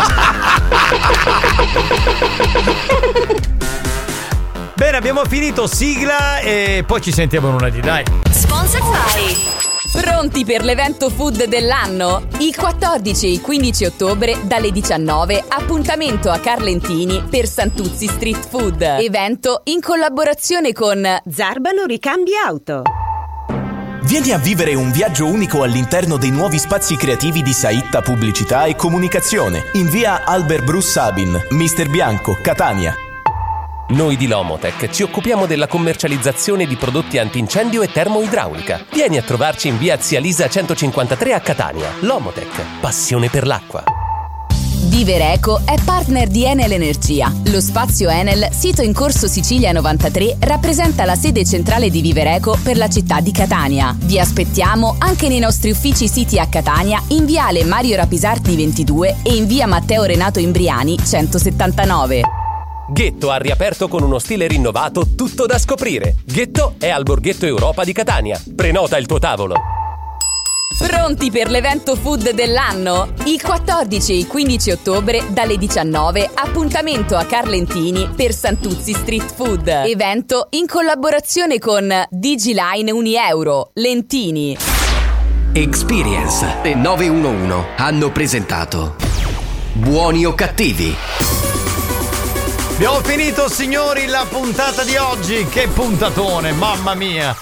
Bene, abbiamo finito, sigla e poi ci sentiamo lunedì, dai. Sponsor by. Pronti per l'evento food dell'anno? Il quattordici e il quindici ottobre dalle diciannove appuntamento a Carlentini per Santuzzi Street Food. Evento in collaborazione con Zarbalo Ricambi Auto. Vieni a vivere un viaggio unico all'interno dei nuovi spazi creativi di Saitta Pubblicità e Comunicazione in via Albert Bruce Sabin, Mister Bianco, Catania. Noi di Lomotech ci occupiamo della commercializzazione di prodotti antincendio e termoidraulica. Vieni a trovarci in via Zia Lisa centocinquantatré a Catania. Lomotech, passione per l'acqua. Vivereco è partner di Enel Energia. Lo spazio Enel, sito in Corso Sicilia novantatré, rappresenta la sede centrale di Vivereco per la città di Catania. Vi aspettiamo anche nei nostri uffici siti a Catania, in viale Mario Rapisardi ventidue e in via Matteo Renato Imbriani centosettantanove. Ghetto ha riaperto con uno stile rinnovato, tutto da scoprire. Ghetto è al Borghetto Europa di Catania. Prenota il tuo tavolo. Pronti per l'evento food dell'anno? Il quattordici e il quindici ottobre dalle diciannove appuntamento a Carlentini per Santuzzi Street Food. Evento in collaborazione con Digiline Unieuro, Lentini. Experience e nove uno uno hanno presentato Buoni o cattivi? Abbiamo finito, signori, la puntata di oggi. Che puntatone, mamma mia.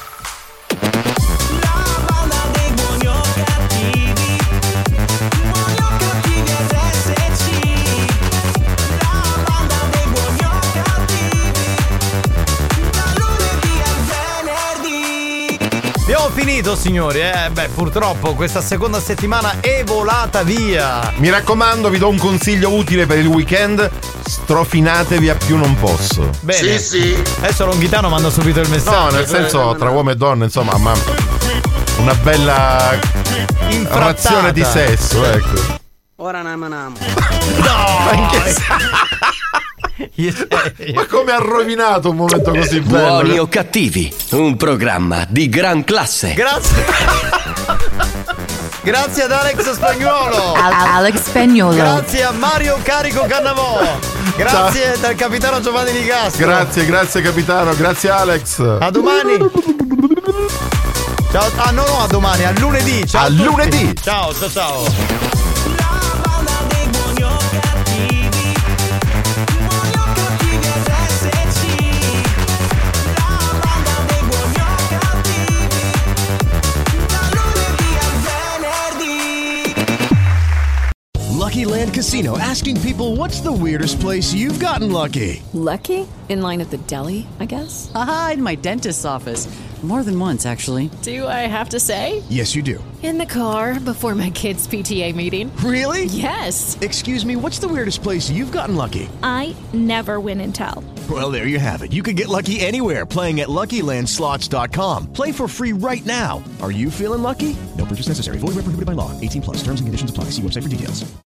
Abbiamo finito, signori, eh? Beh, purtroppo questa seconda settimana è volata via. Mi raccomando, vi do un consiglio utile per il weekend: strofinatevi a più non posso. Bene. Sì, sì. Adesso Longhitano manda subito il messaggio. No, nel senso, tra uomo e donna, insomma, ma una bella Infrattata. razione di sesso, ecco. Ora namo namo. No! Ma in che Ma come ha rovinato un momento così bello? Buoni o cattivi? Un programma di gran classe. Grazie. Grazie ad Alex Spagnuolo. Al- Alex Spagnuolo. Grazie a Mario Carico Cannavò. Grazie Ciao. dal capitano Giovanni Di Castro. Grazie, grazie capitano, grazie Alex. A domani. Ciao. Ah no no, a domani, a lunedì. Ciao. A, a lunedì. Ciao, ciao ciao. Lucky Land Casino, asking people, what's the weirdest place you've gotten lucky? Lucky? In line at the deli, I guess? Aha, in my dentist's office. More than once, actually. Do I have to say? Yes, you do. In the car before my kids' P T A meeting. Really? Yes. Excuse me, what's the weirdest place you've gotten lucky? I never win and tell. Well, there you have it. You can get lucky anywhere, playing at Lucky Land Slots dot com. Play for free right now. Are you feeling lucky? No purchase necessary. Void where prohibited by law. eighteen plus. Terms and conditions apply. See website for details.